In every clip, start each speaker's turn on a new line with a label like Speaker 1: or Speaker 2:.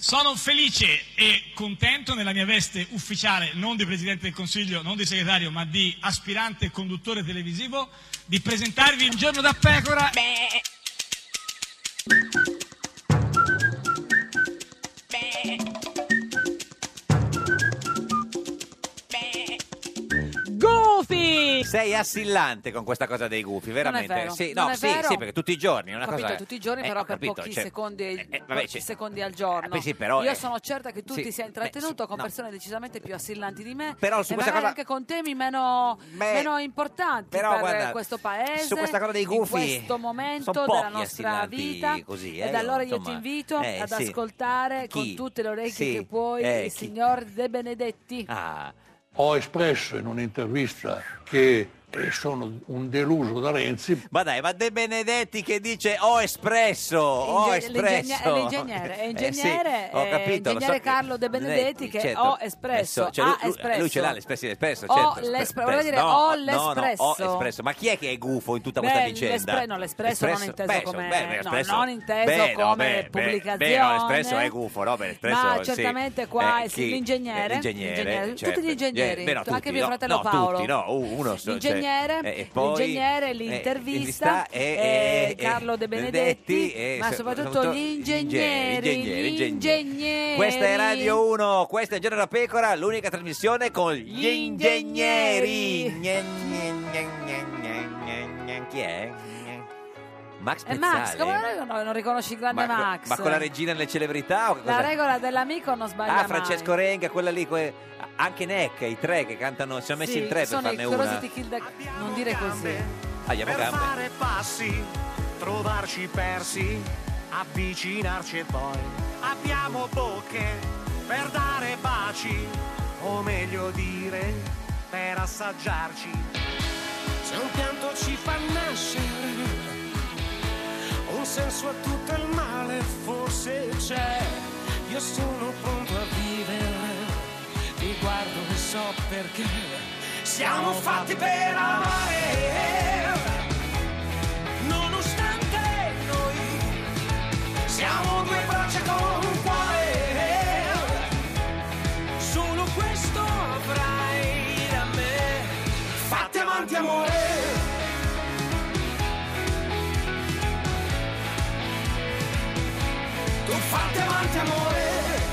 Speaker 1: Sono felice e contento nella mia veste ufficiale, non di Presidente del Consiglio, non di segretario, ma di aspirante conduttore televisivo, di presentarvi Un giorno da pecora.
Speaker 2: Gufi!
Speaker 3: Sei assillante con questa cosa dei gufi, veramente.
Speaker 2: vero,
Speaker 3: Sì,
Speaker 2: non
Speaker 3: no,
Speaker 2: è
Speaker 3: sì,
Speaker 2: vero.
Speaker 3: sì, perché tutti i giorni è una
Speaker 2: Ho capito,
Speaker 3: cosa.
Speaker 2: tutti i giorni, però
Speaker 3: ho
Speaker 2: per
Speaker 3: capito,
Speaker 2: pochi
Speaker 3: cioè,
Speaker 2: secondi,
Speaker 3: vabbè,
Speaker 2: pochi secondi al giorno.
Speaker 3: beh, sì, però,
Speaker 2: Io sono certa che tu
Speaker 3: sì,
Speaker 2: ti sei intrattenuto con
Speaker 3: no.
Speaker 2: persone decisamente più assillanti di me,
Speaker 3: Però su
Speaker 2: e
Speaker 3: questa
Speaker 2: magari
Speaker 3: cosa-
Speaker 2: anche con temi meno importanti
Speaker 3: però,
Speaker 2: per
Speaker 3: guarda,
Speaker 2: questo paese,
Speaker 3: su questa cosa dei gufi,
Speaker 2: in questo momento
Speaker 3: sono
Speaker 2: della
Speaker 3: pochi
Speaker 2: nostra
Speaker 3: assillanti
Speaker 2: vita.
Speaker 3: così,
Speaker 2: Ed allora io ti
Speaker 3: insomma,
Speaker 2: invito ad
Speaker 3: sì.
Speaker 2: ascoltare
Speaker 3: Chi?
Speaker 2: con tutte le orecchie
Speaker 3: Sì,
Speaker 2: che puoi il
Speaker 3: chi?
Speaker 2: signor De Benedetti.
Speaker 3: Ah,
Speaker 4: Ho espresso in un'intervista che sono un deluso da Renzi.
Speaker 3: ma dai, ma De Benedetti che dice ho espresso.
Speaker 2: È l'ingegnere,
Speaker 3: Sì, ho capito, lo so
Speaker 2: ingegnere
Speaker 3: che-
Speaker 2: Carlo De Benedetti che
Speaker 3: certo.
Speaker 2: ho espresso,
Speaker 3: Cioè,
Speaker 2: ha
Speaker 3: lui
Speaker 2: espresso.
Speaker 3: ce l'ha l'espresso,
Speaker 2: Ho
Speaker 3: certo.
Speaker 2: l'espre- volevo dire,
Speaker 3: no,
Speaker 2: ho
Speaker 3: no,
Speaker 2: l'espresso.
Speaker 3: ho espresso. Ma chi è che è gufo in tutta questa vicenda?
Speaker 2: L'espresso non inteso
Speaker 3: beh,
Speaker 2: come
Speaker 3: beh,
Speaker 2: no,
Speaker 3: l'espresso-
Speaker 2: non inteso
Speaker 3: beh, no,
Speaker 2: come
Speaker 3: beh,
Speaker 2: pubblicazione.
Speaker 3: beh, no, l'espresso è gufo, no? Beh, l'espresso,
Speaker 2: ma
Speaker 3: sì.
Speaker 2: certamente qua
Speaker 3: Chi?
Speaker 2: l'ingegnere,
Speaker 3: certo.
Speaker 2: tutti gli ingegneri,
Speaker 3: Beh, no,
Speaker 2: anche
Speaker 3: tutti,
Speaker 2: mio
Speaker 3: no,
Speaker 2: fratello
Speaker 3: no,
Speaker 2: Paolo.
Speaker 3: tutti, no, uno so-
Speaker 2: L'ingegnere,
Speaker 3: cioè, e poi,
Speaker 2: l'ingegnere, l'intervista, Carlo De Benedetti, ma soprattutto gli ingegneri.
Speaker 3: Questa è Radio 1, questa è Giorno da Pecora, l'unica trasmissione con gli ingegneri. Chi è? Max
Speaker 2: E
Speaker 3: Pezzale.
Speaker 2: Max, come non riconosci il grande Max?
Speaker 3: Ma con la regina delle celebrità? O che
Speaker 2: La
Speaker 3: cosa?
Speaker 2: regola dell'amico non sbaglia
Speaker 3: Francesco Renga, quella lì, anche Neck, i tre che cantano, si sono messi in tre per
Speaker 2: sono
Speaker 3: farne
Speaker 2: i
Speaker 3: una.
Speaker 2: Curiosity Kill non dire così.
Speaker 3: Abbiamo
Speaker 5: Per
Speaker 3: gambe.
Speaker 5: fare passi, trovarci persi, avvicinarci e poi abbiamo bocche per dare baci, o meglio dire, per assaggiarci. Se un pianto ci fa nascere, un senso a tutto il male forse c'è. Io sono pronto a vivere, ti guardo e so perché siamo fatti per amare. Nonostante noi siamo due braccia con un cuore, solo questo avrai da me. Fatti avanti amore. Tu fatti avanti amore.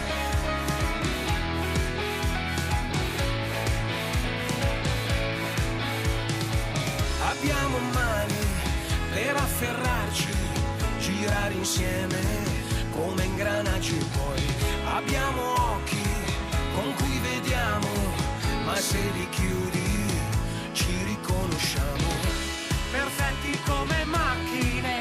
Speaker 5: Abbiamo mani per afferrarci, girare insieme come ingranaggi, poi abbiamo occhi con cui vediamo, ma se li chiudi ci riconosciamo. Perfetti come macchine,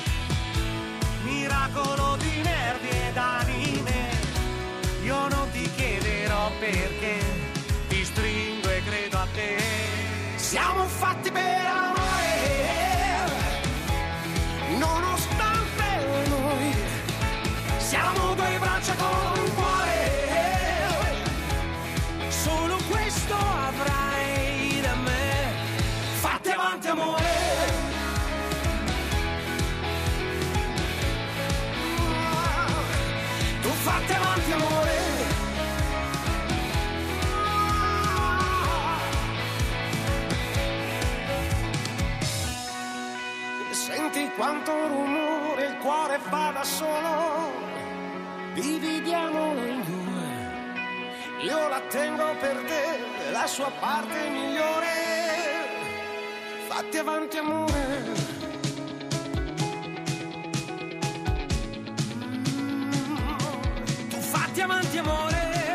Speaker 5: miracolo di nervi ed anime. Io non ti chiederò perché, ti stringo e credo a te. Siamo fatti per amare, nonostante noi siamo due braccia con un cuore, solo questo avrai da me. Fatti avanti amore. Tu fatti avanti amore. Senti quanto rumore il cuore fa da solo, dividiamolo in due, io la tengo per te, la sua parte migliore. Fatti avanti amore. Tu fatti avanti amore.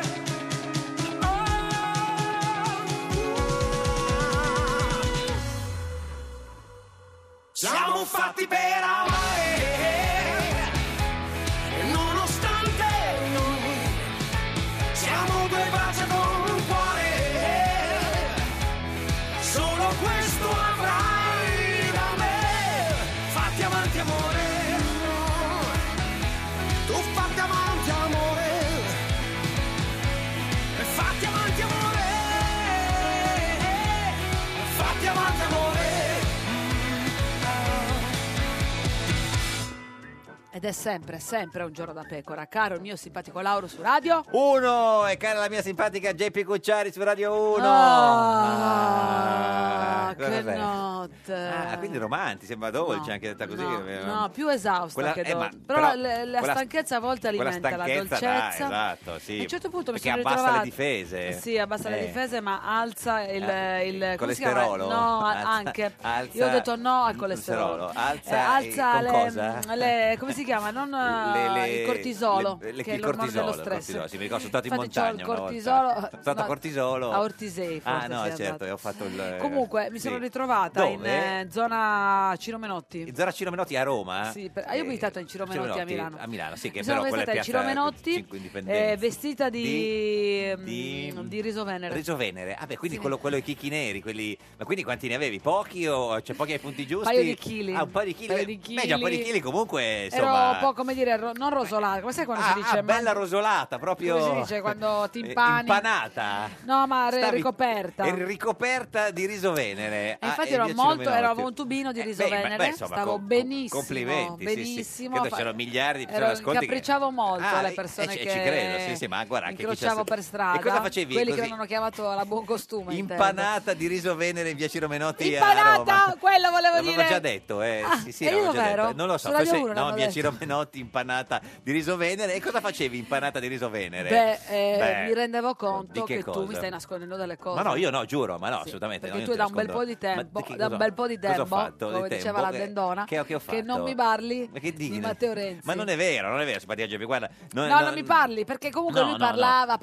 Speaker 5: Siamo fatti per amare, nonostante noi siamo due braccia con un cuore, solo questo avrai da me.
Speaker 2: Ed è sempre un giorno da pecora. Caro il mio simpatico Lauro su Radio
Speaker 3: 1 e cara la mia simpatica Geppi Cucciari su Radio 1.
Speaker 2: Che notte.
Speaker 3: Quindi romanti, sembra dolce, anche detta così.
Speaker 2: No, più esausta che dolce. Però la stanchezza a volte alimenta la dolcezza.
Speaker 3: Esatto, sì.
Speaker 2: A un certo punto
Speaker 3: perché
Speaker 2: mi sono
Speaker 3: abbassa
Speaker 2: ritrovata.
Speaker 3: le difese.
Speaker 2: Sì, abbassa le difese, ma alza il
Speaker 3: colesterolo.
Speaker 2: No, anche. Io ho detto no al colesterolo.
Speaker 3: Alza
Speaker 2: le come si chiama? Non il cortisolo, che è l'ormone dello stress.
Speaker 3: Sì, mi ricordo, sono stato in montagna
Speaker 2: una volta.
Speaker 3: Sono stato a Cortisolo.
Speaker 2: A Ortisei, forse.
Speaker 3: Certo, ho fatto il...
Speaker 2: Comunque, mi sono ritrovata in zona Ciro Menotti.
Speaker 3: In zona Ciro Menotti a Roma?
Speaker 2: Sì, io ho abitato in Ciro Menotti a Milano.
Speaker 3: A Milano, sì, che
Speaker 2: mi sono stata in Ciro Menotti vestita di Riso Venere.
Speaker 3: Riso Venere, quindi quello ai chicchi neri, quelli... Ma quindi quanti ne avevi? Pochi o c'è pochi ai punti giusti?
Speaker 2: Un paio di chili.
Speaker 3: Un paio di chili. Beh, un paio di chili comunque,
Speaker 2: insomma... Ero un po', come dire, non rosolata. Come sai quando si dice?
Speaker 3: Bella rosolata, proprio...
Speaker 2: Come si dice quando ti impani?
Speaker 3: Impanata.
Speaker 2: No, ma ricoperta.
Speaker 3: Eri ricoperta di Riso Venere.
Speaker 2: Infatti avevo un tubino di Riso Venere, stavo benissimo.
Speaker 3: Complimenti,
Speaker 2: benissimo.
Speaker 3: Credo c'erano miliardi di persone ascolti.
Speaker 2: Capricciavo molto alle persone che
Speaker 3: ci credo, sì, ma guarda,
Speaker 2: incrociavo per strada.
Speaker 3: E cosa facevi?
Speaker 2: Quelli che mi hanno chiamato alla buon costume.
Speaker 3: Impanata di Riso Venere in via Ciro Menotti
Speaker 2: a Roma. Quello volevo dire.
Speaker 3: L'avevo già detto, sì,
Speaker 2: io
Speaker 3: già
Speaker 2: vero?
Speaker 3: detto. Non lo so, no, via Ciro Menotti impanata di Riso Venere. E cosa facevi impanata di Riso Venere?
Speaker 2: Mi rendevo conto che
Speaker 3: cosa?
Speaker 2: tu mi stai nascondendo delle cose.
Speaker 3: Ma no, io no, giuro, ma no, assolutamente.
Speaker 2: Perché tu da un bel po' di tempo, come diceva la Dendona, che non mi parli di Matteo Renzi.
Speaker 3: Ma non è vero, simpatia Geppi, guarda.
Speaker 2: Non mi parli, perché comunque lui parlava,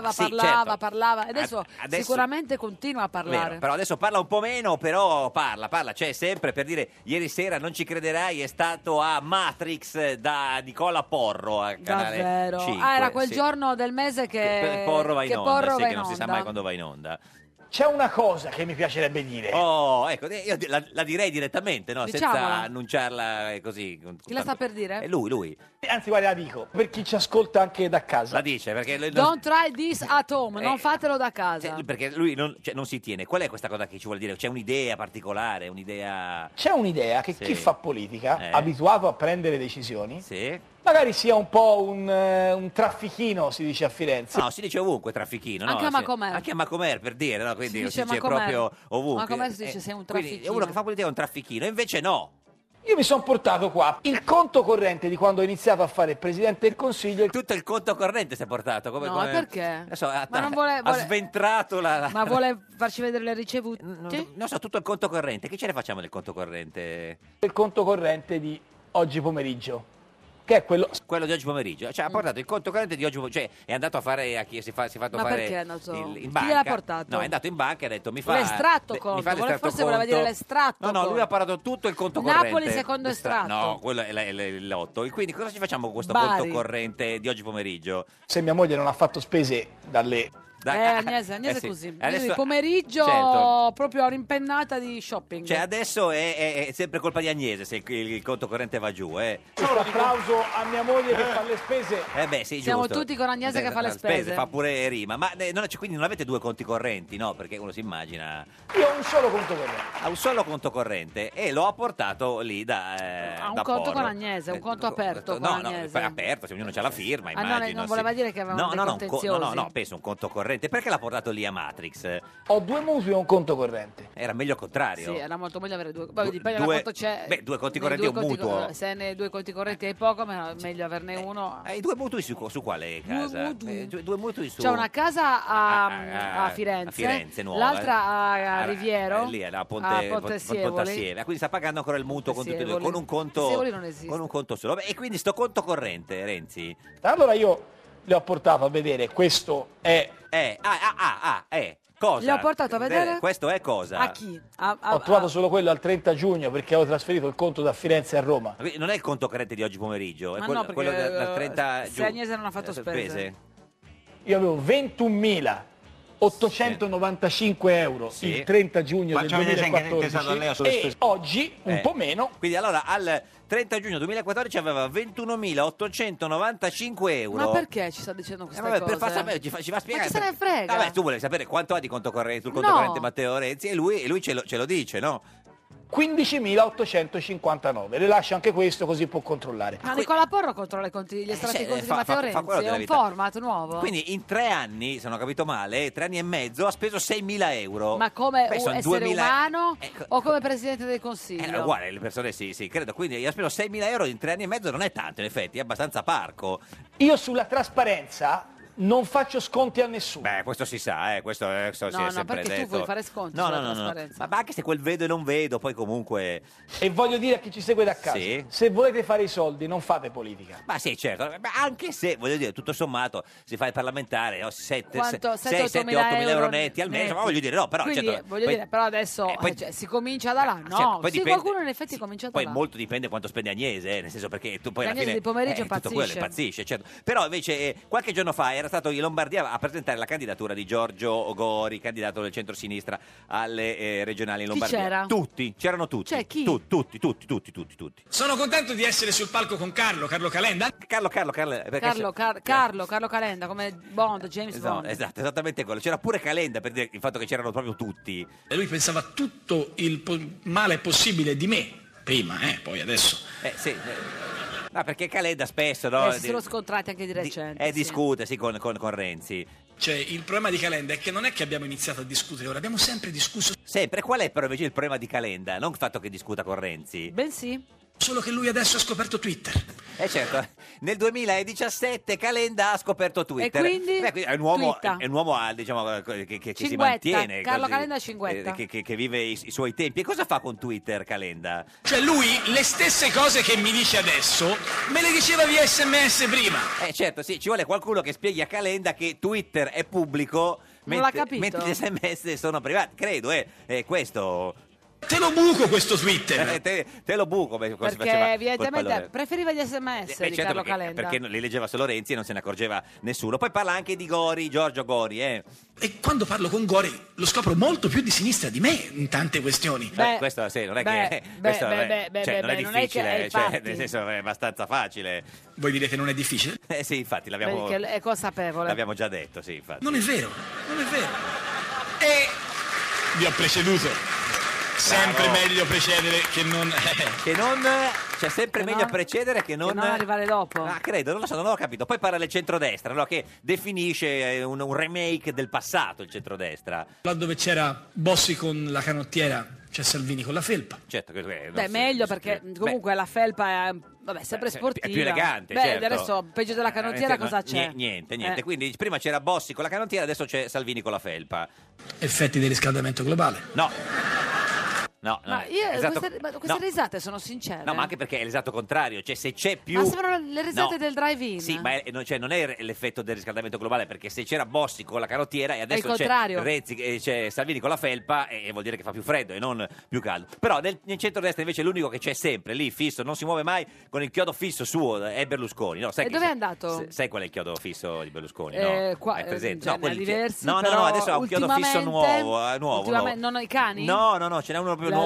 Speaker 2: e adesso sicuramente continua a parlare.
Speaker 3: Vero, però adesso parla un po' meno, però parla, c'è sempre, per dire, ieri sera, non ci crederai, è stato a Matrix da Nicola Porro a Canale
Speaker 2: Davvero?
Speaker 3: 5.
Speaker 2: Era quel giorno del mese che
Speaker 3: Porro va in onda, che non si sa
Speaker 2: onda.
Speaker 3: mai quando va in onda.
Speaker 6: C'è una cosa che mi piacerebbe dire.
Speaker 3: Oh, ecco, io la direi direttamente, no?
Speaker 2: Diciamola.
Speaker 3: Senza annunciarla così.
Speaker 2: Chi la sta per dire?
Speaker 3: È lui.
Speaker 6: Anzi, guarda, la dico, per chi ci ascolta anche da casa.
Speaker 3: La dice, perché...
Speaker 2: Don't try this at home, non fatelo da casa.
Speaker 3: Perché lui non si tiene. Qual è questa cosa che ci vuol dire? C'è un'idea particolare, un'idea...
Speaker 6: C'è un'idea che chi fa politica, abituato a prendere decisioni...
Speaker 3: Sì.
Speaker 6: Magari sia un po' un traffichino, si dice a Firenze.
Speaker 3: No, si dice ovunque traffichino.
Speaker 2: Anche
Speaker 3: no?
Speaker 2: a Macomer.
Speaker 3: Anche a Macomer, per dire, no? Quindi
Speaker 2: si dice
Speaker 3: proprio ovunque.
Speaker 2: Macomer si dice sei un traffichino.
Speaker 3: Quindi uno che fa politica è un traffichino, invece no.
Speaker 6: Io mi sono portato qua il conto corrente di quando ho iniziato a fare il Presidente del Consiglio.
Speaker 3: Tutto il conto corrente si è portato?
Speaker 2: No, perché?
Speaker 3: Ma non ha sventrato la...
Speaker 2: Ma vuole farci vedere le ricevute?
Speaker 3: Non so, tutto il conto corrente. Che ce ne facciamo del conto corrente?
Speaker 6: Il conto corrente di oggi pomeriggio. Che è quello
Speaker 3: di oggi pomeriggio, cioè ha portato il conto corrente di oggi pomeriggio, cioè è andato a fare a chi si è fatto fare
Speaker 2: perché è andato?
Speaker 3: in banca.
Speaker 2: Chi gliel'ha portato?
Speaker 3: No, è andato in banca e ha detto mi fa
Speaker 2: l'estratto conto, forse voleva dire l'estratto.
Speaker 3: No, lui ha parlato tutto il conto corrente.
Speaker 2: Napoli secondo estratto.
Speaker 3: No, quello è l'8. Quindi cosa ci facciamo con questo conto corrente di oggi pomeriggio?
Speaker 6: Se mia moglie non ha fatto spese dalle
Speaker 2: Agnese è
Speaker 3: sì.
Speaker 2: così.
Speaker 3: Adesso,
Speaker 2: il pomeriggio proprio un'impennata di shopping.
Speaker 3: Cioè adesso è sempre colpa di Agnese se il conto corrente va giù.
Speaker 6: Un applauso a mia moglie che fa le spese.
Speaker 3: Sì,
Speaker 2: siamo
Speaker 3: giusto.
Speaker 2: tutti con Agnese che fa le spese.
Speaker 3: Fa pure rima. Ma quindi non avete due conti correnti, no? Perché uno si immagina...
Speaker 6: Io ho un solo conto corrente.
Speaker 3: Ha un solo conto corrente e lo ha portato lì da
Speaker 2: un
Speaker 3: da
Speaker 2: conto
Speaker 3: Porro.
Speaker 2: con Agnese, un conto aperto con Agnese.
Speaker 3: Aperto, se ognuno c'ha la firma, immagino.
Speaker 2: Non voleva dire che avevamo dei contenziosi.
Speaker 3: No, penso un conto corrente. Perché l'ha portato lì a Matrix?
Speaker 6: Ho 2 mutui e un conto corrente.
Speaker 3: Era meglio il contrario.
Speaker 2: Sì, era molto meglio avere due. Dipende da quanto c'è.
Speaker 3: Due conti correnti e un mutuo.
Speaker 2: Se ne 2 conti correnti hai poco, ma meglio averne uno.
Speaker 3: I 2 mutui su quale casa? Due mutui su...
Speaker 2: C'è una casa a Firenze,
Speaker 3: nuova.
Speaker 2: L'altra a Riviero.
Speaker 3: Lì a Ponte Sievole. Quindi sta pagando ancora il mutuo con tutti e due, con un conto.
Speaker 2: Sievoli non esiste.
Speaker 3: Con un conto solo. E quindi sto conto corrente, Renzi?
Speaker 6: Allora io le ho portato a vedere, questo è...
Speaker 3: Cosa?
Speaker 2: Le ho portato a vedere?
Speaker 3: Questo è cosa?
Speaker 2: A chi?
Speaker 6: Ho trovato solo quello al 30 giugno perché avevo trasferito il conto da Firenze a Roma.
Speaker 3: Non è il conto corrente di oggi pomeriggio, è
Speaker 2: Ma
Speaker 3: quello,
Speaker 2: no, perché,
Speaker 3: dal 30 giugno.
Speaker 2: Se Agnese non ha fatto spese.
Speaker 6: Io avevo 21.895 euro il 30 giugno del 2014 e oggi un po' meno.
Speaker 3: Quindi allora al 30 giugno 2014 aveva 21.895 euro.
Speaker 2: Ma perché ci sta dicendo queste cose?
Speaker 3: Per far sapere, ci fa spiegare.
Speaker 2: Ma chi se ne frega?
Speaker 3: Vabbè, tu volevi sapere quanto ha di conto corrente sul conto corrente Matteo Renzi e lui ce lo dice, no?
Speaker 6: 15.859. Le lascio anche questo così può controllare.
Speaker 2: Ma Nicola Porro controlla gli estratti di conti di Matteo Renzi, è un format nuovo.
Speaker 3: Quindi in 3 anni, se non ho capito male, 3 anni e mezzo ha speso 6.000 euro.
Speaker 2: Ma come essere umano o come Presidente del Consiglio?
Speaker 3: Uguale, le persone sì, credo. Quindi ha speso 6.000 euro in 3 anni e mezzo, non è tanto in effetti, è abbastanza parco.
Speaker 6: Io sulla trasparenza non faccio sconti a nessuno.
Speaker 3: Beh, questo si sa, questo si è sempre
Speaker 2: perché
Speaker 3: detto.
Speaker 2: tu vuoi fare sconti sulla trasparenza.
Speaker 3: Ma anche se quel vedo e non vedo, poi comunque...
Speaker 6: E voglio dire a chi ci segue da casa, se volete fare i soldi non fate politica.
Speaker 3: Ma sì, certo, ma anche se, voglio dire, tutto sommato si fa il parlamentare,
Speaker 2: 7-8
Speaker 3: euro netti al mese, ma voglio dire, no, però...
Speaker 2: Quindi,
Speaker 3: certo,
Speaker 2: voglio dire, però adesso si comincia da là, no?
Speaker 3: Certo,
Speaker 2: qualcuno in effetti comincia da là.
Speaker 3: Poi molto dipende quanto spende Agnese, nel senso perché tu poi alla
Speaker 2: Agnese
Speaker 3: fine...
Speaker 2: di pomeriggio
Speaker 3: tutto quello impazzisce, certo. Però invece qualche giorno fa era stato in Lombardia a presentare la candidatura di Giorgio Gori, candidato del centro-sinistra alle regionali in Lombardia.
Speaker 2: Chi c'era?
Speaker 3: C'erano tutti.
Speaker 2: Cioè chi?
Speaker 3: Tutti.
Speaker 1: Sono contento di essere sul palco con Carlo Calenda.
Speaker 3: Carlo
Speaker 2: Calenda, come Bond, James Bond.
Speaker 3: Esatto, esattamente quello. C'era pure Calenda per dire il fatto che c'erano proprio tutti.
Speaker 1: E lui pensava tutto il male possibile di me, prima, poi adesso.
Speaker 3: Sì. No, perché Calenda spesso... No,
Speaker 2: si sono scontrati anche di recente.
Speaker 3: Discute, con Renzi.
Speaker 1: Cioè, il problema di Calenda è che non è che abbiamo iniziato a discutere ora, abbiamo sempre discusso.
Speaker 3: Sempre? Qual è però invece il problema di Calenda? Non il fatto che discuta con Renzi.
Speaker 2: Bensì.
Speaker 1: Solo che lui adesso ha scoperto Twitter.
Speaker 3: Certo, nel 2017 Calenda ha scoperto Twitter.
Speaker 2: E quindi?
Speaker 3: È un uomo diciamo, che si mantiene.
Speaker 2: Carlo Calenda Cinguetta.
Speaker 3: Che vive i suoi tempi. E cosa fa con Twitter Calenda?
Speaker 1: Cioè lui le stesse cose che mi dice adesso me le diceva via SMS prima.
Speaker 3: Certo, sì, ci vuole qualcuno che spieghi a Calenda che Twitter è pubblico mentre gli SMS sono privati. Credo, è questo...
Speaker 1: Te lo buco questo Twitter.
Speaker 3: Te lo buco
Speaker 2: perché evidentemente preferiva gli SMS di Carlo Calenda.
Speaker 3: Perché li leggeva solo Renzi e non se ne accorgeva nessuno. Poi parla anche di Gori, Giorgio Gori. E
Speaker 1: quando parlo con Gori lo scopro molto più di sinistra di me in tante questioni.
Speaker 3: Questo non è difficile, nel senso è abbastanza facile.
Speaker 1: Voi direte non è difficile?
Speaker 3: Sì, infatti l'abbiamo...
Speaker 2: Perché è consapevole.
Speaker 3: L'abbiamo già detto, sì, infatti.
Speaker 1: Non è vero. E vi ho preceduto. Sempre meglio precedere che non...
Speaker 3: C'è sempre meglio precedere che non
Speaker 2: arrivare dopo.
Speaker 3: Credo, non lo so, non ho capito. Poi parla del centrodestra, no? Che definisce un remake del passato, il centrodestra.
Speaker 1: Là dove c'era Bossi con la canottiera, c'è Salvini con la felpa.
Speaker 3: Certo,
Speaker 2: meglio perché comunque la felpa è sempre sportiva.
Speaker 3: È più elegante, certo.
Speaker 2: Adesso peggio della canottiera cosa c'è?
Speaker 3: Niente. Quindi prima c'era Bossi con la canottiera, adesso c'è Salvini con la felpa.
Speaker 1: Effetti del riscaldamento globale.
Speaker 3: No,
Speaker 2: queste risate sono sincere.
Speaker 3: No, ma anche perché è l'esatto contrario. Cioè, se c'è più...
Speaker 2: Ma sembrano le risate del drive-in.
Speaker 3: Sì, ma non è l'effetto del riscaldamento globale, perché se c'era Bossi con la canottiera e adesso c'è Renzi, c'è Salvini con la felpa, vuol dire che fa più freddo e non più caldo. Però nel centrodestra invece l'unico che c'è sempre lì fisso, non si muove mai, con il chiodo fisso suo è Berlusconi. No, sai
Speaker 2: dove è andato?
Speaker 3: Sai qual è il chiodo fisso di Berlusconi? È presente?
Speaker 2: Diversi,
Speaker 3: no, adesso ha un chiodo fisso nuovo.
Speaker 2: Non i cani?
Speaker 3: No, ce n'è uno più nuovo.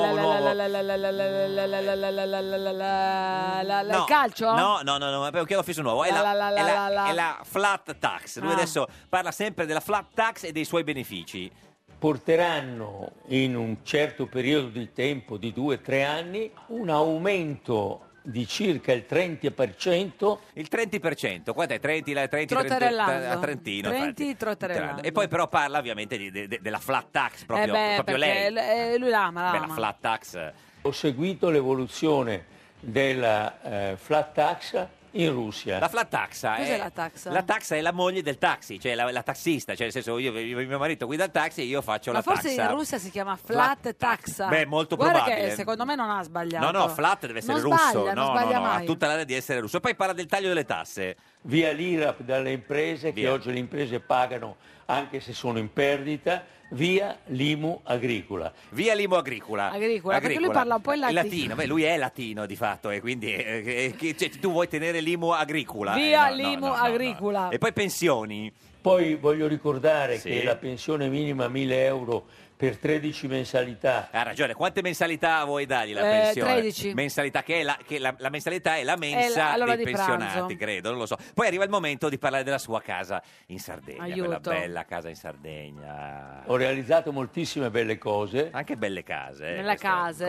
Speaker 2: Il calcio?
Speaker 3: No, è un chiodo fisso nuovo. È la flat tax. Lui adesso parla sempre della flat tax e dei suoi benefici.
Speaker 7: Porteranno in un certo periodo di tempo, di 2-3 anni, un aumento di circa il 30%.
Speaker 3: Il 30%, quanto è? 30 a Trentino. E poi però parla ovviamente della flat tax, proprio lei.
Speaker 2: Lui l'ama.
Speaker 3: La flat tax.
Speaker 7: Ho seguito l'evoluzione della flat tax in Russia.
Speaker 3: La flat taxa
Speaker 2: cos'è la taxa?
Speaker 3: La taxa è la moglie del taxi, cioè la taxista, cioè nel senso mio marito guida il taxi e io faccio la taxa.
Speaker 2: Ma forse in Russia si chiama flat taxa.
Speaker 3: Beh, molto
Speaker 2: Guarda
Speaker 3: probabile.
Speaker 2: Che secondo me non ha sbagliato.
Speaker 3: No, flat deve essere
Speaker 2: non
Speaker 3: russo.
Speaker 2: Sbaglia, non sbaglia mai.
Speaker 3: Ha tutta l'area di essere russo. Poi parla del taglio delle tasse.
Speaker 7: Via l'IRAP dalle imprese, che oggi le imprese pagano anche se sono in perdita. Via l'IMU agricola.
Speaker 2: Perché lui parla un po' in latino.
Speaker 3: Beh, lui è latino di fatto e quindi tu vuoi tenere l'IMU agricola.
Speaker 2: Via l'IMU agricola.
Speaker 3: E poi pensioni.
Speaker 7: Poi voglio ricordare che la pensione minima 1.000 euro per 13 mensilità.
Speaker 3: Ha ragione, quante mensilità vuoi dargli la pensione?
Speaker 2: 13.
Speaker 3: Mensilità la mensilità è la mensa dei pensionati,
Speaker 2: pranzo.
Speaker 3: Credo, non lo so. Poi arriva il momento di parlare della sua casa in Sardegna,
Speaker 2: Aiuto.
Speaker 3: quella bella casa in Sardegna.
Speaker 7: Ho realizzato moltissime belle cose.
Speaker 3: Anche belle case.
Speaker 2: Nelle case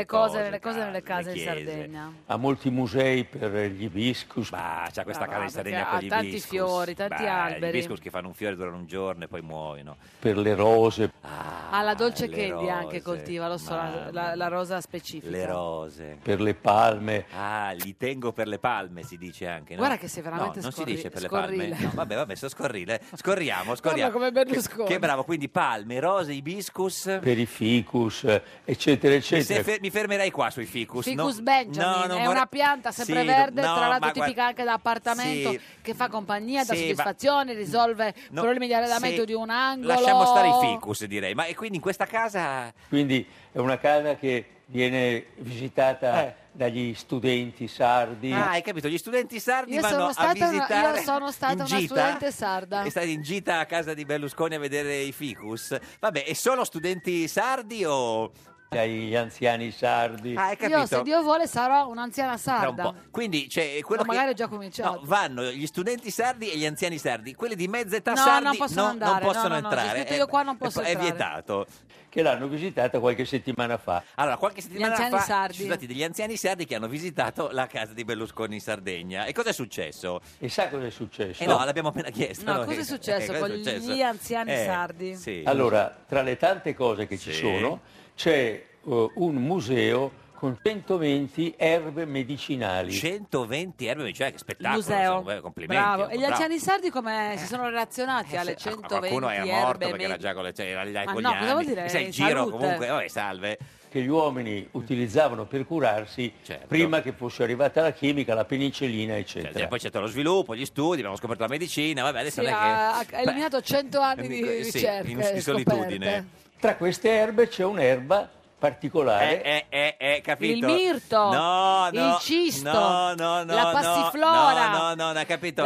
Speaker 2: in Sardegna.
Speaker 7: Ha molti musei per gli ibiscus.
Speaker 3: C'ha questa casa in Sardegna con gli
Speaker 2: tanti
Speaker 3: ibiscus.
Speaker 2: fiori, tanti alberi.
Speaker 3: Gli ibiscus che fanno un fiore, durano un giorno e poi muoiono.
Speaker 7: Per le rose.
Speaker 2: La dolce
Speaker 3: le
Speaker 2: Candy anche
Speaker 3: rose,
Speaker 2: coltiva, lo so, la rosa specifica.
Speaker 3: Le rose.
Speaker 7: Per le palme.
Speaker 3: Li tengo per le palme, si dice anche, no?
Speaker 2: Guarda che sei veramente
Speaker 3: non si dice per
Speaker 2: scorrile.
Speaker 3: le palme. No, vabbè, sono scorrile. Scorriamo.
Speaker 2: Parla come Berlusconi.
Speaker 3: Che bravo, quindi palme, rose, ibiscus.
Speaker 7: Per i ficus, eccetera, eccetera.
Speaker 3: Mi fermerei qua sui ficus.
Speaker 2: Ficus Benjamin, è una pianta sempreverde, tra l'altro tipica anche da appartamento, che fa compagnia, dà soddisfazione, risolve problemi di arredamento di un angolo.
Speaker 3: Lasciamo stare i ficus, direi. Ma e quindi in questa casa...
Speaker 7: Quindi è una casa che viene visitata dagli studenti sardi.
Speaker 3: Hai capito? Gli studenti sardi vanno a visitare.
Speaker 2: Io sono stata una studente sarda.
Speaker 3: È stata in gita a casa di Berlusconi a vedere i ficus. Vabbè, e solo studenti sardi o...
Speaker 7: Gli anziani sardi.
Speaker 3: Hai capito?
Speaker 2: Io, se Dio vuole, sarò un'anziana sarda.
Speaker 3: Quindi c'è quello
Speaker 2: ma magari ho già cominciato.
Speaker 3: No, vanno gli studenti sardi e gli anziani sardi. Quelli di mezza età
Speaker 2: No,
Speaker 3: sardi
Speaker 2: non possono andare.
Speaker 3: non possono
Speaker 2: No,
Speaker 3: entrare.
Speaker 2: c'è scritto io qua non posso
Speaker 3: è
Speaker 2: entrare.
Speaker 3: vietato.
Speaker 7: Che l'hanno visitata qualche settimana fa.
Speaker 3: Allora, qualche settimana
Speaker 2: Gli anziani
Speaker 3: fa
Speaker 2: sardi.
Speaker 3: ci sono stati degli anziani sardi che hanno visitato la casa di Berlusconi in Sardegna. E cosa è successo?
Speaker 7: E sa cosa è successo?
Speaker 3: No, l'abbiamo appena chiesto.
Speaker 2: No, cosa è successo con gli anziani sardi?
Speaker 3: Sì.
Speaker 7: Allora, tra le tante cose che ci sono, c'è un museo con 120 erbe medicinali.
Speaker 3: 120 erbe medicinali, che spettacolo!
Speaker 2: Museo.
Speaker 3: Complimenti.
Speaker 2: Bravo. E gli anziani sardi come si sono relazionati alle 120
Speaker 3: qualcuno era
Speaker 2: erbe
Speaker 3: morto perché era già con
Speaker 2: Ma
Speaker 3: con
Speaker 2: no,
Speaker 3: gli anni.
Speaker 2: cosa vuol dire?
Speaker 3: Sai, il
Speaker 2: In
Speaker 3: giro
Speaker 2: salute.
Speaker 3: comunque, salve.
Speaker 7: Che gli uomini utilizzavano per curarsi prima che fosse arrivata la chimica, la penicillina, eccetera.
Speaker 3: Poi c'è stato lo sviluppo, gli studi, abbiamo scoperto la medicina, vabbè, adesso non è
Speaker 2: ha eliminato 100 anni di ricerche
Speaker 3: di solitudine.
Speaker 2: scoperte.
Speaker 7: Tra queste erbe c'è un'erba particolare.
Speaker 3: Capito?
Speaker 2: Il mirto, il cisto, la passiflora.
Speaker 3: No, hai capito?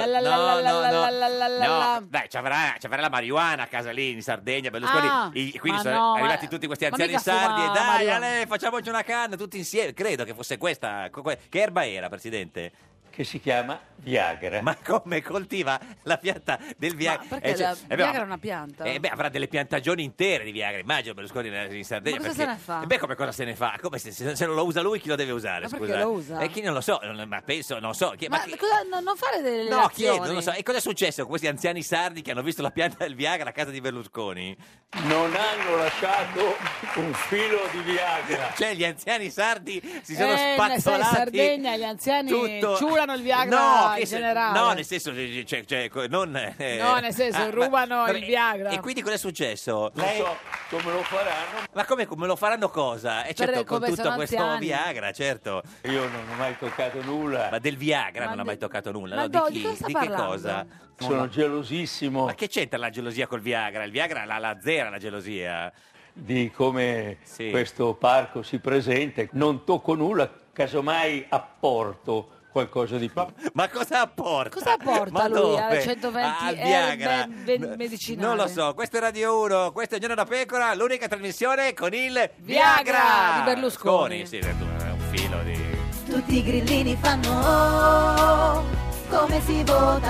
Speaker 3: Dai, ci avrà la marijuana a casa lì in Sardegna, Berlusconi. Quindi sono arrivati tutti questi anziani sardi e dai, Ale, facciamoci una canna tutti insieme. Credo che fosse questa. Che erba era, Presidente?
Speaker 7: Che si chiama Viagra.
Speaker 3: Ma come coltiva la pianta del Viagra?
Speaker 2: Ma perché la Viagra è una pianta?
Speaker 3: Avrà delle piantagioni intere di Viagra, immagino Berlusconi in Sardegna.
Speaker 2: Ma cosa se ne fa?
Speaker 3: Come cosa se ne fa? Come se non lo usa lui, chi lo deve usare?
Speaker 2: Ma
Speaker 3: scusa?
Speaker 2: perché lo usa?
Speaker 3: Chi non lo so, ma penso, non so.
Speaker 2: Ma cosa, non fare delle
Speaker 3: No,
Speaker 2: relazioni?
Speaker 3: chiedo, non lo so. E cosa è successo con questi anziani sardi che hanno visto la pianta del Viagra a casa di Berlusconi?
Speaker 7: Non hanno lasciato un filo di Viagra.
Speaker 3: Cioè, gli anziani sardi si sono spazzolati.
Speaker 2: In Sardegna gli anziani ciulano il Viagra.
Speaker 3: No,
Speaker 2: in generale.
Speaker 3: No, nel senso, non...
Speaker 2: no, nel senso, rubano il Viagra.
Speaker 3: E quindi cosa è successo?
Speaker 7: Non so come lo faranno.
Speaker 3: Ma come lo faranno cosa? Certo, con tutto questo Viagra, certo.
Speaker 7: Io non ho mai toccato nulla.
Speaker 3: Ma del Viagra non ha mai toccato nulla.
Speaker 2: Ma
Speaker 3: no?
Speaker 2: di
Speaker 3: Di che cosa?
Speaker 7: Sono gelosissimo.
Speaker 3: Ma che c'entra la gelosia col Viagra? Il Viagra la zera la gelosia.
Speaker 7: Di come questo parco si presenta. Non tocco nulla, casomai apporto qualcosa di più.
Speaker 3: Ma cosa apporta?
Speaker 2: Cosa apporta lui alle 120 erbe medicinali?
Speaker 3: Non lo so, questo è Radio 1, questo è Giorno da Pecora, l'unica trasmissione con il
Speaker 2: Viagra di Berlusconi.
Speaker 3: Sì, è un filo di...
Speaker 8: Tutti i grillini fanno come si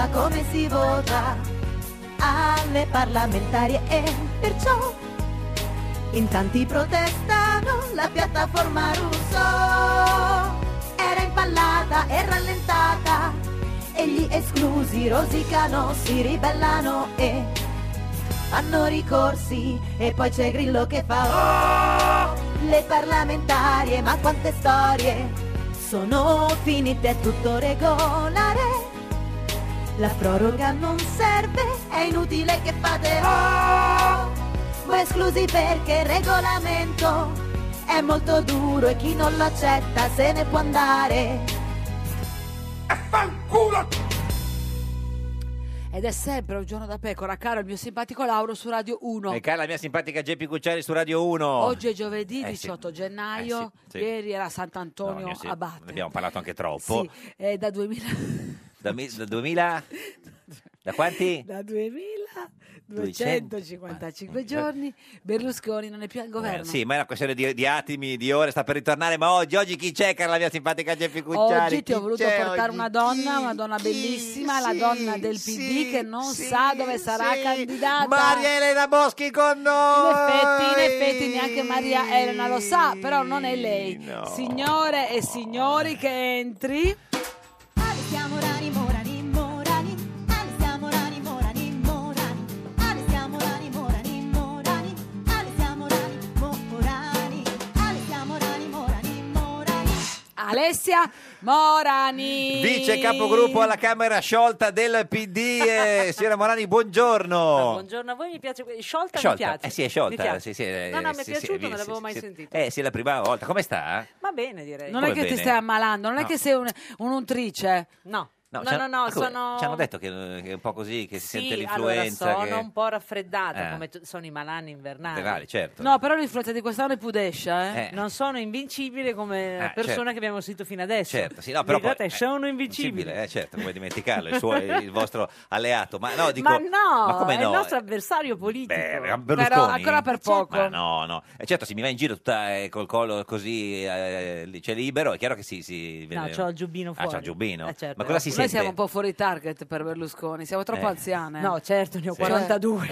Speaker 8: vota alle parlamentari e perciò in tanti protestano, la piattaforma Russo era impallata e rallentata e gli esclusi rosicano, si ribellano e fanno ricorsi e poi c'è Grillo che fa le parlamentarie, ma quante storie sono finite, è tutto regolare, la proroga non serve, è inutile che fate voi esclusi perché il regolamento è molto duro e chi non lo accetta se ne può andare.
Speaker 6: Fanculo!
Speaker 2: Ed è sempre un Giorno da Pecora, caro il mio simpatico Lauro su Radio 1.
Speaker 3: E cara la mia simpatica Geppi Cucciari su Radio 1.
Speaker 2: Oggi è giovedì 18 gennaio,
Speaker 3: sì.
Speaker 2: ieri era Sant'Antonio Abate.
Speaker 3: Ne abbiamo parlato anche troppo.
Speaker 2: Sì, da 2000...
Speaker 3: Da 2000? Da quanti?
Speaker 2: Da 2000... 2255 giorni, Berlusconi non è più al governo.
Speaker 3: Sì, ma è una questione di attimi, di ore, sta per ritornare. Ma oggi chi c'è, cara la mia simpatica Geppi Cucciari?
Speaker 2: Oggi ti ho voluto portare una donna bellissima, la donna del PD che non sa dove sarà candidata.
Speaker 3: Maria Elena Boschi con noi!
Speaker 2: In effetti neanche Maria Elena lo sa, però non è lei.
Speaker 3: No.
Speaker 2: Signore e signori, che entri.
Speaker 8: Alessia Morani, Morani, Morani. Alessia Morani, Morani, Morani. Alessia Morani, Morani, Morani. Alessia Morani, Morani. Alessia Morani, Morani, Morani.
Speaker 2: Alessia Morani,
Speaker 3: vice capogruppo alla Camera sciolta del PD. Signora Morani, buongiorno.
Speaker 9: Buongiorno a voi, mi piace. Sciolta mi piace.
Speaker 3: Sì, è sciolta.
Speaker 9: Mi piace.
Speaker 3: Sì,
Speaker 9: no, mi è piaciuto, non l'avevo mai sentito.
Speaker 3: Sì, è la prima volta. Come sta?
Speaker 9: Va bene, direi.
Speaker 2: Non è che ti stai ammalando, non è che sei un'untrice.
Speaker 9: No.
Speaker 3: No,
Speaker 9: sono...
Speaker 3: ci hanno detto che è un po' così, che si sente
Speaker 9: allora
Speaker 3: l'influenza.
Speaker 9: sono un po' raffreddata, come sono i malanni invernali.
Speaker 3: Certo.
Speaker 2: No, però l'influenza di quest'anno è pudescia,
Speaker 9: Non sono invincibile come la persona
Speaker 3: certo.
Speaker 9: che abbiamo sentito fino adesso.
Speaker 3: Certo, sì, no, però
Speaker 9: poi, sono invincibile.
Speaker 3: Certo, come dimenticarlo, il vostro alleato. Ma no, dico,
Speaker 9: ma no,
Speaker 3: ma come
Speaker 9: è
Speaker 3: no?
Speaker 9: il nostro avversario politico.
Speaker 3: Berlusconi?
Speaker 2: Però ancora per poco.
Speaker 3: Ma no. Certo, se mi va in giro tutta col collo così, c'è libero, è chiaro che si
Speaker 9: No, c'ho il giubbino fuori.
Speaker 3: c'ho il giubbino.
Speaker 9: Certo.
Speaker 3: Ma cosa si
Speaker 2: Noi
Speaker 3: sente?
Speaker 2: siamo un po' fuori target per Berlusconi, siamo troppo anziane.
Speaker 9: No, certo, ne ho
Speaker 3: Sì.
Speaker 9: 42.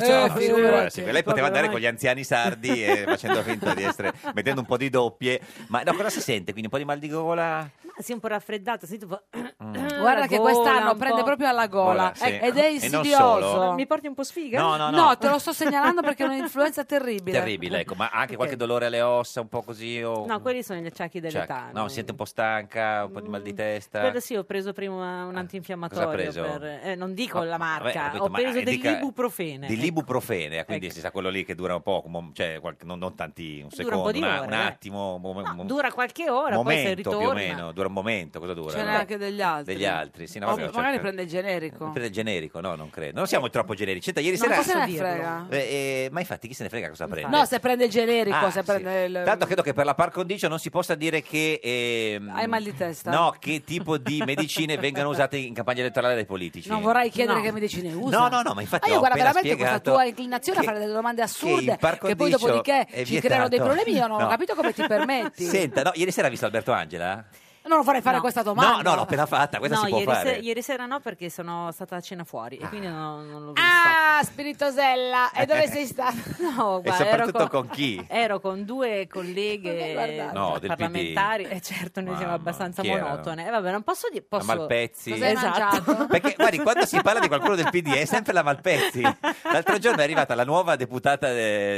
Speaker 3: Sì, lei poteva andare con gli anziani sardi facendo finta di essere, mettendo un po' di doppie. Ma no, cosa si sente? Quindi un po' di mal di gola?
Speaker 9: Ma si è un po' raffreddato, sento un po'...
Speaker 2: Guarda che quest'anno prende proprio alla gola
Speaker 3: Sì.
Speaker 2: ed è
Speaker 3: E non
Speaker 2: insidioso.
Speaker 3: solo.
Speaker 9: Mi porti un po' sfiga?
Speaker 3: No.
Speaker 2: Te lo sto segnalando perché è un'influenza terribile.
Speaker 3: Terribile, ecco, ma anche qualche dolore alle ossa, un po' così?
Speaker 9: No, quelli sono gli acciacchi dell'età.
Speaker 3: No, si sente un po' stanca, un po' di mal di testa.
Speaker 9: Credo sì, ho preso prima un antinfiammatorio.
Speaker 3: Cosa ha preso?
Speaker 9: non dico la marca,
Speaker 3: Vabbè,
Speaker 9: ho preso dell'ibuprofene.
Speaker 3: Dell'ibuprofene, quindi si sa quello lì che dura un po', cioè non tanti, un
Speaker 9: Dura un
Speaker 3: secondo,
Speaker 9: po' di ore,
Speaker 3: un attimo.
Speaker 9: Dura qualche ora, poi se
Speaker 3: momento
Speaker 9: ritorna.
Speaker 3: più o meno, dura un momento, cosa dura?
Speaker 2: Ce n'è anche degli altri.
Speaker 3: Degli altri, sì, no,
Speaker 2: O
Speaker 3: vabbè,
Speaker 2: magari
Speaker 3: certo.
Speaker 2: prende il generico.
Speaker 3: Prende il generico, no, non credo. Non siamo troppo generici. Senta, ieri
Speaker 2: Non
Speaker 3: sera...
Speaker 2: se ne frega.
Speaker 3: Ma infatti chi se ne frega cosa prende?
Speaker 2: No, se prende il generico, se
Speaker 3: sì.
Speaker 2: prende il...
Speaker 3: Tanto credo che per la par condicio non si possa dire che...
Speaker 2: Hai mal di testa?
Speaker 3: No, che tipo di medicine vengano usate in campagna elettorale dai politici.
Speaker 2: Non vorrai chiedere
Speaker 9: No.
Speaker 2: che medicine usa.
Speaker 3: No, ma infatti
Speaker 2: io
Speaker 3: ho
Speaker 2: guarda
Speaker 3: appena
Speaker 2: veramente questa
Speaker 3: spiegato
Speaker 2: tua inclinazione a
Speaker 3: che-
Speaker 2: fare delle domande
Speaker 3: che
Speaker 2: assurde
Speaker 3: il par
Speaker 2: che poi
Speaker 3: condicio
Speaker 2: dopodiché
Speaker 3: è
Speaker 2: ci creano dei
Speaker 3: vietato.
Speaker 2: problemi. Io non ho
Speaker 3: No.
Speaker 2: capito come ti permetti.
Speaker 3: Senta, no, ieri sera ha visto Alberto Angela?
Speaker 2: Non vorrei fare
Speaker 9: No.
Speaker 2: questa domanda.
Speaker 3: No, l'ho appena fatta, questa
Speaker 9: No,
Speaker 3: si può
Speaker 9: ieri,
Speaker 3: fare.
Speaker 9: ieri sera no, perché sono stata a cena fuori e quindi non l'ho visto.
Speaker 2: Ah, Spiritosella, e dove sei stata?
Speaker 9: No,
Speaker 3: E
Speaker 9: guarda,
Speaker 3: soprattutto con chi?
Speaker 9: Ero con due colleghe
Speaker 3: No, del
Speaker 9: parlamentari e certo noi siamo
Speaker 3: Mamma,
Speaker 9: abbastanza
Speaker 3: chi erano?
Speaker 9: monotone. E vabbè, non posso dire...
Speaker 3: La Malpezzi?
Speaker 2: Cosa hai
Speaker 9: Esatto.
Speaker 2: mangiato?
Speaker 3: Perché, guardi, quando si parla di qualcuno del PD è sempre la Malpezzi. L'altro giorno è arrivata la nuova deputata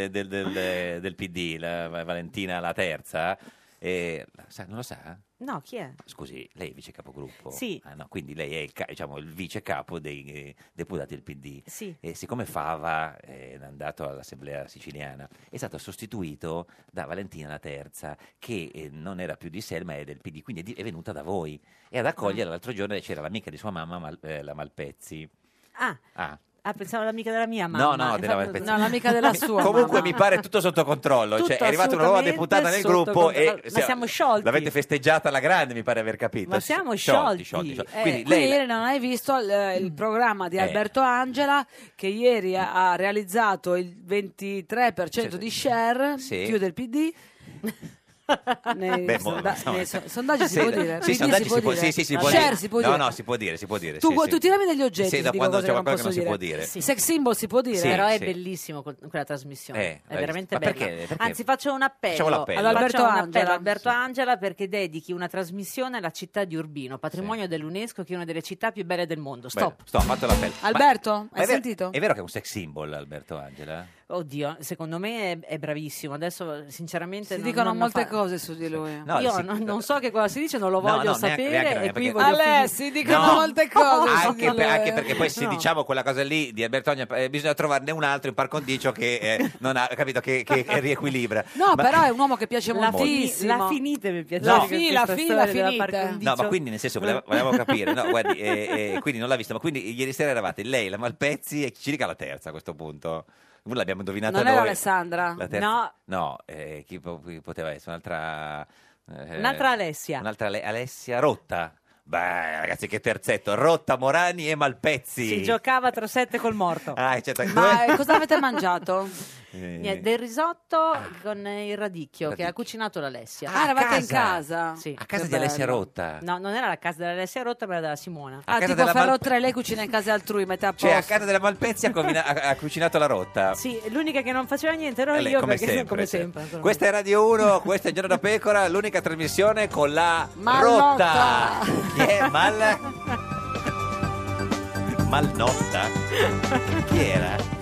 Speaker 3: del PD, la Valentina la terza. E, non lo sa?
Speaker 9: No, chi è?
Speaker 3: Scusi, lei è vice capogruppo?
Speaker 9: Sì.
Speaker 3: Ah, no, quindi lei è il vice capo dei deputati del PD.
Speaker 9: Sì.
Speaker 3: E siccome Fava è andato all'Assemblea siciliana, è stato sostituito da Valentina la terza, che non era più di Selma, è del PD, quindi è venuta da voi. E ad accogliere l'altro giorno c'era l'amica di sua mamma, la Malpezzi.
Speaker 9: Ah, pensavo l'amica della mia mamma.
Speaker 3: No, della Malpezzi.
Speaker 2: No, l'amica della sua.
Speaker 3: Comunque
Speaker 2: mamma.
Speaker 3: mi pare tutto sotto controllo.
Speaker 9: Tutto
Speaker 3: Cioè, è arrivata una nuova
Speaker 9: assolutamente
Speaker 3: deputata nel
Speaker 9: sotto
Speaker 3: gruppo e
Speaker 9: controllo. Ma siamo sciolti.
Speaker 3: l'avete festeggiata alla grande, mi pare aver capito.
Speaker 9: Ma siamo sciolti.
Speaker 3: Quindi
Speaker 2: Quindi
Speaker 3: lei
Speaker 2: ieri non hai visto il programma di Alberto Angela che ieri ha realizzato il 23% di share,
Speaker 3: Sì.
Speaker 2: più del PD. Nei
Speaker 3: Beh,
Speaker 2: sondaggi si
Speaker 3: sì,
Speaker 2: può dire.
Speaker 3: sì,
Speaker 2: PD
Speaker 3: sondaggi
Speaker 2: si può dire.
Speaker 3: sì, si può
Speaker 2: Share
Speaker 3: dire.
Speaker 2: si può dire.
Speaker 3: No, si può dire.
Speaker 2: Tu tirami degli oggetti,
Speaker 3: Sì,
Speaker 2: ti
Speaker 3: da
Speaker 2: dico
Speaker 3: quando
Speaker 2: cose
Speaker 3: c'è
Speaker 2: che non
Speaker 3: qualcosa che
Speaker 2: posso
Speaker 3: non si
Speaker 2: dire.
Speaker 3: può dire.
Speaker 9: Sì.
Speaker 2: Sex symbol si può dire.
Speaker 3: Sì.
Speaker 9: Però è bellissimo quella trasmissione, è
Speaker 3: l'hai
Speaker 9: veramente
Speaker 3: vista. Ma
Speaker 9: bella.
Speaker 3: perché?
Speaker 9: Anzi, faccio un appello,
Speaker 3: Facciamo l'appello.
Speaker 2: Ad Alberto
Speaker 9: Faccio un
Speaker 2: Angela.
Speaker 9: appello a Alberto Angela perché dedichi una trasmissione alla città di Urbino, patrimonio dell'UNESCO, che è una delle città più belle del mondo. Stop.
Speaker 3: Sto, fatto l'appello.
Speaker 2: Alberto,
Speaker 3: Ma
Speaker 2: hai
Speaker 3: è vero-
Speaker 2: sentito?
Speaker 3: È vero che è un sex symbol Alberto Angela?
Speaker 9: Oddio, secondo me è bravissimo. Adesso, sinceramente,
Speaker 2: Si
Speaker 9: non-
Speaker 2: dicono
Speaker 9: non
Speaker 2: molte
Speaker 9: fa-
Speaker 2: cose su di lui.
Speaker 3: No,
Speaker 9: Io
Speaker 3: sì.
Speaker 9: non so che cosa si dice, non lo
Speaker 3: No,
Speaker 9: voglio
Speaker 3: no, neanche
Speaker 9: sapere
Speaker 3: noi,
Speaker 9: e qui
Speaker 3: perché-
Speaker 9: voglio finire-
Speaker 2: Si dicono
Speaker 3: No.
Speaker 2: molte cose su di lui.
Speaker 3: Anche perché poi se
Speaker 9: No.
Speaker 3: diciamo quella cosa lì di Alberto Angela, bisogna trovarne un altro in par condicio che non ha capito che riequilibra.
Speaker 2: No,
Speaker 3: Ma-
Speaker 2: però è un uomo che piace
Speaker 9: La
Speaker 2: moltissimo.
Speaker 9: la finite per piacere.
Speaker 2: No,
Speaker 9: questa
Speaker 2: fila,
Speaker 9: storia della
Speaker 2: finite.
Speaker 9: par condicio.
Speaker 3: No, ma quindi nel senso volevamo capire, no, guardi, quindi non l'ha vista, ma quindi ieri sera eravate lei, la Malpezzi e ci dica la terza a questo punto. Noi l'abbiamo indovinata
Speaker 2: Non
Speaker 3: noi.
Speaker 2: era Alessandra?
Speaker 3: La terza-
Speaker 9: No.
Speaker 3: No, chi poteva essere? Un'altra
Speaker 9: Un'altra Alessia.
Speaker 3: Un'altra Alessia Rotta. Beh, ragazzi, che terzetto. Rotta, Morani e Malpezzi.
Speaker 9: Si giocava 3-7 col morto.
Speaker 3: Certo.
Speaker 2: Ma cosa avete mangiato?
Speaker 9: Del risotto con il radicchio che ha cucinato l'Alessia.
Speaker 2: Eravate in casa?
Speaker 9: Sì.
Speaker 3: A casa di Alessia Rotta.
Speaker 9: No, non era la casa dell'Alessia Rotta, ma era della Simona.
Speaker 2: Tipo Ferro 3, lei cucina in casa altrui, mette a posto.
Speaker 3: Cioè, a casa della Malpezzi ha cucinato la Rotta.
Speaker 9: Sì, l'unica che non faceva niente ero io,
Speaker 3: come
Speaker 9: perché
Speaker 3: sempre,
Speaker 9: come sempre.
Speaker 3: Questa è Radio 1, questa è Giorno da Pecora, l'unica trasmissione con la
Speaker 2: Malnotta.
Speaker 3: Rotta. Chi è? Malnotta? Chi era?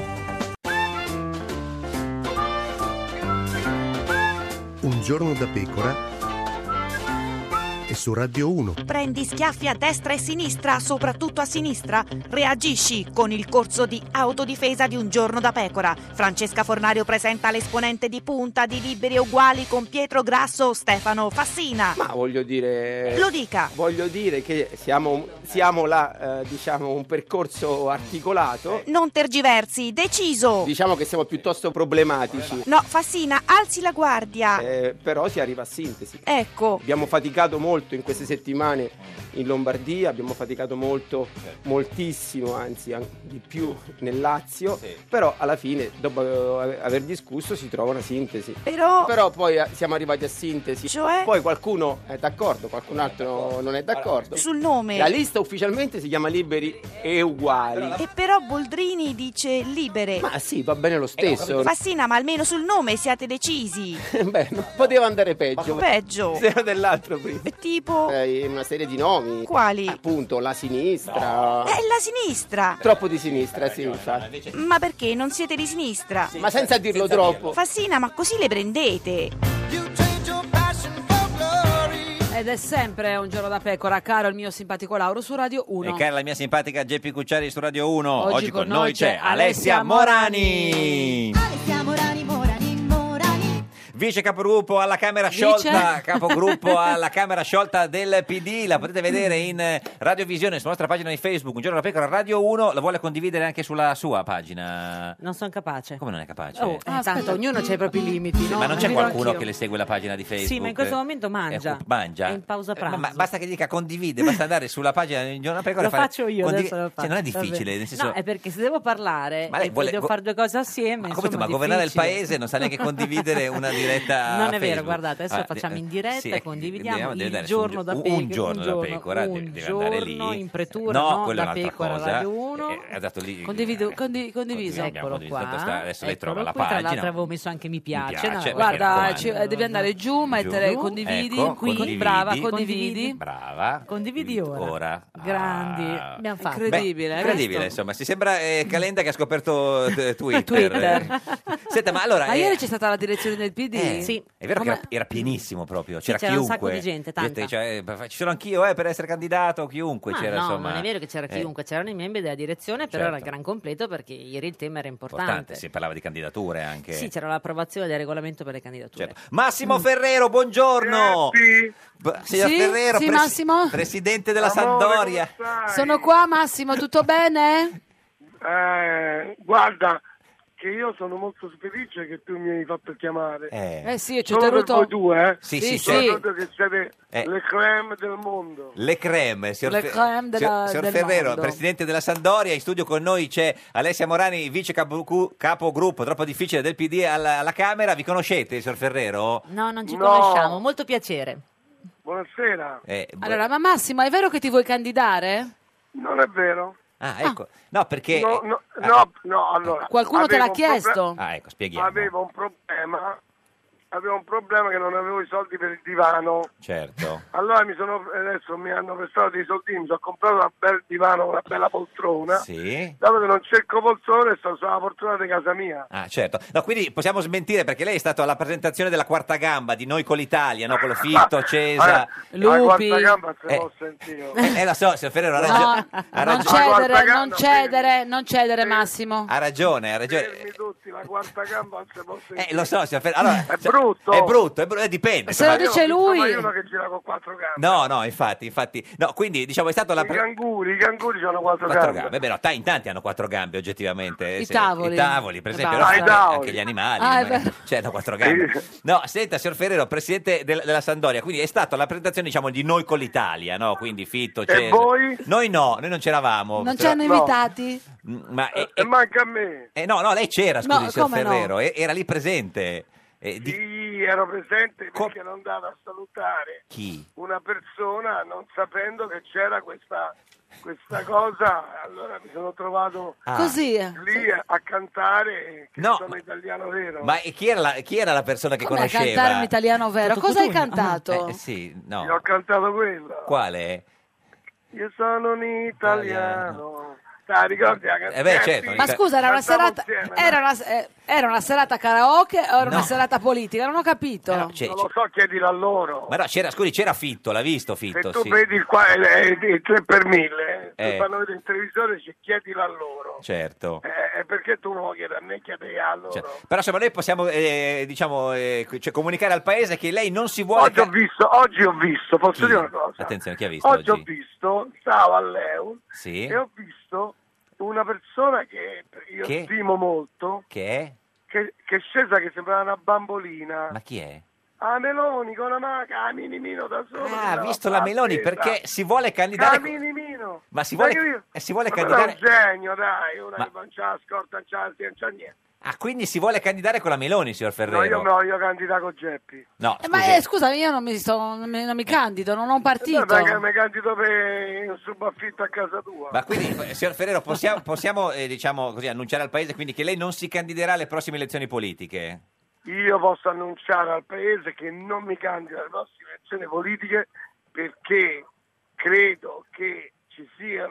Speaker 10: Un giorno da pecora e su Radio 1.
Speaker 11: Prendi schiaffi a destra e sinistra, soprattutto a sinistra. Reagisci con il corso di autodifesa di Un giorno da pecora. Francesca Fornario presenta l'esponente di punta di Liberi e Uguali con Pietro Grasso, Stefano Fassina.
Speaker 12: Ma voglio dire...
Speaker 11: Lo dica.
Speaker 12: Voglio dire che siamo là, diciamo, un percorso articolato.
Speaker 11: Non tergiversi, deciso.
Speaker 12: Diciamo che siamo piuttosto problematici.
Speaker 11: No, Fassina, alzi la guardia.
Speaker 12: Però si arriva a sintesi.
Speaker 11: Ecco.
Speaker 12: Abbiamo faticato molto in queste settimane in Lombardia, abbiamo faticato moltissimo, anzi di più nel Lazio, però alla fine, dopo aver discusso, si trova una sintesi.
Speaker 11: Però
Speaker 12: poi siamo arrivati a sintesi.
Speaker 11: Cioè?
Speaker 12: Poi qualcuno è d'accordo, qualcun altro non è d'accordo.
Speaker 11: Sul nome.
Speaker 12: La lista ufficialmente si chiama Liberi e Uguali.
Speaker 11: E però Boldrini dice libere.
Speaker 12: Ma sì, va bene lo stesso.
Speaker 11: Fassina, ma almeno sul nome siate decisi.
Speaker 12: Beh, non poteva andare peggio.
Speaker 11: Peggio.
Speaker 12: Zero dell'altro prima.
Speaker 11: Tipo?
Speaker 12: Una serie di nomi.
Speaker 11: Quali?
Speaker 12: Appunto, la sinistra.
Speaker 11: È la sinistra.
Speaker 12: Troppo di sinistra, sì, infatti.
Speaker 11: Ma perché non siete di sinistra?
Speaker 12: Ma senza dirlo troppo.
Speaker 11: Fassina, ma così le prendete.
Speaker 2: Ed è sempre Un giorno da pecora, caro il mio simpatico Lauro su Radio 1.
Speaker 3: E cara la mia simpatica Geppi Cucciari su Radio 1.
Speaker 2: Oggi
Speaker 3: con noi c'è Alessia Morani.
Speaker 8: Alessia Morani,
Speaker 3: Vice capogruppo alla Camera sciolta, capogruppo alla Camera sciolta del PD, la potete vedere in radiovisione sulla nostra pagina di Facebook, Un giorno da pecora Radio 1, la vuole condividere anche sulla sua pagina?
Speaker 9: Non sono capace.
Speaker 3: Come non è capace?
Speaker 9: Tanto ognuno c'ha i propri limiti, no?
Speaker 3: Ma non c'è qualcuno che le segue la pagina di Facebook?
Speaker 9: Sì, ma in questo momento mangia.
Speaker 3: Mangia?
Speaker 9: È in pausa pranzo.
Speaker 3: Ma basta che dica condivide, basta andare sulla pagina di Un giorno da pecora
Speaker 9: lo
Speaker 3: e fare
Speaker 9: faccio io, adesso lo faccio.
Speaker 3: Cioè, non è difficile, nel senso...
Speaker 9: No, è perché se devo parlare
Speaker 3: Ma lei
Speaker 9: e devo fare due cose assieme,
Speaker 3: ma come tu, ma governare il paese non sa neanche condividere una diretta
Speaker 9: non è vero,
Speaker 3: Facebook.
Speaker 9: guardate, adesso facciamo in diretta
Speaker 3: sì,
Speaker 9: e condividiamo
Speaker 3: deve
Speaker 9: il giorno da pecora.
Speaker 3: Un giorno da pecora, deve andare lì.
Speaker 9: In pretura,
Speaker 3: no, quello
Speaker 9: da
Speaker 3: è un'altra
Speaker 9: pecora
Speaker 3: cosa.
Speaker 9: Radio 1.
Speaker 3: Ha dato lì.
Speaker 2: Condiviso.
Speaker 9: Eccolo qua.
Speaker 3: Adesso lei trova la
Speaker 9: Tra
Speaker 3: pagina.
Speaker 9: l'altro avevo messo anche mi piace.
Speaker 3: Mi piace,
Speaker 2: guarda, devi andare giù, mettere condividi,
Speaker 3: ecco,
Speaker 2: qui, brava, condividi.
Speaker 3: Brava.
Speaker 9: Condividi ora. Grandi. Abbiamo fatto.
Speaker 2: Incredibile.
Speaker 3: Incredibile, insomma. Si sembra Calenda che ha scoperto Twitter. Senta, ma allora...
Speaker 2: Ma ieri c'è stata la direzione del PD?
Speaker 9: Sì.
Speaker 3: È vero che era pienissimo proprio, c'era
Speaker 9: c'era
Speaker 3: chiunque.
Speaker 9: un sacco di gente, tanta.
Speaker 3: Ci sono anch'io per essere candidato, chiunque
Speaker 9: Ma
Speaker 3: c'era,
Speaker 9: no,
Speaker 3: insomma.
Speaker 9: non è vero che c'era chiunque, c'erano i membri della direzione, però era gran completo perché ieri il tema era importante.
Speaker 3: Si parlava di candidature anche.
Speaker 9: Sì, c'era l'approvazione del regolamento per le candidature.
Speaker 3: Certo. Massimo Ferrero, buongiorno. Signor Ferrero,
Speaker 2: Massimo?
Speaker 3: presidente della Sampdoria.
Speaker 2: Sono qua, Massimo, tutto bene?
Speaker 13: Guarda, che io sono molto felice che tu mi hai fatto chiamare.
Speaker 2: Sì, ci ho tenuto.
Speaker 13: Voi due,
Speaker 3: Sì.
Speaker 13: Credo che siete le creme del mondo.
Speaker 3: Le creme, signor
Speaker 2: del
Speaker 3: Ferrero,
Speaker 2: mondo.
Speaker 3: presidente della Sampdoria. In studio con noi c'è Alessia Morani, vice capogruppo, troppo difficile, del PD alla Camera. Vi conoscete, signor Ferrero?
Speaker 9: No, non ci conosciamo, molto piacere.
Speaker 13: Buonasera.
Speaker 2: Allora, ma Massimo, è vero che ti vuoi candidare?
Speaker 13: Non è vero.
Speaker 3: Ah, ecco. No, perché...
Speaker 13: No, allora...
Speaker 2: Qualcuno te l'ha chiesto?
Speaker 3: Ecco, spieghiamo.
Speaker 13: Avevo un problema che non avevo i soldi per il divano.
Speaker 3: Certo.
Speaker 13: Allora adesso mi hanno prestato dei soldini, mi sono comprato un bel divano, una bella poltrona.
Speaker 3: Sì.
Speaker 13: Dato che non cerco poltrone, sto sulla poltrona di casa mia.
Speaker 3: Ah, certo. No, quindi possiamo smentire perché lei è stato alla presentazione della quarta gamba di Noi con l'Italia, no? Con lo Fitto, Cesa,
Speaker 2: Lupi.
Speaker 13: La quarta gamba se l'ho sentito.
Speaker 3: Lo so, signor Ferrero, ha ragione.
Speaker 2: Non cedere, Massimo.
Speaker 3: Ha ragione.
Speaker 13: Fermi tutti, la quarta gamba non si può sentire.
Speaker 3: Lo so, signor Ferrero. Allora,
Speaker 13: è brutto.
Speaker 3: brutto, dipende.
Speaker 2: Se lo dice lui...
Speaker 13: Ma io uno che gira con 4 gambe.
Speaker 3: No, infatti. No, quindi diciamo è stato
Speaker 13: I canguri hanno 4 gambe.
Speaker 3: Beh, no, in tanti hanno 4 gambe oggettivamente.
Speaker 2: I tavoli.
Speaker 3: Per esempio,
Speaker 2: I
Speaker 3: però, anche gli animali hanno 4 gambe.
Speaker 13: Sì.
Speaker 3: No, senta, signor Ferrero, presidente della Sampdoria, quindi è stata la presentazione, diciamo, di Noi con l'Italia, no? Quindi Fitto, Cesare.
Speaker 13: voi?
Speaker 3: Noi no, noi non c'eravamo.
Speaker 2: Non ci hanno invitati?
Speaker 3: Ma
Speaker 13: e manca a me.
Speaker 3: no, lei c'era, scusi,
Speaker 2: No,
Speaker 3: signor
Speaker 2: come no?
Speaker 3: Ferrero, era lì presente.
Speaker 13: Sì, ero presente perché ero andato a salutare una persona non sapendo che c'era questa cosa, allora mi sono trovato
Speaker 2: così
Speaker 13: lì a cantare che sono italiano vero.
Speaker 3: Ma chi era la persona che
Speaker 2: Come
Speaker 3: conosceva?
Speaker 2: a cantare un italiano vero? Cosa hai cantato?
Speaker 3: Sì, no.
Speaker 13: Io ho cantato quello.
Speaker 3: Quale?
Speaker 13: Io sono un italiano. Ricordi la canzone?
Speaker 3: Certo.
Speaker 2: Ma scusa, era una serata era una serata karaoke o era una serata politica? Non ho capito.
Speaker 13: Non lo so, chiedilo a loro.
Speaker 3: Ma no, c'era Fitto, l'ha visto Fitto?
Speaker 13: Se tu vedi il 3 per 1000, tu fanno vedere in televisione, chiedilo a loro.
Speaker 3: Certo.
Speaker 13: Perché tu non lo chiedi a me, chiedi a loro.
Speaker 3: Certo. Però insomma noi possiamo comunicare al paese che lei non si vuole...
Speaker 13: Oggi ho visto, posso dire una cosa?
Speaker 3: Attenzione, chi ha visto
Speaker 13: oggi? Ho visto, stavo all'Eun e ho visto una persona che io stimo molto, che è scesa, che sembrava una bambolina.
Speaker 3: Ma chi è?
Speaker 13: Meloni con la maca, Minimino da solo.
Speaker 3: Ha visto la Meloni perché si vuole candidare.
Speaker 13: Minimino.
Speaker 3: Ma si vuole candidare.
Speaker 13: È un genio, dai, una che non c'ha scorta, non c'ha niente.
Speaker 3: Ah, quindi si vuole candidare con la Meloni, signor Ferrero?
Speaker 13: No, io candido con Geppi.
Speaker 3: No,
Speaker 2: ma scusami, io non mi candido, non ho un partito.
Speaker 13: Mi candido per un subaffitto a casa tua.
Speaker 3: Ma quindi, signor Ferrero, possiamo diciamo così, annunciare al Paese quindi che lei non si candiderà alle prossime elezioni politiche?
Speaker 13: Io posso annunciare al Paese che non mi candido alle prossime elezioni politiche perché credo che ci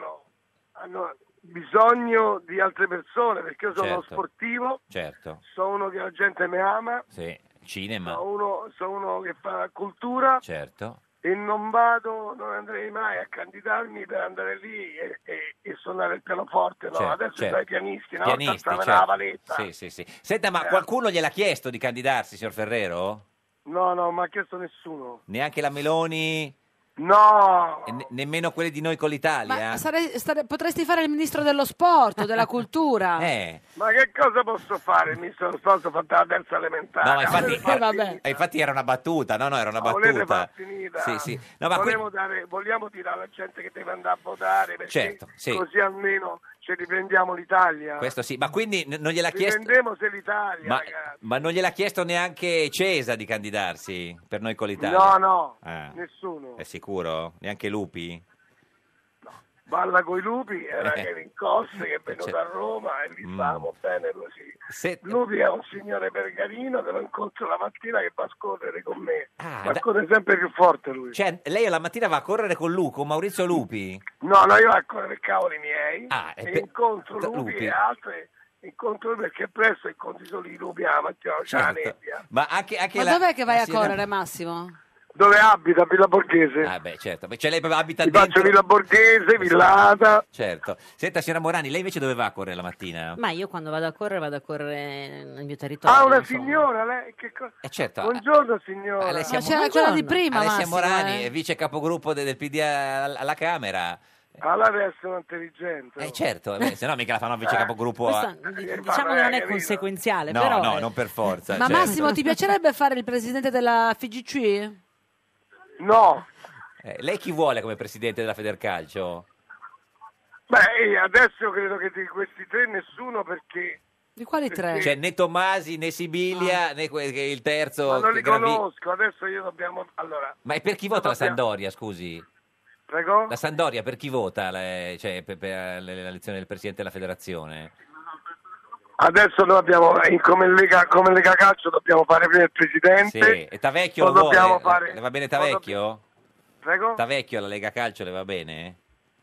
Speaker 13: hanno bisogno di altre persone, perché io sono uno sportivo, sono uno che la gente mi ama,
Speaker 3: cinema,
Speaker 13: sono uno che fa cultura, e non andrei mai a candidarmi per andare lì e suonare il pianoforte, no? Adesso sai pianisti, no? La valetta.
Speaker 3: Sì. Senta, ma qualcuno gliel'ha chiesto di candidarsi, signor Ferrero?
Speaker 13: No, non mi ha chiesto nessuno.
Speaker 3: Neanche la Meloni?
Speaker 13: No!
Speaker 3: Nemmeno quelli di Noi con l'Italia?
Speaker 2: Ma potresti fare il ministro dello sport, della cultura.
Speaker 13: Ma che cosa posso fare? Il ministro dello sport ho fatto la terza elementare.
Speaker 3: No, infatti era una battuta, no, era una battuta.
Speaker 13: Volete far finita?
Speaker 3: Sì. No, ma
Speaker 13: vogliamo dire alla gente che deve andare a votare, perché così almeno ci riprendiamo l'Italia.
Speaker 3: Questo sì, ma quindi non gliel'ha chiesto...
Speaker 13: Riprendiamo se l'Italia, ragazzi.
Speaker 3: Ma non gliel'ha chiesto neanche Cesa di candidarsi per Noi con l'Italia?
Speaker 13: No, nessuno.
Speaker 3: È sicuro? Neanche Lupi?
Speaker 13: Balla coi lupi, era Kevin Cosse che è venuto a Roma e vi stavamo bene così. Lupi è un signore pergarino che lo incontro la mattina che va a scorrere con me. Corre sempre più forte lui.
Speaker 3: Cioè, lei la mattina va a correre con Maurizio Lupi?
Speaker 13: No, io vado a correre per cavoli miei e incontro lupi e altre. Incontro perché presto incontri solo i lupi alla mattina, c'è la nebbia.
Speaker 3: Ma
Speaker 2: dov'è che vai a correre, Massimo?
Speaker 13: Dove abita? A Villa Borghese.
Speaker 3: Certo. Cioè lei abita
Speaker 13: dentro... faccio Villa Borghese, Villata.
Speaker 3: Certo. Senta, signora Morani, lei invece dove va a correre la mattina?
Speaker 9: Ma io quando vado a correre nel mio territorio.
Speaker 13: Una signora, lei? Che cosa?
Speaker 3: Certo.
Speaker 13: Buongiorno signora.
Speaker 2: C'era quella di prima,
Speaker 3: Alessia Morani, è vice capogruppo del PD alla Camera.
Speaker 13: Allora deve essere intelligente.
Speaker 3: Certo, se no mica la fanno vice capogruppo.
Speaker 9: Diciamo che non è conseguenziale, però.
Speaker 3: No, non per forza.
Speaker 2: Ma Massimo, ti piacerebbe fare il presidente della FIGC?
Speaker 13: No.
Speaker 3: Lei chi vuole come presidente della Federcalcio?
Speaker 13: Beh, adesso credo che di questi tre nessuno, perché...
Speaker 2: Di quali tre?
Speaker 3: Cioè né Tomasi, né Sibilia, né il terzo...
Speaker 13: Ma non li conosco, adesso io dobbiamo... Allora,
Speaker 3: ma e per chi vota la Sampdoria, scusi?
Speaker 13: Prego?
Speaker 3: La Sampdoria per chi vota per l'elezione del presidente della federazione?
Speaker 13: Adesso noi abbiamo, come Lega Calcio, dobbiamo fare prima il presidente.
Speaker 3: Sì, e Tavecchio lo vuole? Le va bene Tavecchio?
Speaker 13: Prego?
Speaker 3: Tavecchio alla Lega Calcio le va bene?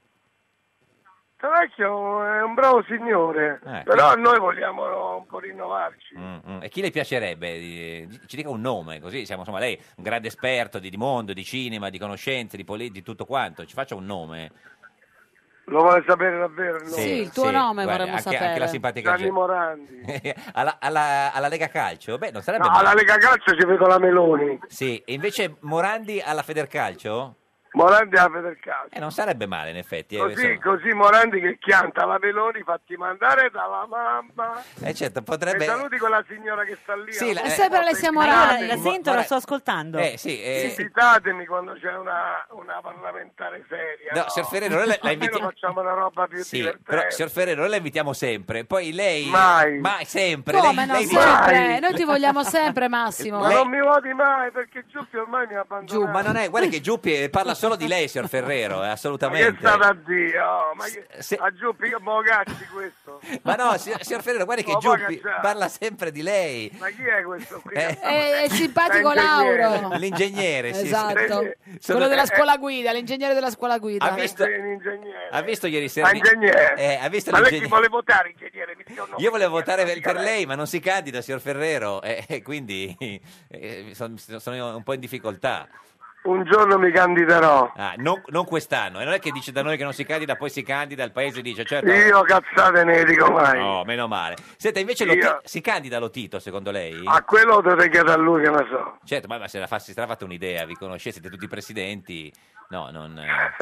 Speaker 13: Tavecchio è un bravo signore, però noi vogliamo un po' rinnovarci.
Speaker 3: E chi le piacerebbe? Ci dica un nome, così siamo, insomma, lei un grande esperto di mondo, di cinema, di conoscenze, di tutto quanto, ci faccia un nome.
Speaker 13: Lo vuole sapere davvero? No?
Speaker 2: Sì, il tuo nome vorremmo sapere.
Speaker 3: Anche la simpatica
Speaker 13: Gianni Morandi.
Speaker 3: alla Lega Calcio? Beh, non sarebbe
Speaker 13: No,
Speaker 3: male.
Speaker 13: alla Lega Calcio ci vedo la Meloni.
Speaker 3: Sì, e invece Morandi alla Federcalcio?
Speaker 13: Morandi alla Federcalcio.
Speaker 3: Non sarebbe male, in effetti.
Speaker 13: Così Morandi che chianta la Meloni, fatti mandare dalla mamma.
Speaker 3: Certo, potrebbe...
Speaker 13: E saluti quella signora che sta lì.
Speaker 3: Sì,
Speaker 2: È sempre Alessia Morandi.
Speaker 9: La sento, la sto ascoltando.
Speaker 13: Invitatemi quando c'è una parlamentare seria.
Speaker 3: No, signor Ferrero, noi la invitiamo.
Speaker 13: Facciamo una roba più divertente.
Speaker 3: Però, signor Ferrero, noi la invitiamo sempre. Poi lei...
Speaker 13: Mai.
Speaker 3: Sempre.
Speaker 2: Come non
Speaker 3: lei
Speaker 2: sempre? Noi ti vogliamo sempre, Massimo.
Speaker 13: Ma non mi voti mai, perché Giuppi ormai mi ha abbandonato.
Speaker 3: Ma non è... Guarda che Giuppi parla solo di lei, signor Ferrero, assolutamente.
Speaker 13: Ma che sta da Dio? A Giuppi che Bogacci questo?
Speaker 3: Ma no, signor Ferrero, guardi che Giuppi parla sempre di lei.
Speaker 13: Ma chi è questo qui?
Speaker 2: È il simpatico Lauro.
Speaker 3: L'ingegnere, sì.
Speaker 2: Esatto. Quello della scuola guida, l'ingegnere della scuola guida.
Speaker 3: Ha visto ieri sera?
Speaker 13: Ingegnere.
Speaker 3: Ha visto
Speaker 13: ma lei
Speaker 3: l'ingegnere?
Speaker 13: chi vuole votare, ingegnere?
Speaker 3: Io volevo votare per lei, ma non si candida, signor Ferrero, quindi sono un po' in difficoltà.
Speaker 13: Un giorno mi candiderò.
Speaker 3: Non quest'anno, e non è che dice da noi che non si candida, poi si candida, il paese dice certo.
Speaker 13: Io cazzate ne dico mai.
Speaker 3: No, meno male. Senta, invece si candida Lotito, secondo lei?
Speaker 13: A quello dovete chiedere a lui che ne so.
Speaker 3: Certo, ma se si sarà fatta un'idea, vi conoscete, siete tutti presidenti. No, non...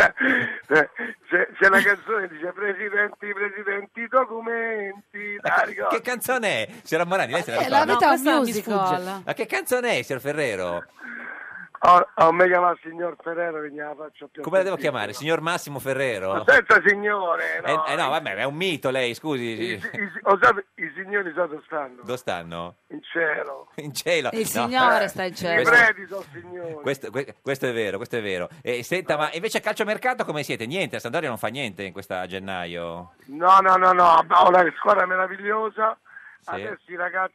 Speaker 13: C'è la canzone che dice presidenti, documenti.
Speaker 3: Che canzone è? Signora Morandi, lei se la
Speaker 2: La
Speaker 3: ricorda?
Speaker 2: vita è un musical.
Speaker 3: Ma che canzone è, signor Ferrero?
Speaker 13: Mi chiama signor Ferrero che gliela faccio più.
Speaker 3: Come la devo chiamare? Signor Massimo Ferrero?
Speaker 13: Ma senza signore, no.
Speaker 3: No, vabbè, è un mito lei, scusi.
Speaker 13: I signori dove stanno?
Speaker 3: Dove stanno?
Speaker 13: In cielo.
Speaker 3: In cielo?
Speaker 2: Il signore sta in cielo.
Speaker 13: I preti sono signori.
Speaker 3: Questo è vero, questo è vero. Senta, ma invece a calciomercato come siete? Niente, a Sampdoria non fa niente in questa gennaio?
Speaker 13: No, ho una squadra meravigliosa.
Speaker 3: Sì.
Speaker 13: Adesso i ragazzi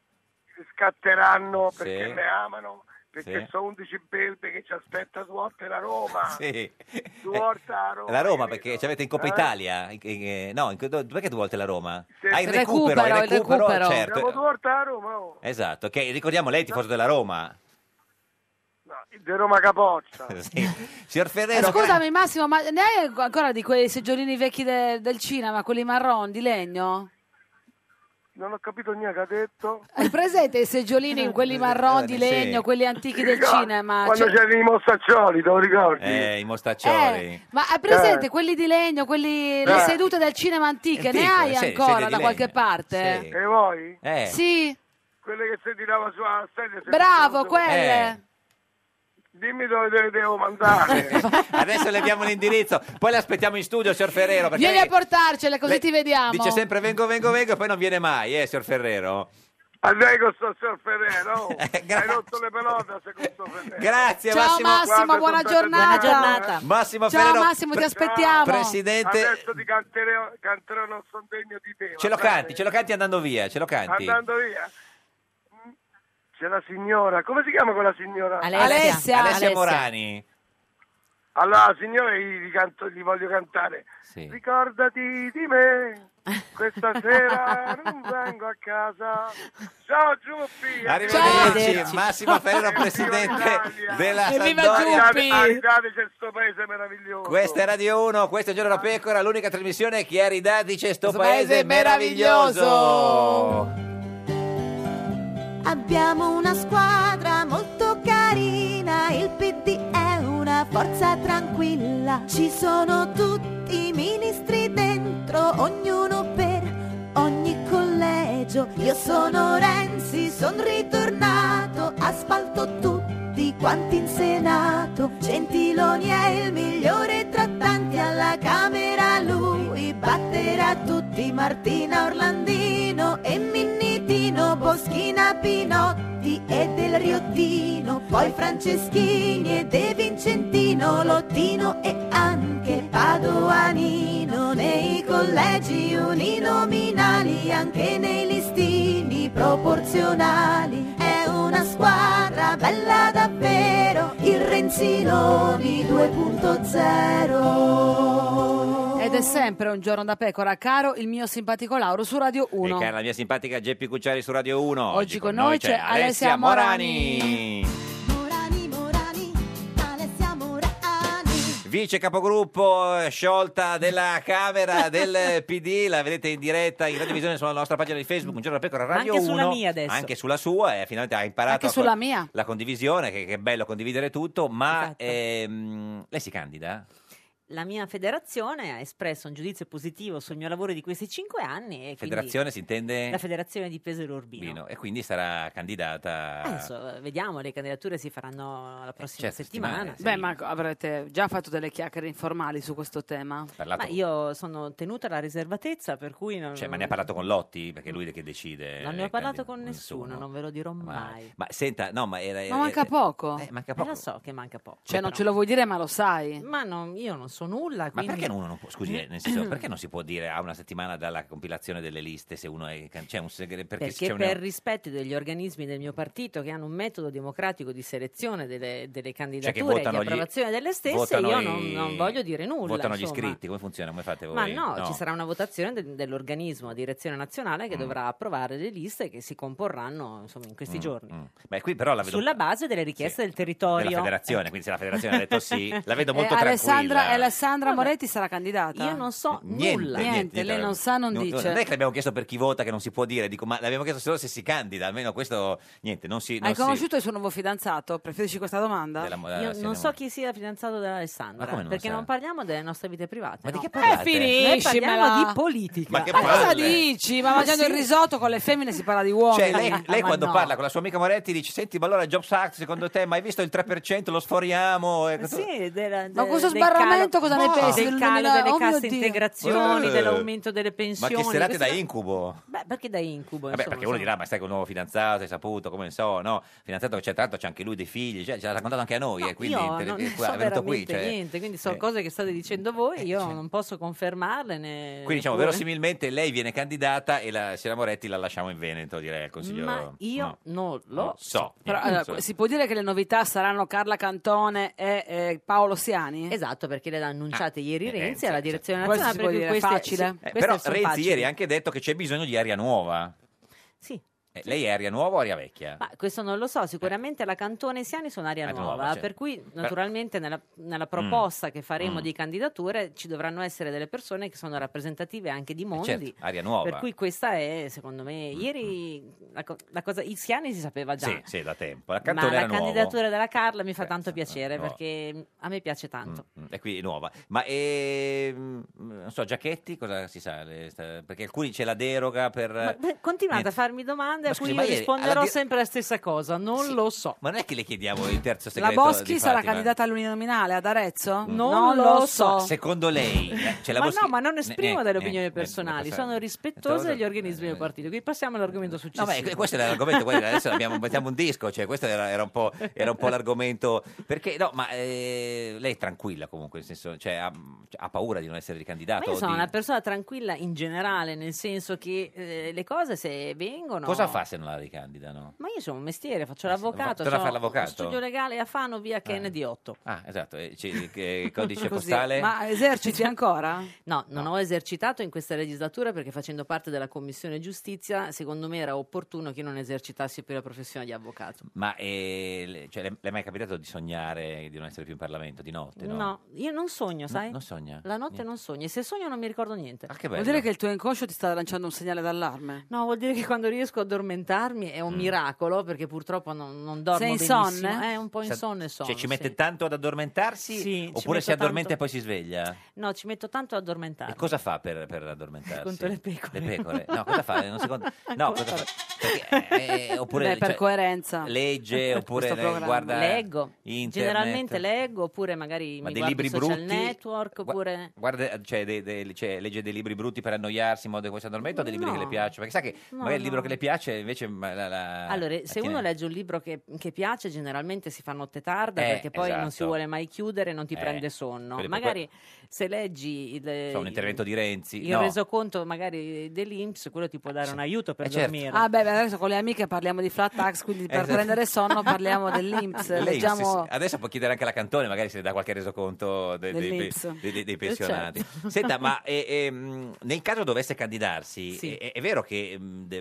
Speaker 13: scatteranno perché
Speaker 3: Sì.
Speaker 13: me amano. Perché
Speaker 3: Sì.
Speaker 13: sono 11 belve che ci aspetta su Orte la Roma.
Speaker 3: Sì.
Speaker 13: Su Orte la Roma.
Speaker 3: La Roma perché ci avete in Coppa Italia? No, perché 2 volte la Roma?
Speaker 13: Sì.
Speaker 3: Il recupero, certo.
Speaker 13: Siamo su Orte la Roma. Oh.
Speaker 3: Esatto, che ricordiamo lei è tifoso della Roma.
Speaker 13: No, di Roma Capoccia.
Speaker 3: Sì. Signor Ferrero,
Speaker 2: Scusami Massimo, ma ne hai ancora di quei seggiolini vecchi del cinema, quelli marron di legno?
Speaker 13: Non ho capito niente che ha detto.
Speaker 2: Hai presente i seggiolini, quelli marron di legno, quelli antichi del cinema?
Speaker 13: Quando c'erano i mostaccioli, te lo ricordi?
Speaker 3: I mostaccioli.
Speaker 2: Ma hai presente quelli di legno, le sedute del cinema antiche? Ne hai ancora da qualche parte?
Speaker 3: Sì.
Speaker 13: E voi?
Speaker 2: Sì.
Speaker 13: Quelle che si tirava sulla sedia.
Speaker 2: Bravo, quelle.
Speaker 13: Dimmi dove te le devo mandare.
Speaker 3: Adesso le diamo l'indirizzo, poi le aspettiamo in studio, signor Ferrero. Perché
Speaker 2: Vieni a portarcele così ti vediamo.
Speaker 3: dice sempre vengo e poi non viene mai, signor Ferrero.
Speaker 13: A lei con sto signor Ferrero. Hai rotto le pelote a questo Ferrero.
Speaker 3: Grazie
Speaker 2: Ciao
Speaker 3: Massimo.
Speaker 2: buona giornata.
Speaker 3: Massimo
Speaker 2: Ciao
Speaker 3: Ferrero.
Speaker 2: Massimo, ti aspettiamo.
Speaker 3: Presidente.
Speaker 13: Adesso ti canterò non son degno di te.
Speaker 3: Ce lo canti andando via, ce lo canti.
Speaker 13: Andando via. C'è la signora, come si chiama quella signora?
Speaker 2: Alessia
Speaker 3: Morani.
Speaker 13: Allora, signora, gli voglio cantare.
Speaker 3: Sì.
Speaker 13: Ricordati di me, questa sera non vengo a casa. Ciao Giuppi.
Speaker 3: Arrivederci. Massimo Ferrero, presidente della Sampdoria.
Speaker 13: Aridate, c'è sto paese meraviglioso.
Speaker 3: Questa è Radio 1, questo è Giorno da Pecora, l'unica trasmissione che Aridati c'è sto paese meraviglioso.
Speaker 8: Abbiamo una squadra molto carina, il PD è una forza tranquilla. Ci sono tutti i ministri dentro, ognuno per ogni collegio. Io sono Renzi, son ritornato, asfalto tutti quanti in Senato. Gentiloni è il migliore tra tanti, alla Camera lui batterà tutti. Martina Orlandino e Minnitino, Boschina, Pinotti e Del Riottino, poi Franceschini e De Vincentino, Lottino e anche Padoanino. Nei collegi uninominali, anche nei listini proporzionali. È una squadra bella davvero, il Renziloni 2.0.
Speaker 2: Ed è sempre un giorno da pecora, caro il mio simpatico Lauro su Radio 1.
Speaker 3: E cara la mia simpatica Geppi Cucciari su Radio 1.
Speaker 2: Oggi con noi c'è Alessia Morani.
Speaker 3: vice capogruppo sciolta della Camera del PD, la vedete in diretta in radiovisione sulla nostra pagina di Facebook, Un Giorno da Pecora Radio 1.
Speaker 9: Anche sulla mia adesso.
Speaker 3: Anche sulla sua, e finalmente ha imparato
Speaker 2: Anche sulla mia.
Speaker 3: la condivisione, che è bello condividere tutto, ma lei si candida?
Speaker 9: La mia federazione ha espresso un giudizio positivo sul mio lavoro di questi 5 anni. E
Speaker 3: Federazione si intende?
Speaker 9: La federazione di Pesaro Urbino.
Speaker 3: E quindi sarà candidata?
Speaker 9: Adesso vediamo, le candidature si faranno la prossima settimana.
Speaker 2: Beh, ma avrete già fatto delle chiacchiere informali su questo tema?
Speaker 9: Ma io sono tenuta alla riservatezza, per cui non...
Speaker 3: Ma ne ha parlato con Lotti? Perché è lui che decide.
Speaker 9: Non ne ho parlato con nessuno, non ve lo dirò mai.
Speaker 3: Ma senta, no, ma
Speaker 2: Ma manca poco.
Speaker 3: Manca poco.
Speaker 9: Lo so che manca poco.
Speaker 2: Cioè, non ce lo vuoi dire, ma lo sai.
Speaker 9: Ma no, io non so nulla.
Speaker 3: Ma
Speaker 9: Quindi...
Speaker 3: perché uno non può, scusi, nel senso, perché non si può dire a una settimana dalla compilazione delle liste se uno è c'è un segreto?
Speaker 9: Perché per rispetto degli organismi del mio partito che hanno un metodo democratico di selezione delle candidature e di approvazione delle stesse, io non voglio dire nulla.
Speaker 3: Votano gli iscritti, come funziona? Come fate voi?
Speaker 9: Ma no, ci sarà una votazione dell'organismo a direzione nazionale che dovrà approvare le liste che si comporranno insomma in questi giorni.
Speaker 3: Beh, qui però la vedo
Speaker 9: sulla base delle richieste del territorio
Speaker 3: della federazione, quindi se la federazione ha detto sì, la vedo molto tranquilla.
Speaker 2: Alessandra Moretti sarà candidata?
Speaker 9: Io non so nulla.
Speaker 2: Niente, lei non sa, non dice.
Speaker 3: Non è che l'abbiamo chiesto per chi vota, che non si può dire, dico, ma l'abbiamo chiesto solo se si candida, almeno questo, niente, non si...
Speaker 2: Hai conosciuto il suo nuovo fidanzato? Preferisci questa domanda?
Speaker 9: Io non so chi sia fidanzato dell'Alessandra, perché non parliamo delle nostre vite private.
Speaker 3: Ma di che parlate?
Speaker 9: Noi parliamo di politica.
Speaker 3: Ma che
Speaker 2: cosa dici? Ma mangiando il risotto con le femmine si parla di uomini.
Speaker 3: Cioè, lei quando parla con la sua amica Moretti dice, senti, ma allora Jobs Act, secondo te, ma hai visto il 3%, lo sforiamo?
Speaker 9: Sì,
Speaker 2: ma questo sbarramento cosa ne pensi?
Speaker 9: Del calo delle casse integrazioni, dell'aumento delle pensioni.
Speaker 3: Ma che serate da incubo?
Speaker 9: Beh, perché da incubo?
Speaker 3: Vabbè, perché uno dirà, ma stai con un nuovo fidanzato, hai saputo, come ne so, no? Fidanzato che c'è, tra l'altro c'è anche lui dei figli, cioè, ce l'ha raccontato anche a noi, quindi
Speaker 9: io non ne so veramente niente, quindi sono cose che state dicendo voi, io non posso confermarle né...
Speaker 3: Quindi diciamo, verosimilmente lei viene candidata e la signora Moretti la lasciamo in Veneto, direi, al Consiglio.
Speaker 9: Ma io non lo so.
Speaker 2: Però, si può dire che le novità saranno Carla Cantone e Paolo Siani?
Speaker 9: Esatto, perché le ha annunciate ieri Renzi alla direzione nazionale, per cui queste
Speaker 2: facile.
Speaker 3: Però Renzi ieri ha anche detto che c'è bisogno di aria nuova.
Speaker 9: Sì.
Speaker 3: Lei è aria nuova o aria vecchia?
Speaker 9: Ma questo non lo so, sicuramente la Cantone e Siani sono aria nuova,
Speaker 3: certo.
Speaker 9: Per cui naturalmente nella proposta che faremo di candidature ci dovranno essere delle persone che sono rappresentative anche di mondi,
Speaker 3: certo, aria nuova.
Speaker 9: Per cui questa è, secondo me, ieri la cosa, il Siani si sapeva già.
Speaker 3: Sì, da tempo. La Cantone
Speaker 9: ma
Speaker 3: era
Speaker 9: la candidatura della Carla mi fa tanto piacere, perché a me piace tanto.
Speaker 3: E qui è nuova. Ma non so, Giachetti, cosa si sa? Perché alcuni c'è la deroga per...
Speaker 9: Continuate a farmi domande a cui io risponderò sempre la stessa cosa, non lo so.
Speaker 3: Ma non è che le chiediamo il terzo segreto.
Speaker 2: La Boschi sarà candidata all'uninominale ad Arezzo?
Speaker 9: Non lo so.
Speaker 3: Secondo lei?
Speaker 9: Ma no, ma non esprimo delle opinioni personali, sono rispettosa degli organismi del partito. Quindi passiamo all'argomento successivo.
Speaker 3: No, ma questo è l'argomento, adesso mettiamo un disco, cioè questo era un po' l'argomento. Perché no, ma lei è tranquilla comunque, nel senso, cioè ha paura di non essere ricandidato?
Speaker 9: Ma io sono una persona tranquilla in generale, nel senso che le cose se vengono...
Speaker 3: Cosa fa se non la ricandidano?
Speaker 9: Ma io sono un mestiere, faccio l'avvocato,
Speaker 3: cosa fa l'avvocato?
Speaker 9: Studio legale a Fano, via Kennedy 8.
Speaker 3: Ah, esatto, codice postale?
Speaker 2: Ma eserciti ancora?
Speaker 9: No, non ho esercitato in questa legislatura perché facendo parte della Commissione Giustizia, secondo me era opportuno che io non esercitassi più la professione di avvocato.
Speaker 3: Ma le è mai capitato di sognare di non essere più in Parlamento di notte?
Speaker 9: No, io non sogno, sai?
Speaker 3: Non sogna?
Speaker 9: La notte non sogno, e se sogno non mi ricordo niente.
Speaker 2: Vuol dire che il tuo inconscio ti sta lanciando un segnale d'allarme?
Speaker 9: No, vuol dire che quando riesco ad addormentarmi è un miracolo, perché purtroppo non dormo
Speaker 2: Sei
Speaker 9: benissimo.
Speaker 2: insonne?
Speaker 9: È un po' insonne sono.
Speaker 3: Cioè ci mette tanto ad addormentarsi?
Speaker 9: Sì,
Speaker 3: oppure si addormenta e poi si sveglia?
Speaker 9: No, ci metto tanto ad addormentarmi.
Speaker 3: E cosa fa per addormentarsi?
Speaker 9: Conto le pecore.
Speaker 3: Le pecore? No, cosa fa? Non si conta... No, cosa fa? Perché, oppure,
Speaker 2: per coerenza.
Speaker 3: Legge, oppure guarda
Speaker 9: leggo.
Speaker 3: Internet.
Speaker 9: Generalmente leggo, oppure magari mi guardo i social network, oppure...
Speaker 3: Guarda, legge dei libri brutti per annoiarsi in modo che poi si addormenta, o dei libri che le piacciono? Perché sa che magari il libro che le piace invece...
Speaker 9: Allora, se uno legge un libro che piace, generalmente si fa notte tarda, perché poi non si vuole mai chiudere, non ti prende sonno. Magari se leggi
Speaker 3: un intervento di Renzi,
Speaker 9: il resoconto magari dell'Inps, quello ti può dare un aiuto per dormire.
Speaker 2: Ah, beh, adesso con le amiche parliamo di flat tax, quindi per prendere sonno parliamo dell'INPS. Leggiamo...
Speaker 3: Adesso può chiedere anche alla Cantone, magari se ne dà qualche resoconto dei pensionati.
Speaker 2: Certo.
Speaker 3: Senta, ma nel caso dovesse candidarsi, è vero che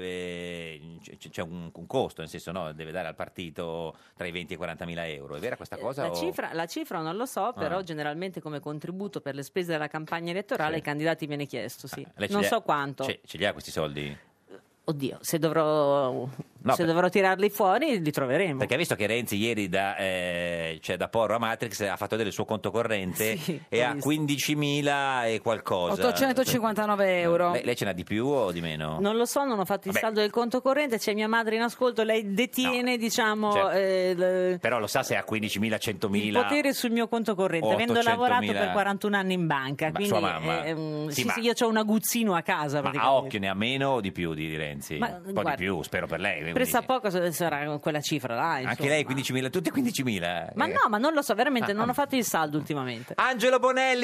Speaker 3: c'è un costo, nel senso, no, deve dare al partito tra i 20 e i 40.000 euro, è vera questa cosa?
Speaker 9: La cifra non lo so, però generalmente come contributo per le spese della campagna elettorale ai candidati viene chiesto, non so quanto.
Speaker 3: Ce li ha questi soldi?
Speaker 9: Oddio, se dovrò tirarli fuori li troveremo.
Speaker 3: Perché ha visto che Renzi ieri da Porro a Matrix ha fatto vedere il suo conto corrente e ha 15.000 e qualcosa.
Speaker 2: 859 euro.
Speaker 3: Lei ce n'ha di più o di meno?
Speaker 9: Non lo so, non ho fatto il saldo del conto corrente, c'è mia madre in ascolto, lei detiene
Speaker 3: però lo sa se ha 15.000, 100.000?
Speaker 9: Il potere sul mio conto corrente, avendo lavorato per 41 anni in banca. Quindi,
Speaker 3: sua mamma?
Speaker 9: Io ho un aguzzino a casa.
Speaker 3: Ma a occhio ne ha meno o di più di Renzi? Un po' di più, spero per lei.
Speaker 9: Pressa poco sarà quella cifra là.
Speaker 3: Anche lei 15.000, tutti 15.000?
Speaker 9: Ma no, ma non lo so, veramente non ho fatto il saldo ultimamente.
Speaker 3: Angelo Bonelli,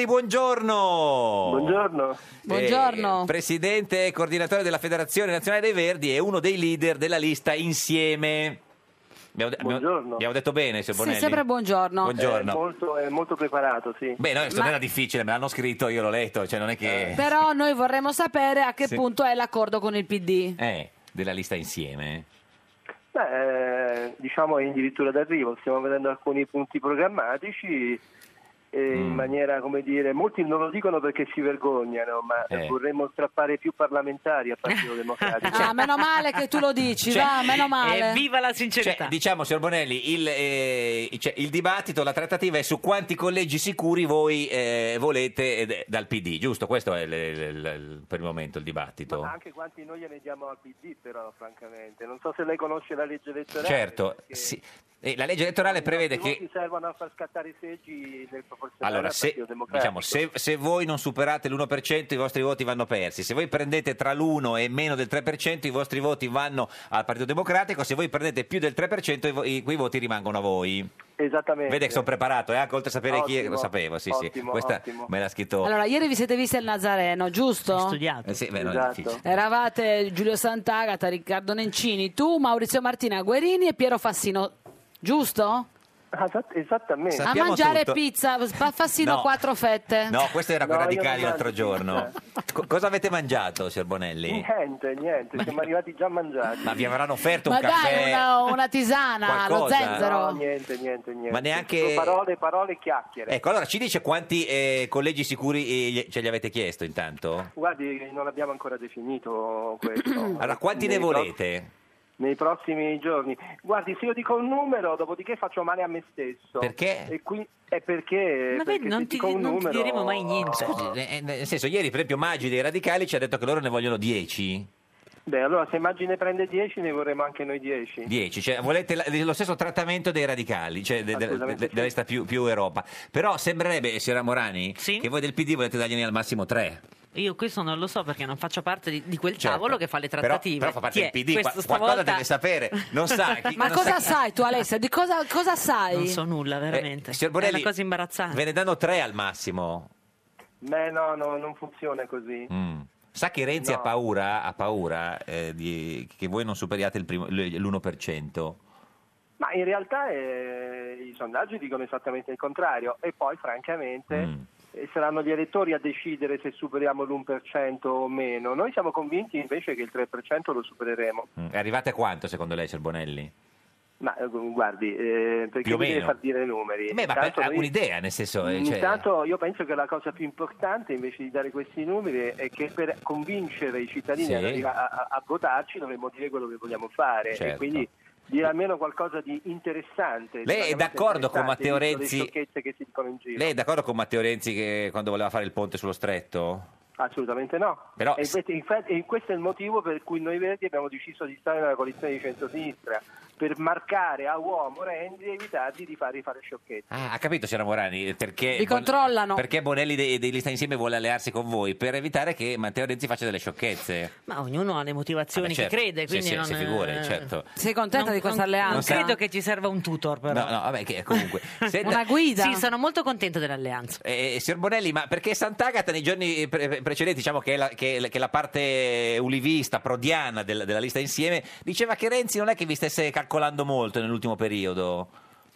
Speaker 3: buongiorno.
Speaker 2: Buongiorno.
Speaker 3: Presidente e coordinatore della Federazione Nazionale dei Verdi e uno dei leader della lista Insieme. Abbiamo detto bene, signor Bonelli?
Speaker 2: Sì, sempre buongiorno.
Speaker 14: È molto preparato, sì.
Speaker 3: Beh, non era difficile, me l'hanno scritto, io l'ho letto, cioè non è che...
Speaker 2: Però noi vorremmo sapere a che punto è l'accordo con il PD.
Speaker 3: Della lista Insieme.
Speaker 14: Diciamo è addirittura d'arrivo, stiamo vedendo alcuni punti programmatici in maniera, come dire, molti non lo dicono perché si vergognano, ma vorremmo strappare più parlamentari al Partito Democratico.
Speaker 2: Meno male che tu lo dici, meno male.
Speaker 9: Viva la sincerità.
Speaker 3: Diciamo, signor Bonelli, il dibattito, la trattativa è su quanti collegi sicuri voi volete dal PD, giusto? Questo è per il momento il dibattito.
Speaker 14: Ma anche quanti noi gliene diamo al PD, però, francamente. Non so se lei conosce la legge elettorale.
Speaker 3: Certo, sì. La legge elettorale prevede che...
Speaker 14: I servono a far scattare i seggi del proporzionale.
Speaker 3: Allora, se voi non superate l'1%, i vostri voti vanno persi. Se voi prendete tra l'1 e meno del 3%, i vostri voti vanno al Partito Democratico. Se voi prendete più del 3%, quei voti rimangono a voi.
Speaker 14: Esattamente.
Speaker 3: Vede che sono preparato, anche oltre a sapere chi è, lo sapevo. Questa me l'ha scritto.
Speaker 2: Allora, ieri vi siete visti al Nazareno, giusto?
Speaker 9: Studiato.
Speaker 14: Esatto.
Speaker 2: Eravate Giulio Sant'Agata, Riccardo Nencini, tu, Maurizio Martina Guerini e Piero Fassino, giusto?
Speaker 14: Esattamente.
Speaker 2: A mangiare pizza, Fassino 4 fette.
Speaker 3: No, questo era con Radicali l'altro giorno. Cosa avete mangiato, signor Bonelli?
Speaker 14: Niente, siamo arrivati già a mangiare.
Speaker 3: Ma vi avranno offerto un
Speaker 2: caffè? Magari una tisana, lo zenzero.
Speaker 14: No, niente.
Speaker 3: Ma neanche...
Speaker 14: Parole e chiacchiere.
Speaker 3: Ecco, allora ci dice quanti collegi sicuri ce li avete chiesto intanto?
Speaker 14: Guardi, non abbiamo ancora definito questo.
Speaker 3: Allora, quanti ne volete?
Speaker 14: Nei prossimi giorni. Guardi, se io dico un numero, dopodiché faccio male a me stesso.
Speaker 3: Perché?
Speaker 14: Perché
Speaker 9: non ti diremo mai niente.
Speaker 3: Scusi, nel senso, ieri per esempio Maggi dei Radicali ci ha detto che loro ne vogliono 10.
Speaker 14: Beh, allora se Maggi ne prende 10 ne vorremmo anche noi 10.
Speaker 3: 10, cioè volete lo stesso trattamento dei Radicali, cioè della lista più Europa. Però sembrerebbe, signora Morani, che voi del PD volete dargliene al massimo 3.
Speaker 9: Io questo non lo so perché non faccio parte di quel tavolo che fa le trattative.
Speaker 3: Però fa parte del PD, qualcosa deve sapere. Non sa.
Speaker 2: Ma cosa sai tu, Alessia? Di cosa sai?
Speaker 9: Non so nulla, veramente.
Speaker 3: Signor Bonelli,
Speaker 9: è una cosa imbarazzante.
Speaker 3: Ve ne danno 3 al massimo.
Speaker 14: Beh, no, non funziona così.
Speaker 3: Sa che Renzi ha paura che voi non superiate l'1%?
Speaker 14: Ma in realtà i sondaggi dicono esattamente il contrario e poi francamente saranno gli elettori a decidere se superiamo l'1% o meno. Noi siamo convinti invece che il 3% lo supereremo.
Speaker 3: Arrivate a quanto secondo lei, signor Bonelli?
Speaker 14: Ma guardi, perché mi deve far dire i numeri?
Speaker 3: Ma ha un'idea, nel senso...
Speaker 14: Intanto io penso che la cosa più importante invece di dare questi numeri è che per convincere i cittadini a votarci dovremmo dire quello che vogliamo fare.
Speaker 3: Certo.
Speaker 14: E quindi dire almeno qualcosa di interessante.
Speaker 3: Lei è d'accordo con Matteo Renzi?
Speaker 14: Che si dicono in giro.
Speaker 3: Lei è d'accordo con Matteo Renzi che quando voleva fare il ponte sullo stretto?
Speaker 14: Assolutamente no.
Speaker 3: Però...
Speaker 14: E questo è il motivo per cui noi Verdi abbiamo deciso di stare nella coalizione di centrosinistra, per marcare a uomo Renzi e evitargli di fargli fare sciocchezze.
Speaker 3: Ha capito, signora Morani, perché
Speaker 2: li controllano.
Speaker 3: Perché Bonelli dei Lista Insieme vuole allearsi con voi per evitare che Matteo Renzi faccia delle sciocchezze.
Speaker 9: Ma ognuno ha le motivazioni che crede, quindi
Speaker 3: non si figuri, certo.
Speaker 2: Sei contenta di questa alleanza?
Speaker 9: Non credo che ci serva un tutor, però.
Speaker 3: No, vabbè, che comunque
Speaker 2: una guida.
Speaker 9: Sì, sono molto contenta dell'alleanza.
Speaker 3: Signor Bonelli, ma perché Sant'Agata nei giorni precedenti, diciamo che è la parte ulivista, prodiana della Lista Insieme, diceva che Renzi non è che vi stesse calcolando molto nell'ultimo periodo.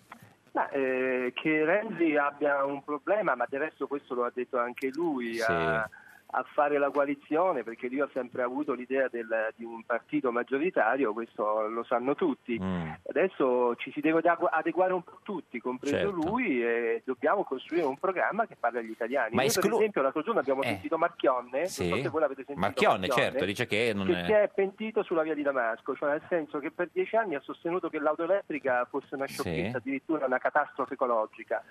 Speaker 14: Che Renzi abbia un problema, ma del resto questo lo ha detto anche lui,
Speaker 3: sì.
Speaker 14: A fare la coalizione, perché lui ha sempre avuto l'idea di un partito maggioritario, questo lo sanno tutti. Adesso ci si deve adeguare un po' tutti, compreso lui, e dobbiamo costruire un programma che parli agli italiani. Noi per esempio l'altro giorno abbiamo sentito Marchionne,
Speaker 3: sì.
Speaker 14: non so se voi l'avete sentito.
Speaker 3: Marchionne, certo, dice che
Speaker 14: si è pentito sulla via di Damasco, cioè nel senso che per 10 anni ha sostenuto che l'auto elettrica fosse una sciocchezza, addirittura una catastrofe ecologica.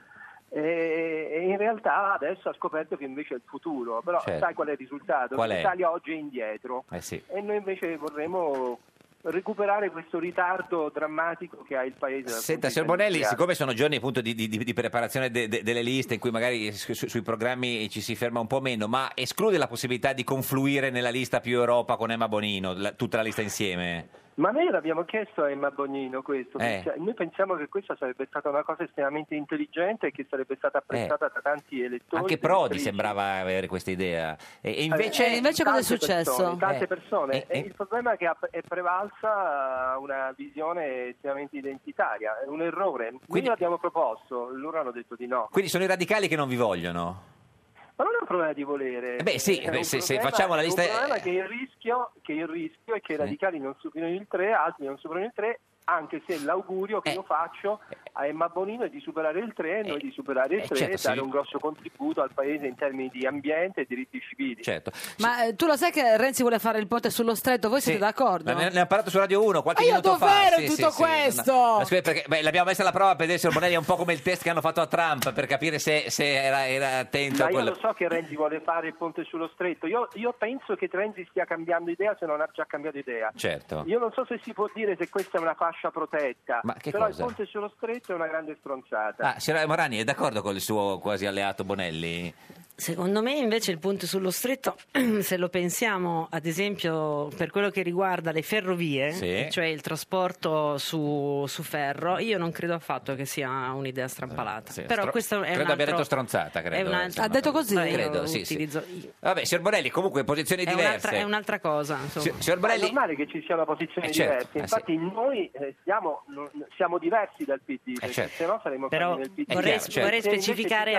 Speaker 14: E in realtà adesso ha scoperto che invece è il futuro, però sai qual è il risultato? L'Italia oggi è indietro e noi invece vorremmo recuperare questo ritardo drammatico che ha il paese.
Speaker 3: Senta, signor Bonelli, siccome sono giorni appunto di preparazione delle liste in cui magari sui programmi ci si ferma un po' meno, ma esclude la possibilità di confluire nella lista Più Europa con Emma Bonino, tutta la lista insieme?
Speaker 14: Ma noi l'abbiamo chiesto a Emma Bonino questo, noi pensiamo che questa sarebbe stata una cosa estremamente intelligente e che sarebbe stata apprezzata da tanti elettori.
Speaker 3: Anche Prodi sembrava avere questa idea. E invece
Speaker 2: cosa è successo?
Speaker 14: Tante persone. Il problema è che è prevalsa una visione estremamente identitaria, è un errore. Noi l'abbiamo proposto, loro hanno detto di no.
Speaker 3: Quindi sono i radicali che non vi vogliono?
Speaker 14: Ma non è un problema di volere.
Speaker 3: Se facciamo la lista.
Speaker 14: Il problema è che il rischio è che i radicali non superino il 3, altri non superino il 3, anche se l'augurio che io faccio a Emma Bonino è di superare il 3 e noi di superare il 3 e dare un grosso contributo al paese in termini di ambiente e diritti civili.
Speaker 3: Certo.
Speaker 2: Ma tu lo sai che Renzi vuole fare il ponte sullo stretto? Voi siete d'accordo?
Speaker 3: Ne ha parlato su Radio 1 qualche minuto fa.
Speaker 2: Io devo fare tutto questo!
Speaker 3: No, perché l'abbiamo messa alla prova per vedere se Bonelli è un po' come il test che hanno fatto a Trump per capire se era attento a quello.
Speaker 14: Io lo so che Renzi vuole fare il ponte sullo stretto. Io penso che Renzi stia cambiando idea, se non ha già cambiato idea.
Speaker 3: Certo.
Speaker 14: Io non so se si può dire se questa è una fascia protetta, però
Speaker 3: cosa?
Speaker 14: Il ponte sullo stretto è una grande stronzata.
Speaker 3: Signora Morani, è d'accordo con il suo quasi alleato Bonelli?
Speaker 9: Secondo me invece il ponte sullo stretto, se lo pensiamo ad esempio per quello che riguarda le ferrovie, cioè il trasporto su ferro, io non credo affatto che sia un'idea strampalata. Però questo è
Speaker 3: credo abbia detto stronzata, credo.
Speaker 2: Ha detto così?
Speaker 3: Credo, Vabbè, signor Bonelli, comunque posizioni diverse.
Speaker 9: È un'altra cosa.
Speaker 3: Signor Bonelli...
Speaker 14: È normale che ci siano posizioni diverse, infatti noi siamo diversi dal PD, perché se no saremmo nel PD.
Speaker 9: Vorrei specificare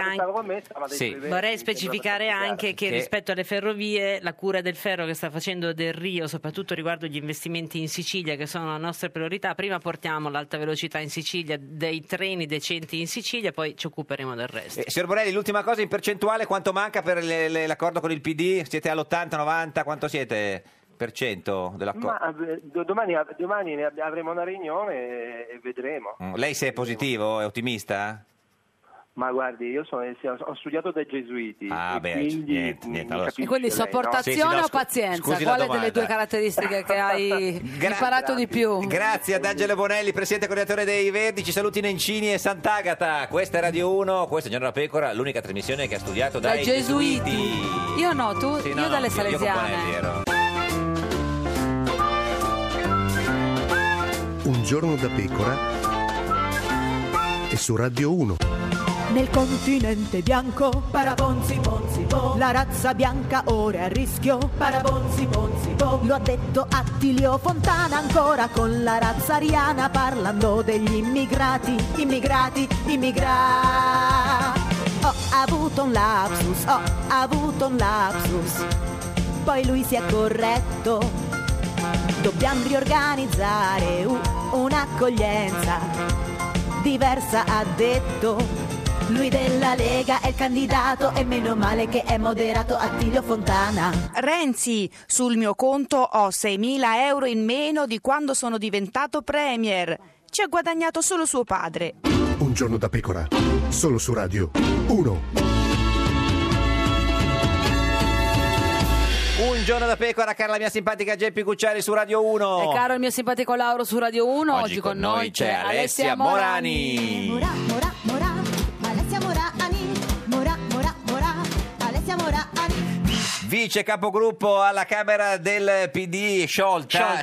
Speaker 9: anche che rispetto alle ferrovie la cura del ferro che sta facendo Del Rio, soprattutto riguardo gli investimenti in Sicilia, che sono la nostra priorità, prima portiamo l'alta velocità in Sicilia, dei treni decenti in Sicilia, poi ci occuperemo del resto.
Speaker 3: Signor Bonelli, l'ultima cosa, in percentuale quanto manca per l'accordo con il PD? Siete all'80, 90, quanto siete? Dell'accordo?
Speaker 14: Domani ne avremo una riunione e vedremo.
Speaker 3: Lei se è positivo, è ottimista?
Speaker 14: Ma guardi, io ho studiato dai gesuiti.
Speaker 3: Niente. Allora.
Speaker 2: E quindi sopportazione o pazienza? Quale delle due caratteristiche che hai imparato di più?
Speaker 3: Grazie ad Angelo Bonelli, presidente coordinatore dei Verdi. Ci saluti Nencini e Sant'Agata. Questa è Radio 1, questa è Giorno da Pecora, l'unica trasmissione che ha studiato dai gesuiti.
Speaker 2: Io no, tu? Io dalle salesiane.
Speaker 10: Un giorno da pecora e su Radio 1.
Speaker 8: Nel continente bianco, parabonzi bonzi bo, la razza bianca ora è a rischio, parabonzi bonzi bo. Lo ha detto Attilio Fontana ancora con la razza ariana, parlando degli immigrati. Ho avuto un lapsus, poi lui si è corretto. Dobbiamo riorganizzare un'accoglienza diversa, ha detto. Lui della Lega è il candidato e meno male che è moderato Attilio Fontana.
Speaker 11: Renzi, sul mio conto ho 6.000 euro in meno di quando sono diventato premier. Ci ha guadagnato solo suo padre.
Speaker 10: Un giorno da pecora, solo su Radio 1.
Speaker 3: Un giorno da pecora, cara la mia simpatica Geppi Cucciari su Radio 1.
Speaker 2: E caro il mio simpatico Lauro su Radio 1.
Speaker 3: Oggi con noi c'è Alessia Morani.
Speaker 8: Mora, mora, mora, Alessia Morani. Mora, mora, mora, Alessia Morani.
Speaker 3: Vice capogruppo alla Camera del PD, sciolta,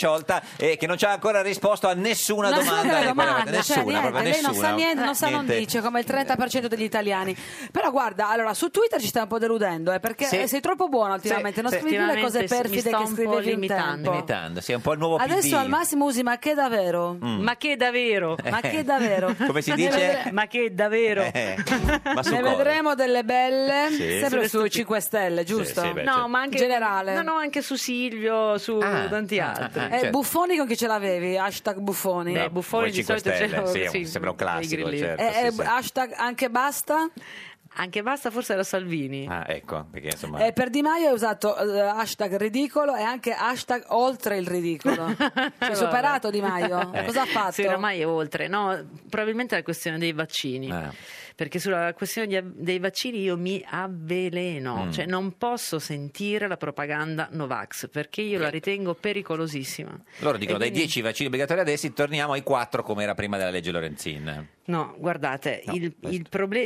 Speaker 3: che non ci ha ancora risposto a nessuna domanda.
Speaker 2: Nessuna. Lei non sa niente, non dice, come il 30% degli italiani. Però guarda, allora su Twitter ci sta un po' deludendo, perché sei troppo buono ultimamente, non scrivi più le cose perfide che scrivevi un tempo.
Speaker 3: Limitando, sì, è un po' il nuovo PD.
Speaker 2: Adesso al massimo usi ma che davvero?
Speaker 9: Ma che davvero?
Speaker 2: Ma che davvero?
Speaker 3: Come si dice?
Speaker 9: Ma che davvero?
Speaker 3: Ma su
Speaker 2: ne
Speaker 3: cosa?
Speaker 2: vedremo delle belle, sempre su 5 Stelle, giusto?
Speaker 3: Sì, beh,
Speaker 9: no, ma anche
Speaker 2: generale.
Speaker 9: No, anche su Silvio, su tanti altri.
Speaker 3: Certo.
Speaker 2: Buffoni con chi ce l'avevi? Hashtag Buffoni.
Speaker 3: No,
Speaker 9: Buffoni di solito
Speaker 3: Stelle, sì, sembra un classico, certo. Sì.
Speaker 2: Hashtag anche basta?
Speaker 9: Anche basta, forse era Salvini.
Speaker 3: Ah, ecco, perché insomma...
Speaker 2: per Di Maio hai usato hashtag ridicolo e anche hashtag oltre il ridicolo. Hai superato Di Maio? Cosa ha fatto?
Speaker 9: Sì, ormai è oltre. No, probabilmente è la questione dei vaccini. Perché sulla questione dei vaccini io mi avveleno, cioè non posso sentire la propaganda Novax, perché io la ritengo pericolosissima.
Speaker 3: Loro dicono dai 10 vaccini obbligatori adesso torniamo ai 4 come era prima della legge Lorenzin.
Speaker 9: No, guardate, il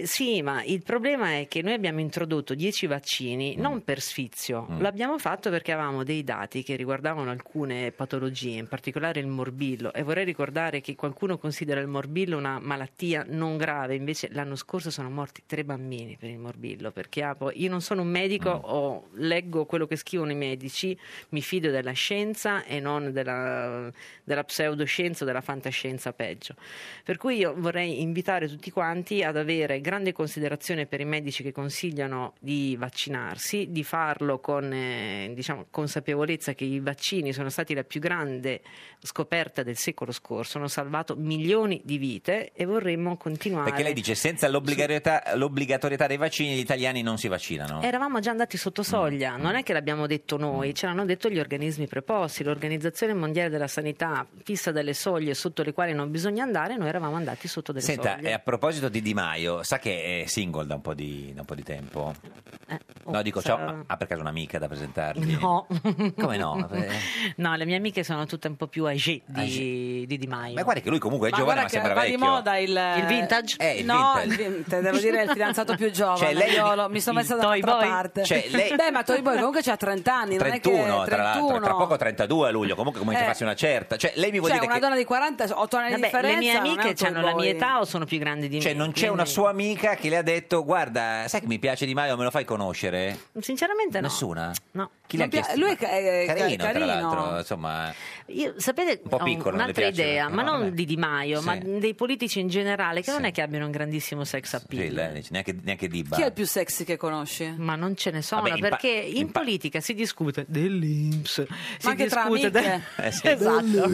Speaker 9: problema è che noi abbiamo introdotto 10 vaccini non per sfizio, l'abbiamo fatto perché avevamo dei dati che riguardavano alcune patologie, in particolare il morbillo, e vorrei ricordare che qualcuno considera il morbillo una malattia non grave, invece l'anno scorso sono morti 3 bambini per il morbillo, perché io non sono un medico, leggo quello che scrivono i medici, mi fido della scienza e non della pseudoscienza o della fantascienza peggio. Per cui io vorrei invitare tutti quanti ad avere grande considerazione per i medici che consigliano di vaccinarsi, di farlo con consapevolezza che i vaccini sono stati la più grande scoperta del secolo scorso, hanno salvato milioni di vite e vorremmo continuare.
Speaker 3: Perché lei dice senza l'obbligatorietà dei vaccini gli italiani non si vaccinano.
Speaker 9: Eravamo già andati sotto soglia, non è che l'abbiamo detto noi, ce l'hanno detto gli organismi preposti, l'Organizzazione Mondiale della Sanità fissa delle soglie sotto le quali non bisogna andare, noi eravamo andati sotto delle
Speaker 3: Senta,
Speaker 9: soglie.
Speaker 3: a proposito di Di Maio, sa che è single da un po' di tempo? No, dico, ha per caso un'amica da presentargli?
Speaker 9: No.
Speaker 3: Come no?
Speaker 9: No, le mie amiche sono tutte un po' più âgée di Maio.
Speaker 3: Ma guarda che lui comunque è giovane ma sembra vecchio.
Speaker 2: Va di moda
Speaker 9: il vintage?
Speaker 2: Devo dire è il fidanzato più giovane.
Speaker 3: Cioè,
Speaker 2: mi sono messa dall'altra parte.
Speaker 3: Cioè, lei...
Speaker 2: Beh, ma Toy Boy comunque c'ha 30 anni,
Speaker 3: 31,
Speaker 2: non è che 31.
Speaker 3: Tra l'altro, tra poco 32 a luglio, comunque comincia a farsi una certa. Cioè, lei mi vuol dire
Speaker 2: una donna di 48 anni di differenza.
Speaker 9: Le mie amiche hanno la mia età o sono più grandi di me?
Speaker 3: Cioè, non c'è una sua amica che le ha detto guarda, sai che mi piace Di Maio, me lo fai conoscere?
Speaker 9: Sinceramente no.
Speaker 3: Nessuna?
Speaker 9: No.
Speaker 3: Chi le ha chiesto?
Speaker 2: Lui è
Speaker 3: carino, tra l'altro, insomma.
Speaker 9: Io, sapete,
Speaker 3: un po' piccolo,
Speaker 9: un'altra idea, ma non
Speaker 3: vabbè.
Speaker 9: di Di Maio,
Speaker 3: Sì.
Speaker 9: ma dei politici in generale, che non è che abbiano un grandissimo sex appeal.
Speaker 3: Sì, neanche Dibba.
Speaker 2: Chi è il più sexy che conosci?
Speaker 9: Ma non ce ne sono,
Speaker 3: Vabbè,
Speaker 9: perché in politica si discute dell'Inps,
Speaker 2: ma anche tra amiche.
Speaker 3: Sì.
Speaker 9: Esatto.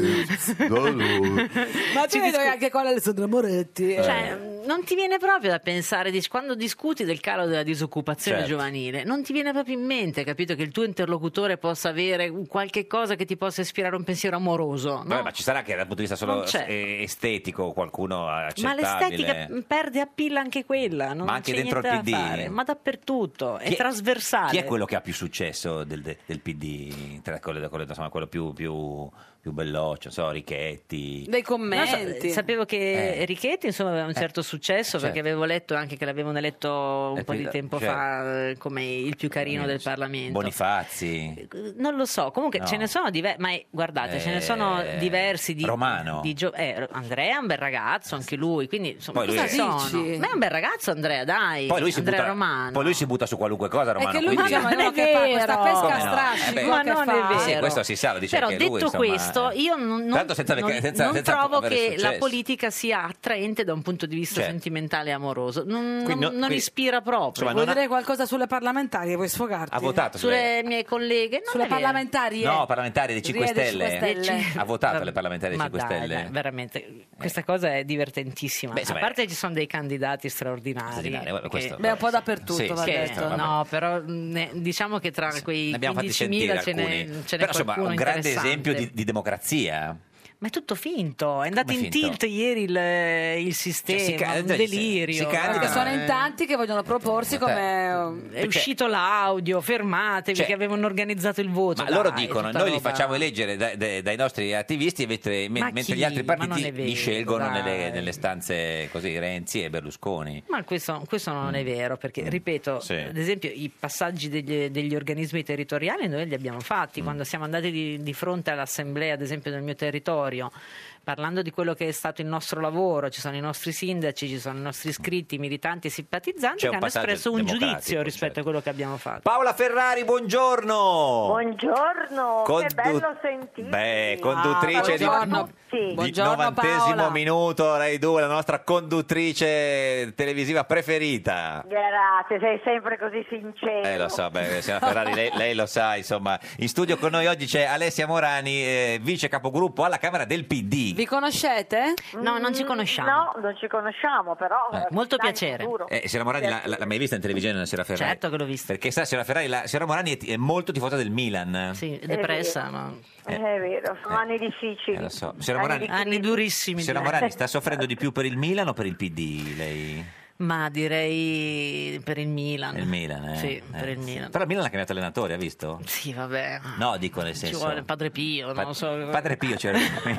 Speaker 2: Ma ci vedo anche con Alessandra Moretti.
Speaker 9: Cioè, non ti viene proprio da pensare, quando discuti del calo della disoccupazione
Speaker 3: Certo.
Speaker 9: giovanile, non ti viene proprio in mente, capito, che il tuo interlocutore possa avere qualche cosa che ti possa ispirare un pensiero amoroso, no?
Speaker 3: Vabbè, ma ci sarà che dal punto di vista solo
Speaker 9: Non c'è.
Speaker 3: estetico qualcuno
Speaker 9: Ma
Speaker 3: accettabile.
Speaker 9: l'estetica perde appeal anche quella, non
Speaker 3: Ma anche
Speaker 9: c'è
Speaker 3: dentro
Speaker 9: niente
Speaker 3: il
Speaker 9: da
Speaker 3: PD?
Speaker 9: fare, ma dappertutto,
Speaker 3: Chi
Speaker 9: è trasversale.
Speaker 3: Chi è quello che ha più successo del PD? Tra quello più belloccio, Richetti.
Speaker 2: Dei commenti.
Speaker 9: Sapevo che Richetti insomma aveva un certo successo,
Speaker 3: certo.
Speaker 9: perché avevo letto anche che l'avevano eletto un po' di tempo fa come il più carino del Parlamento.
Speaker 3: Bonifazzi.
Speaker 9: Non lo so, comunque
Speaker 3: No.
Speaker 9: ce ne sono diversi, ma guardate, ce ne sono diversi di
Speaker 3: Romano.
Speaker 9: Andrea è un bel ragazzo, anche lui, quindi insomma,
Speaker 3: Poi lui
Speaker 9: cosa
Speaker 3: è-
Speaker 9: sono?
Speaker 2: Dici?
Speaker 9: Ma è un bel ragazzo Andrea, dai.
Speaker 3: Poi lui,
Speaker 9: Andrea Romano.
Speaker 3: poi lui si butta su qualunque cosa,
Speaker 2: È
Speaker 3: Romano.
Speaker 2: che lui
Speaker 3: quindi-
Speaker 2: diciamo,
Speaker 9: non è
Speaker 2: che fa questa
Speaker 9: vero.
Speaker 2: pesca
Speaker 3: Come
Speaker 2: a
Speaker 3: no?
Speaker 2: strascico
Speaker 9: Ma
Speaker 2: che
Speaker 9: non
Speaker 2: fa.
Speaker 9: è vero.
Speaker 3: Sì, questo si sa, lo dice
Speaker 9: Però
Speaker 3: anche
Speaker 9: detto
Speaker 3: lui, insomma,
Speaker 9: questo, io non
Speaker 3: Tanto senza
Speaker 9: non trovo
Speaker 3: avere
Speaker 9: che
Speaker 3: successo.
Speaker 9: la politica sia attraente da un punto di vista
Speaker 3: Certo.
Speaker 9: sentimentale e amoroso. Non
Speaker 3: quindi-
Speaker 9: ispira proprio.
Speaker 3: Insomma,
Speaker 2: Vuoi
Speaker 3: non ha-
Speaker 2: dire qualcosa sulle parlamentari? Vuoi sfogarti?
Speaker 3: Ha votato
Speaker 9: Sulle mie colleghe, non
Speaker 2: Sulle
Speaker 9: è vero.
Speaker 2: parlamentari?
Speaker 3: No, parlamentari dei 5
Speaker 2: Dei
Speaker 3: Stelle.
Speaker 2: 5 Stelle.
Speaker 3: Ha votato le parlamentari dei
Speaker 9: Ma
Speaker 3: 5
Speaker 9: dai,
Speaker 3: Stelle.
Speaker 9: dai, veramente, questa cosa è divertentissima.
Speaker 3: Beh, insomma,
Speaker 9: a parte che ci sono dei candidati straordinari.
Speaker 3: Straordinari, vabbè, questo-
Speaker 2: Beh, un po' dappertutto,
Speaker 3: Sì,
Speaker 2: va
Speaker 3: sì,
Speaker 2: detto.
Speaker 3: questo, vabbè.
Speaker 9: No, però diciamo che tra quei
Speaker 3: Ne abbiamo fatti sentire
Speaker 9: 15.000 ce
Speaker 3: alcuni.
Speaker 9: n'è
Speaker 3: Però insomma
Speaker 9: qualcuno
Speaker 3: un grande
Speaker 9: interessante.
Speaker 3: esempio di democrazia.
Speaker 9: Ma è tutto finto, è andato in tilt ieri il sistema, un delirio.
Speaker 2: Perché sono in tanti che vogliono proporsi come...
Speaker 9: È uscito l'audio, fermatevi che avevano organizzato il voto.
Speaker 3: Ma loro dicono, noi li facciamo eleggere dai nostri attivisti mentre gli altri partiti li scelgono nelle stanze così, Renzi e Berlusconi.
Speaker 9: Ma questo non è vero, perché ripeto, ad esempio i passaggi degli organismi territoriali noi li abbiamo fatti, quando siamo andati di fronte all'assemblea, ad esempio del mio territorio, parlando di quello che è stato il nostro lavoro, ci sono i nostri sindaci, ci sono i nostri iscritti, militanti e simpatizzanti che hanno espresso un giudizio rispetto a quello che abbiamo fatto.
Speaker 3: Paola Ferrari, buongiorno!
Speaker 15: Buongiorno, che bello sentirti.
Speaker 3: Conduttrice di 90° minuto, Rai 2, la nostra conduttrice televisiva preferita.
Speaker 15: Grazie, sei sempre così sincero.
Speaker 3: Lo so, signora Ferrari, lei lo sa, insomma. In studio con noi oggi c'è Alessia Morani, vice capogruppo alla Camera del PD.
Speaker 2: Vi conoscete?
Speaker 9: No, non ci conosciamo.
Speaker 15: No, non ci conosciamo, però...
Speaker 9: Molto piacere.
Speaker 3: Signora Morani, l'ha mai vista in televisione la signora Ferrari?
Speaker 9: Certo che l'ho vista.
Speaker 3: Perché sa, signora Ferrari, la signora Morani è molto tifosa del Milan.
Speaker 9: Sì, è depressa, ma...
Speaker 15: È vero, sono anni difficili.
Speaker 3: Lo so.
Speaker 9: Anni durissimi.
Speaker 3: Signora Morani, sta soffrendo di più per il Milan o per il PD lei?
Speaker 9: Ma direi per il Milan.
Speaker 3: Il Milan,
Speaker 9: Sì, per il Milan.
Speaker 3: Però il Milan ha cambiato allenatore, ha visto?
Speaker 9: Sì, vabbè.
Speaker 3: No, dico nel senso...
Speaker 9: Ci vuole Padre Pio, non so.
Speaker 3: Padre Pio c'era.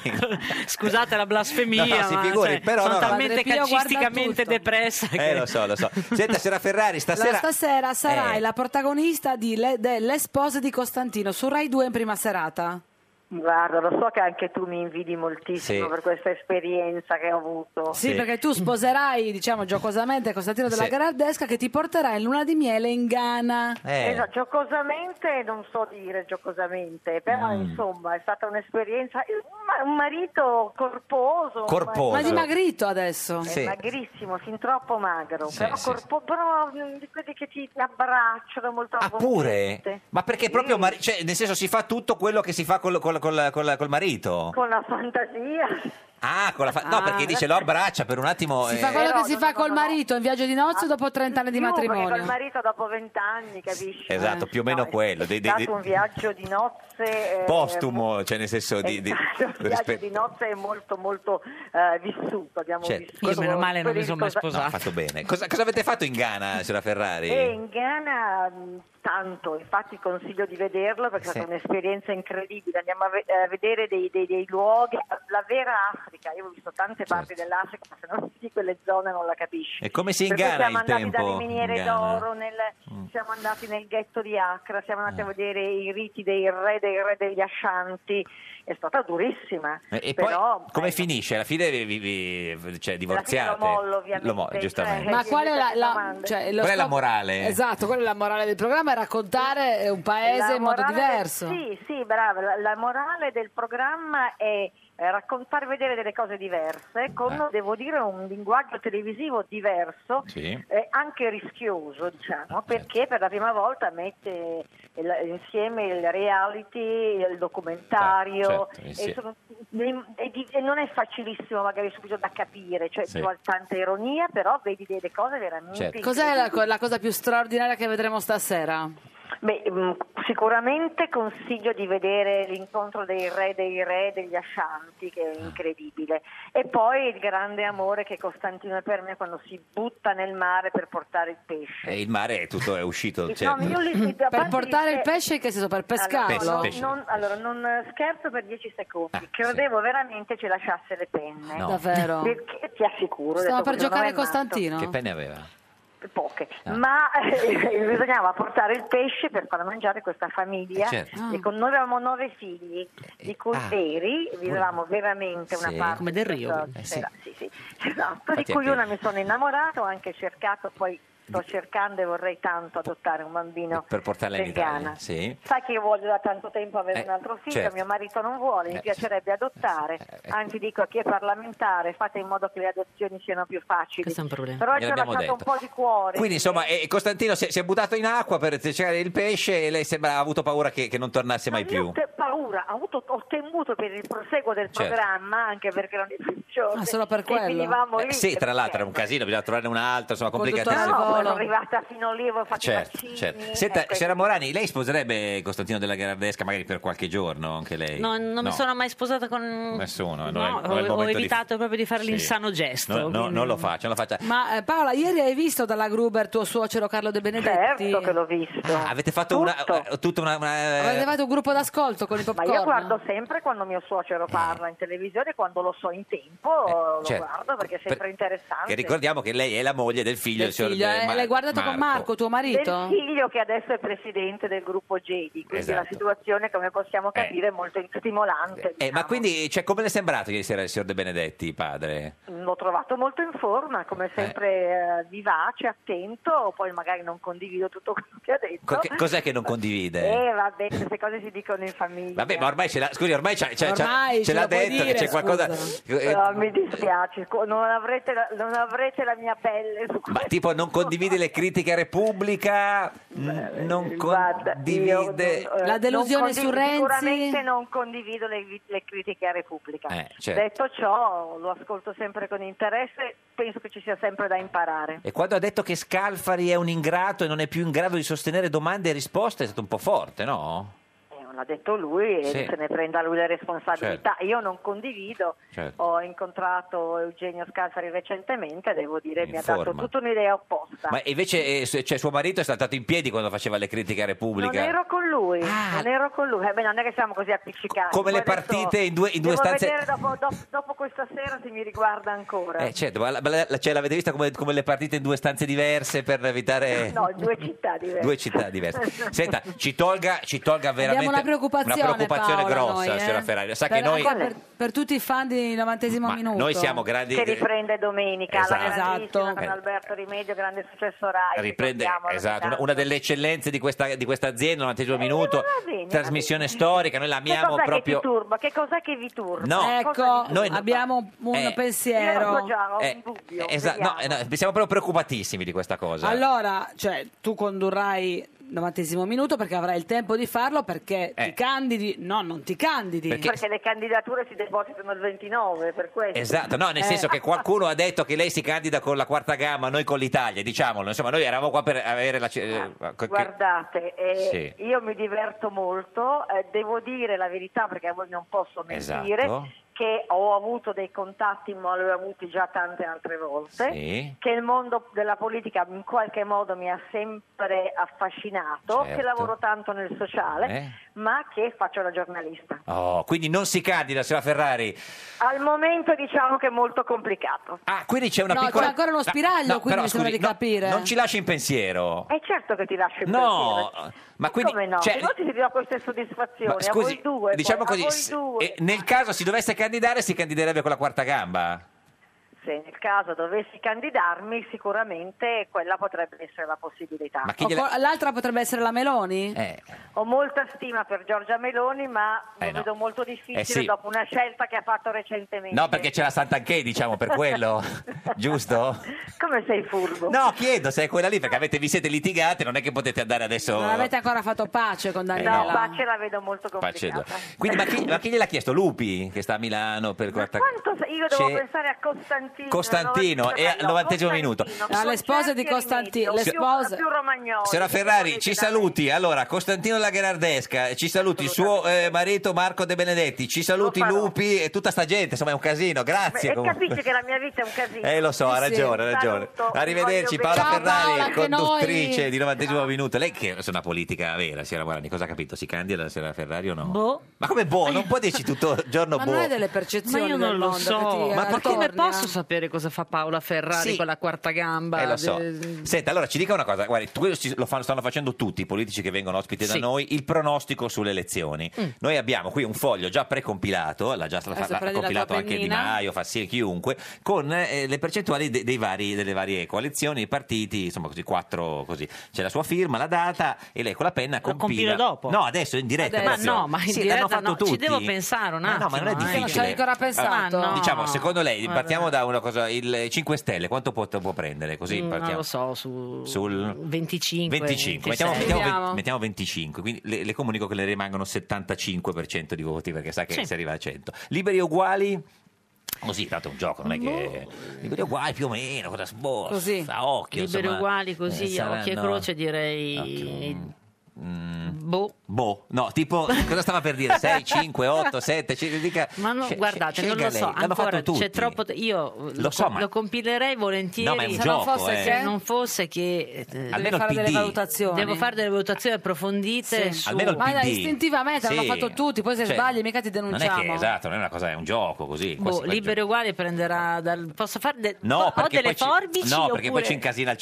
Speaker 9: Scusate la blasfemia,
Speaker 3: no, si figuri, però
Speaker 9: sono talmente calcisticamente depressa che...
Speaker 3: Lo so. Senta, signora Ferrari,
Speaker 2: stasera sarai la protagonista delle spose di Costantino su Rai 2 in prima serata.
Speaker 15: Guarda, lo so che anche tu mi invidi moltissimo per questa esperienza che ho avuto.
Speaker 2: Sì, perché tu sposerai, diciamo, giocosamente Costantino della Gherardesca, che ti porterà in luna di miele in Ghana.
Speaker 15: Esatto, giocosamente non so dire giocosamente, però insomma è stata un'esperienza. Un marito corposo.
Speaker 2: Ma dimagrito adesso.
Speaker 15: È magrissimo, fin troppo magro, però di quelli che ti abbracciano molto
Speaker 3: pure? Ma perché proprio, nel senso, si fa tutto quello che si fa col marito?
Speaker 15: Con la fantasia.
Speaker 3: No, perché dice lo abbraccia per un attimo.
Speaker 2: Si fa quello che si fa col marito in viaggio di nozze dopo 30 anni di matrimonio.
Speaker 15: Col marito dopo 20 anni, capisci?
Speaker 3: Esatto, più o meno quello.
Speaker 15: È stato un viaggio di nozze
Speaker 3: postumo, cioè nel senso
Speaker 15: un viaggio di nozze è molto molto vissuto. Abbiamo vissuto.
Speaker 9: Meno male non mi sono mai sposato.
Speaker 3: Fatto bene. Cosa avete fatto in Ghana, signora Ferrari?
Speaker 15: In Ghana tanto, infatti consiglio di vederlo perché è stata un'esperienza incredibile. Andiamo a vedere dei luoghi, la vera Africa. Io ho visto tante parti dell'Africa, ma se non di quelle zone non la capisci.
Speaker 3: E come si ingana il tempo?
Speaker 15: Siamo andati dalle miniere d'oro, siamo andati nel ghetto di Accra, siamo andati a vedere i riti dei re degli Ashanti. È stata durissima.
Speaker 3: E
Speaker 15: però,
Speaker 3: poi come finisce? Alla fine divorziate?
Speaker 15: Lo mollo, ovviamente.
Speaker 3: Giustamente.
Speaker 2: Ma qual è
Speaker 3: qual è la morale?
Speaker 2: Esatto, qual è la morale del programma? È raccontare un paese in modo diverso.
Speaker 15: Sì, brava. La morale del programma è raccontare, vedere delle cose diverse con, devo dire, un linguaggio televisivo diverso, anche rischioso, diciamo, perché per la prima volta mette insieme il reality, il documentario, e non è facilissimo magari subito da capire, cioè ci vuole tanta ironia, però vedi delle cose veramente
Speaker 2: Cos'è la cosa più straordinaria che vedremo stasera?
Speaker 15: Sicuramente consiglio di vedere l'incontro dei re degli Ashanti, che è incredibile, e poi il grande amore che Costantino è per me quando si butta nel mare per portare il pesce.
Speaker 3: Il mare è uscito.
Speaker 2: Per portare il pesce, che senso, per pescarlo?
Speaker 15: Non scherzo per 10 secondi. Credevo veramente ci lasciasse le penne.
Speaker 2: No. Davvero?
Speaker 15: Perché ti assicuro.
Speaker 2: Stava per giocare Costantino?
Speaker 3: Che penne aveva?
Speaker 15: Poche, ma bisognava portare il pesce per far mangiare questa famiglia e con noi avevamo 9 figli, di cui vivevamo veramente una parte
Speaker 9: come del Rio.
Speaker 15: Esatto, di cui una mi sono innamorato, ho anche cercato, poi sto cercando e vorrei tanto adottare un bambino
Speaker 3: per portarla in Italia. Sai
Speaker 15: che io voglio da tanto tempo avere un altro figlio, mio marito non vuole, mi piacerebbe adottare, anzi dico a chi è parlamentare, fate in modo che le adozioni siano più facili.
Speaker 9: Questo è un problema.
Speaker 15: Però ci ho lasciato un po' di cuore.
Speaker 3: Quindi insomma Costantino si è buttato in acqua per cercare il pesce e lei sembra ha avuto paura che non tornasse mai più.
Speaker 15: Paura, ho temuto per il proseguo del programma, anche perché non è funzione.
Speaker 2: Solo per quello?
Speaker 3: Sì, tra l'altro era un casino, bisogna trovare un altro, insomma, complicatissimo.
Speaker 2: solo.
Speaker 15: arrivata fino lì, avevo fatto i
Speaker 3: Certo,
Speaker 15: vaccini.
Speaker 3: certo. Senta,
Speaker 15: ecco.
Speaker 3: signora Morani, lei sposerebbe Costantino della Gherardesca magari per qualche giorno, anche lei?
Speaker 9: No, non mi sono mai sposata con
Speaker 3: Nessuno,
Speaker 9: No, ho evitato proprio di fare l'insano gesto. quindi-
Speaker 3: non lo faccia, non lo faccia.
Speaker 2: Ma Paola, ieri hai visto dalla Gruber tuo suocero Carlo De Benedetti?
Speaker 15: Certo che l'ho visto.
Speaker 3: Avete fatto tutta una
Speaker 2: Avete fatto un gruppo d'ascolto con i
Speaker 15: Ma
Speaker 2: popcorn?
Speaker 15: io guardo sempre quando mio suocero parla in televisione, quando lo so in tempo lo
Speaker 3: certo.
Speaker 15: guardo perché è sempre interessante.
Speaker 3: Che ricordiamo che lei è la moglie del figlio del signor
Speaker 2: L'hai guardato con Marco, tuo marito?
Speaker 15: Del figlio che adesso è presidente del gruppo Gedi, quindi
Speaker 3: Esatto.
Speaker 15: la situazione, come possiamo capire, è molto stimolante.
Speaker 3: Ma quindi, come le è sembrato ieri sera il signor De Benedetti, padre?
Speaker 15: L'ho trovato molto in forma, come sempre vivace, attento, poi magari non condivido tutto quello che ha detto.
Speaker 3: Cos'è che non condivide?
Speaker 15: Vabbè, queste cose si dicono in famiglia.
Speaker 3: Vabbè, ma ormai ce l'ha, scusi, ormai ce
Speaker 15: Ormai
Speaker 3: l'ha
Speaker 15: ce lo puoi
Speaker 3: detto che
Speaker 15: dire,
Speaker 3: c'è qualcosa.
Speaker 15: No, mi dispiace, non avrete la mia pelle su
Speaker 3: Ma tipo non condivide le critiche a Repubblica? Non condivide.
Speaker 2: La delusione su Renzi?
Speaker 15: Sicuramente non condivido le critiche a Repubblica.
Speaker 3: Certo.
Speaker 15: Detto ciò, lo ascolto sempre con interesse, penso che ci sia sempre da imparare.
Speaker 3: E quando ha detto che Scalfari è un ingrato e non è più in grado di sostenere domande e risposte è stato un po' forte, no?
Speaker 15: Non l'ha detto lui e
Speaker 3: Sì.
Speaker 15: se ne prenda lui le responsabilità. Io non condivido,
Speaker 3: Certo.
Speaker 15: ho incontrato Eugenio Scalfari recentemente, devo dire, mi ha dato
Speaker 3: forma.
Speaker 15: tutta un'idea opposta.
Speaker 3: Ma invece suo marito è saltato in piedi quando faceva le critiche a
Speaker 15: Non
Speaker 3: Repubblica.
Speaker 15: ero con lui, non ero con lui. Beh, non è che siamo così appiccicati.
Speaker 3: Come
Speaker 15: Poi
Speaker 3: le
Speaker 15: adesso
Speaker 3: partite in due
Speaker 15: devo
Speaker 3: stanze.
Speaker 15: vedere dopo questa sera se mi riguarda ancora.
Speaker 3: Certo, ma l'avete vista come le partite in due stanze diverse per evitare
Speaker 15: No, due città diverse.
Speaker 3: due città diverse. Senta, ci tolga veramente
Speaker 2: Abbiamo una preoccupazione, Paola,
Speaker 3: grossa,
Speaker 2: noi,
Speaker 3: signora Ferrari. Sa che
Speaker 2: Per-
Speaker 3: noi
Speaker 2: anche per tutti i fan di 90° minuto.
Speaker 3: noi siamo grandi.
Speaker 15: Che riprende domenica,
Speaker 3: Esatto.
Speaker 15: la grandissima
Speaker 2: Esatto.
Speaker 15: con Alberto Rimedio, grande successo Rai.
Speaker 3: riprende
Speaker 15: ricordiamolo,
Speaker 3: esatto,
Speaker 15: tanto.
Speaker 3: una delle eccellenze di questa azienda, 90° minuto, trasmissione storica, noi la
Speaker 15: Che
Speaker 3: amiamo
Speaker 15: cos'è
Speaker 3: proprio.
Speaker 15: che ti turba? Che cos'è che vi turba?
Speaker 3: No.
Speaker 15: Cosa
Speaker 2: Ecco,
Speaker 15: vi turba?
Speaker 2: abbiamo un
Speaker 15: Io
Speaker 2: pensiero.
Speaker 15: lo so già, ho un dubbio.
Speaker 3: Esatto, siamo proprio preoccupatissimi di questa cosa.
Speaker 2: Allora, cioè, tu condurrai 90° minuto perché avrai il tempo di farlo perché ti candidi. No, non ti candidi.
Speaker 15: Perché le candidature si depositano il 29, per questo.
Speaker 3: Esatto, no, nel senso che qualcuno ha detto che lei si candida con la quarta gamma, noi con l'Italia, diciamolo, insomma, noi eravamo qua per avere la.
Speaker 15: Guardate,
Speaker 3: Sì.
Speaker 15: io mi diverto molto, devo dire la verità perché a voi non posso mentire.
Speaker 3: Esatto.
Speaker 15: Che ho avuto dei contatti, ma li ho avuti già tante altre volte,
Speaker 3: Sì.
Speaker 15: che il mondo della politica in qualche modo mi ha sempre affascinato,
Speaker 3: Certo.
Speaker 15: che lavoro tanto nel sociale, ma che faccio la giornalista.
Speaker 3: Oh, quindi non si candida, signora Ferrari.
Speaker 15: Al momento diciamo che è molto complicato.
Speaker 3: Ah, quindi c'è una
Speaker 2: No,
Speaker 3: piccola.
Speaker 2: c'è ancora uno spiraglio,
Speaker 3: No,
Speaker 2: quindi
Speaker 3: però,
Speaker 2: mi sembra
Speaker 3: scusi,
Speaker 2: di capire.
Speaker 3: non ci lasci in pensiero.
Speaker 15: È certo che ti lascio in
Speaker 3: No,
Speaker 15: pensiero.
Speaker 3: ma quindi.
Speaker 15: Come no?
Speaker 3: cioè,
Speaker 15: Se no ti do queste soddisfazioni,
Speaker 3: ma scusi,
Speaker 15: a voi due.
Speaker 3: diciamo
Speaker 15: poi,
Speaker 3: così,
Speaker 15: a voi due.
Speaker 3: nel caso si dovesse candidare, si candiderebbe con la quarta gamba.
Speaker 15: Se nel caso dovessi candidarmi, sicuramente quella potrebbe essere la possibilità.
Speaker 3: Ma chi gliela-
Speaker 2: L'altra potrebbe essere la Meloni?
Speaker 15: Ho molta stima per Giorgia Meloni, ma lo
Speaker 3: no.
Speaker 15: vedo molto difficile
Speaker 3: Sì.
Speaker 15: dopo una scelta che ha fatto recentemente.
Speaker 3: No, perché c'è la Sant'Anché, diciamo, per quello. Giusto?
Speaker 15: Come sei furbo?
Speaker 3: No, chiedo se è quella lì, perché vi siete litigate, non è che potete andare adesso.
Speaker 2: Non avete ancora fatto pace con Daniela?
Speaker 15: No, pace la vedo molto
Speaker 3: Pace-
Speaker 15: complicata.
Speaker 3: Quindi, ma chi gliel'ha chiesto? Lupi, che sta a Milano per quarta.
Speaker 15: Io devo
Speaker 3: C'è-
Speaker 15: pensare a Costantino.
Speaker 3: Costantino, e al 90° minuto.
Speaker 2: Le spose di Costantino, le spose.
Speaker 15: Più Romagnoli.
Speaker 3: Signora Ferrari, ci saluti. Allora, Costantino la Gherardesca, ci saluti suo marito Marco De Benedetti, ci saluti Lupi e tutta sta gente, insomma è un casino. Grazie.
Speaker 15: E
Speaker 3: comunque.
Speaker 15: capisci che la mia vita è un casino.
Speaker 3: Lo so, ha ragione, ha ragione.
Speaker 15: Saluto,
Speaker 3: Arrivederci,
Speaker 15: vi voglio
Speaker 3: Paola
Speaker 15: bene.
Speaker 3: Ferrari,
Speaker 2: Paola, che
Speaker 3: conduttrice
Speaker 2: noi-
Speaker 3: di 90° minuto. Lei che è una politica vera, signora Morani, cosa ha capito? Si candida la signora Ferrari o no? Ma come non può dirci tutto il giorno
Speaker 2: Ma non hai delle
Speaker 9: Ma
Speaker 2: percezioni
Speaker 9: io
Speaker 2: del
Speaker 9: non lo
Speaker 2: mondo
Speaker 9: so,
Speaker 2: che ti
Speaker 9: ma come
Speaker 2: attornia?
Speaker 9: posso sapere cosa fa Paola Ferrari
Speaker 3: Sì.
Speaker 9: con la quarta gamba?
Speaker 3: Lo so. Senta, allora ci dica una cosa, guardi, questo stanno facendo tutti i politici che vengono ospiti da
Speaker 9: Sì.
Speaker 3: noi, il pronostico sulle elezioni. Noi abbiamo qui un foglio già precompilato, l'ha già
Speaker 2: Adesso
Speaker 3: l'ha
Speaker 2: prendi la
Speaker 3: compilato
Speaker 2: tua
Speaker 3: anche Di
Speaker 2: pennina.
Speaker 3: Maio, Fassini, chiunque, con le percentuali delle varie coalizioni, i partiti, insomma così, 4 così. C'è la sua firma, la data e lei con la penna compila.
Speaker 9: compilo dopo?
Speaker 3: No, adesso in diretta.
Speaker 9: Adesso.
Speaker 3: proprio.
Speaker 9: Ma no, ma in
Speaker 3: Sì,
Speaker 9: diretta
Speaker 3: l'hanno fatto
Speaker 9: no, ci
Speaker 3: tutti.
Speaker 9: devo pensare un
Speaker 3: Ma no, ma non è
Speaker 9: attimo,
Speaker 3: difficile.
Speaker 2: Non ci hai ancora pensato?
Speaker 9: Ma no.
Speaker 3: Diciamo, secondo lei,
Speaker 9: Vabbè.
Speaker 3: partiamo da una cosa, il 5 Stelle, quanto può prendere? Così
Speaker 9: Non
Speaker 3: partiamo.
Speaker 9: lo so,
Speaker 3: sul
Speaker 9: 25.
Speaker 3: 25,
Speaker 9: 26.
Speaker 3: mettiamo 25, quindi le comunico che le rimangono 75% di voti perché sa che
Speaker 9: Sì.
Speaker 3: si arriva a 100. Liberi e uguali? Così, tanto è un gioco, non è che... Liberi uguali più o meno, cosa
Speaker 2: Così.
Speaker 3: a occhio.
Speaker 9: Liberi
Speaker 3: insomma,
Speaker 9: uguali così,
Speaker 3: saranno-
Speaker 9: occhio e croce direi...
Speaker 3: Boh, no, tipo, cosa stava per dire? 6, 5, 8, 7, dica...
Speaker 9: Ma no, guardate, non
Speaker 3: scelga
Speaker 9: lo so,
Speaker 3: lei. L'hanno
Speaker 9: ancora
Speaker 3: fatto tutti.
Speaker 9: c'è troppo... Io
Speaker 3: Lo so, ma-
Speaker 9: lo compilerei volentieri
Speaker 3: No, ma è un
Speaker 9: se
Speaker 3: gioco,
Speaker 9: non fosse
Speaker 3: eh.
Speaker 9: che, non fosse che
Speaker 3: Almeno il
Speaker 2: fare delle
Speaker 3: PD.
Speaker 2: valutazioni.
Speaker 9: devo fare delle valutazioni approfondite
Speaker 2: Sì.
Speaker 9: su...
Speaker 3: Almeno il
Speaker 2: Ma dai,
Speaker 3: PD.
Speaker 2: istintivamente l'hanno
Speaker 3: Sì.
Speaker 2: fatto tutti, poi se
Speaker 3: Cioè,
Speaker 2: sbagli mica ti
Speaker 3: Non è
Speaker 2: denunciamo.
Speaker 3: che, esatto, non è una cosa, è un gioco così. quasi-
Speaker 9: Libero e uguale prenderà dal... Posso fare
Speaker 3: No,
Speaker 9: ho
Speaker 3: perché
Speaker 9: delle
Speaker 3: poi ci-
Speaker 9: forbici
Speaker 3: no, perché poi
Speaker 9: oppure...
Speaker 3: ci incasina il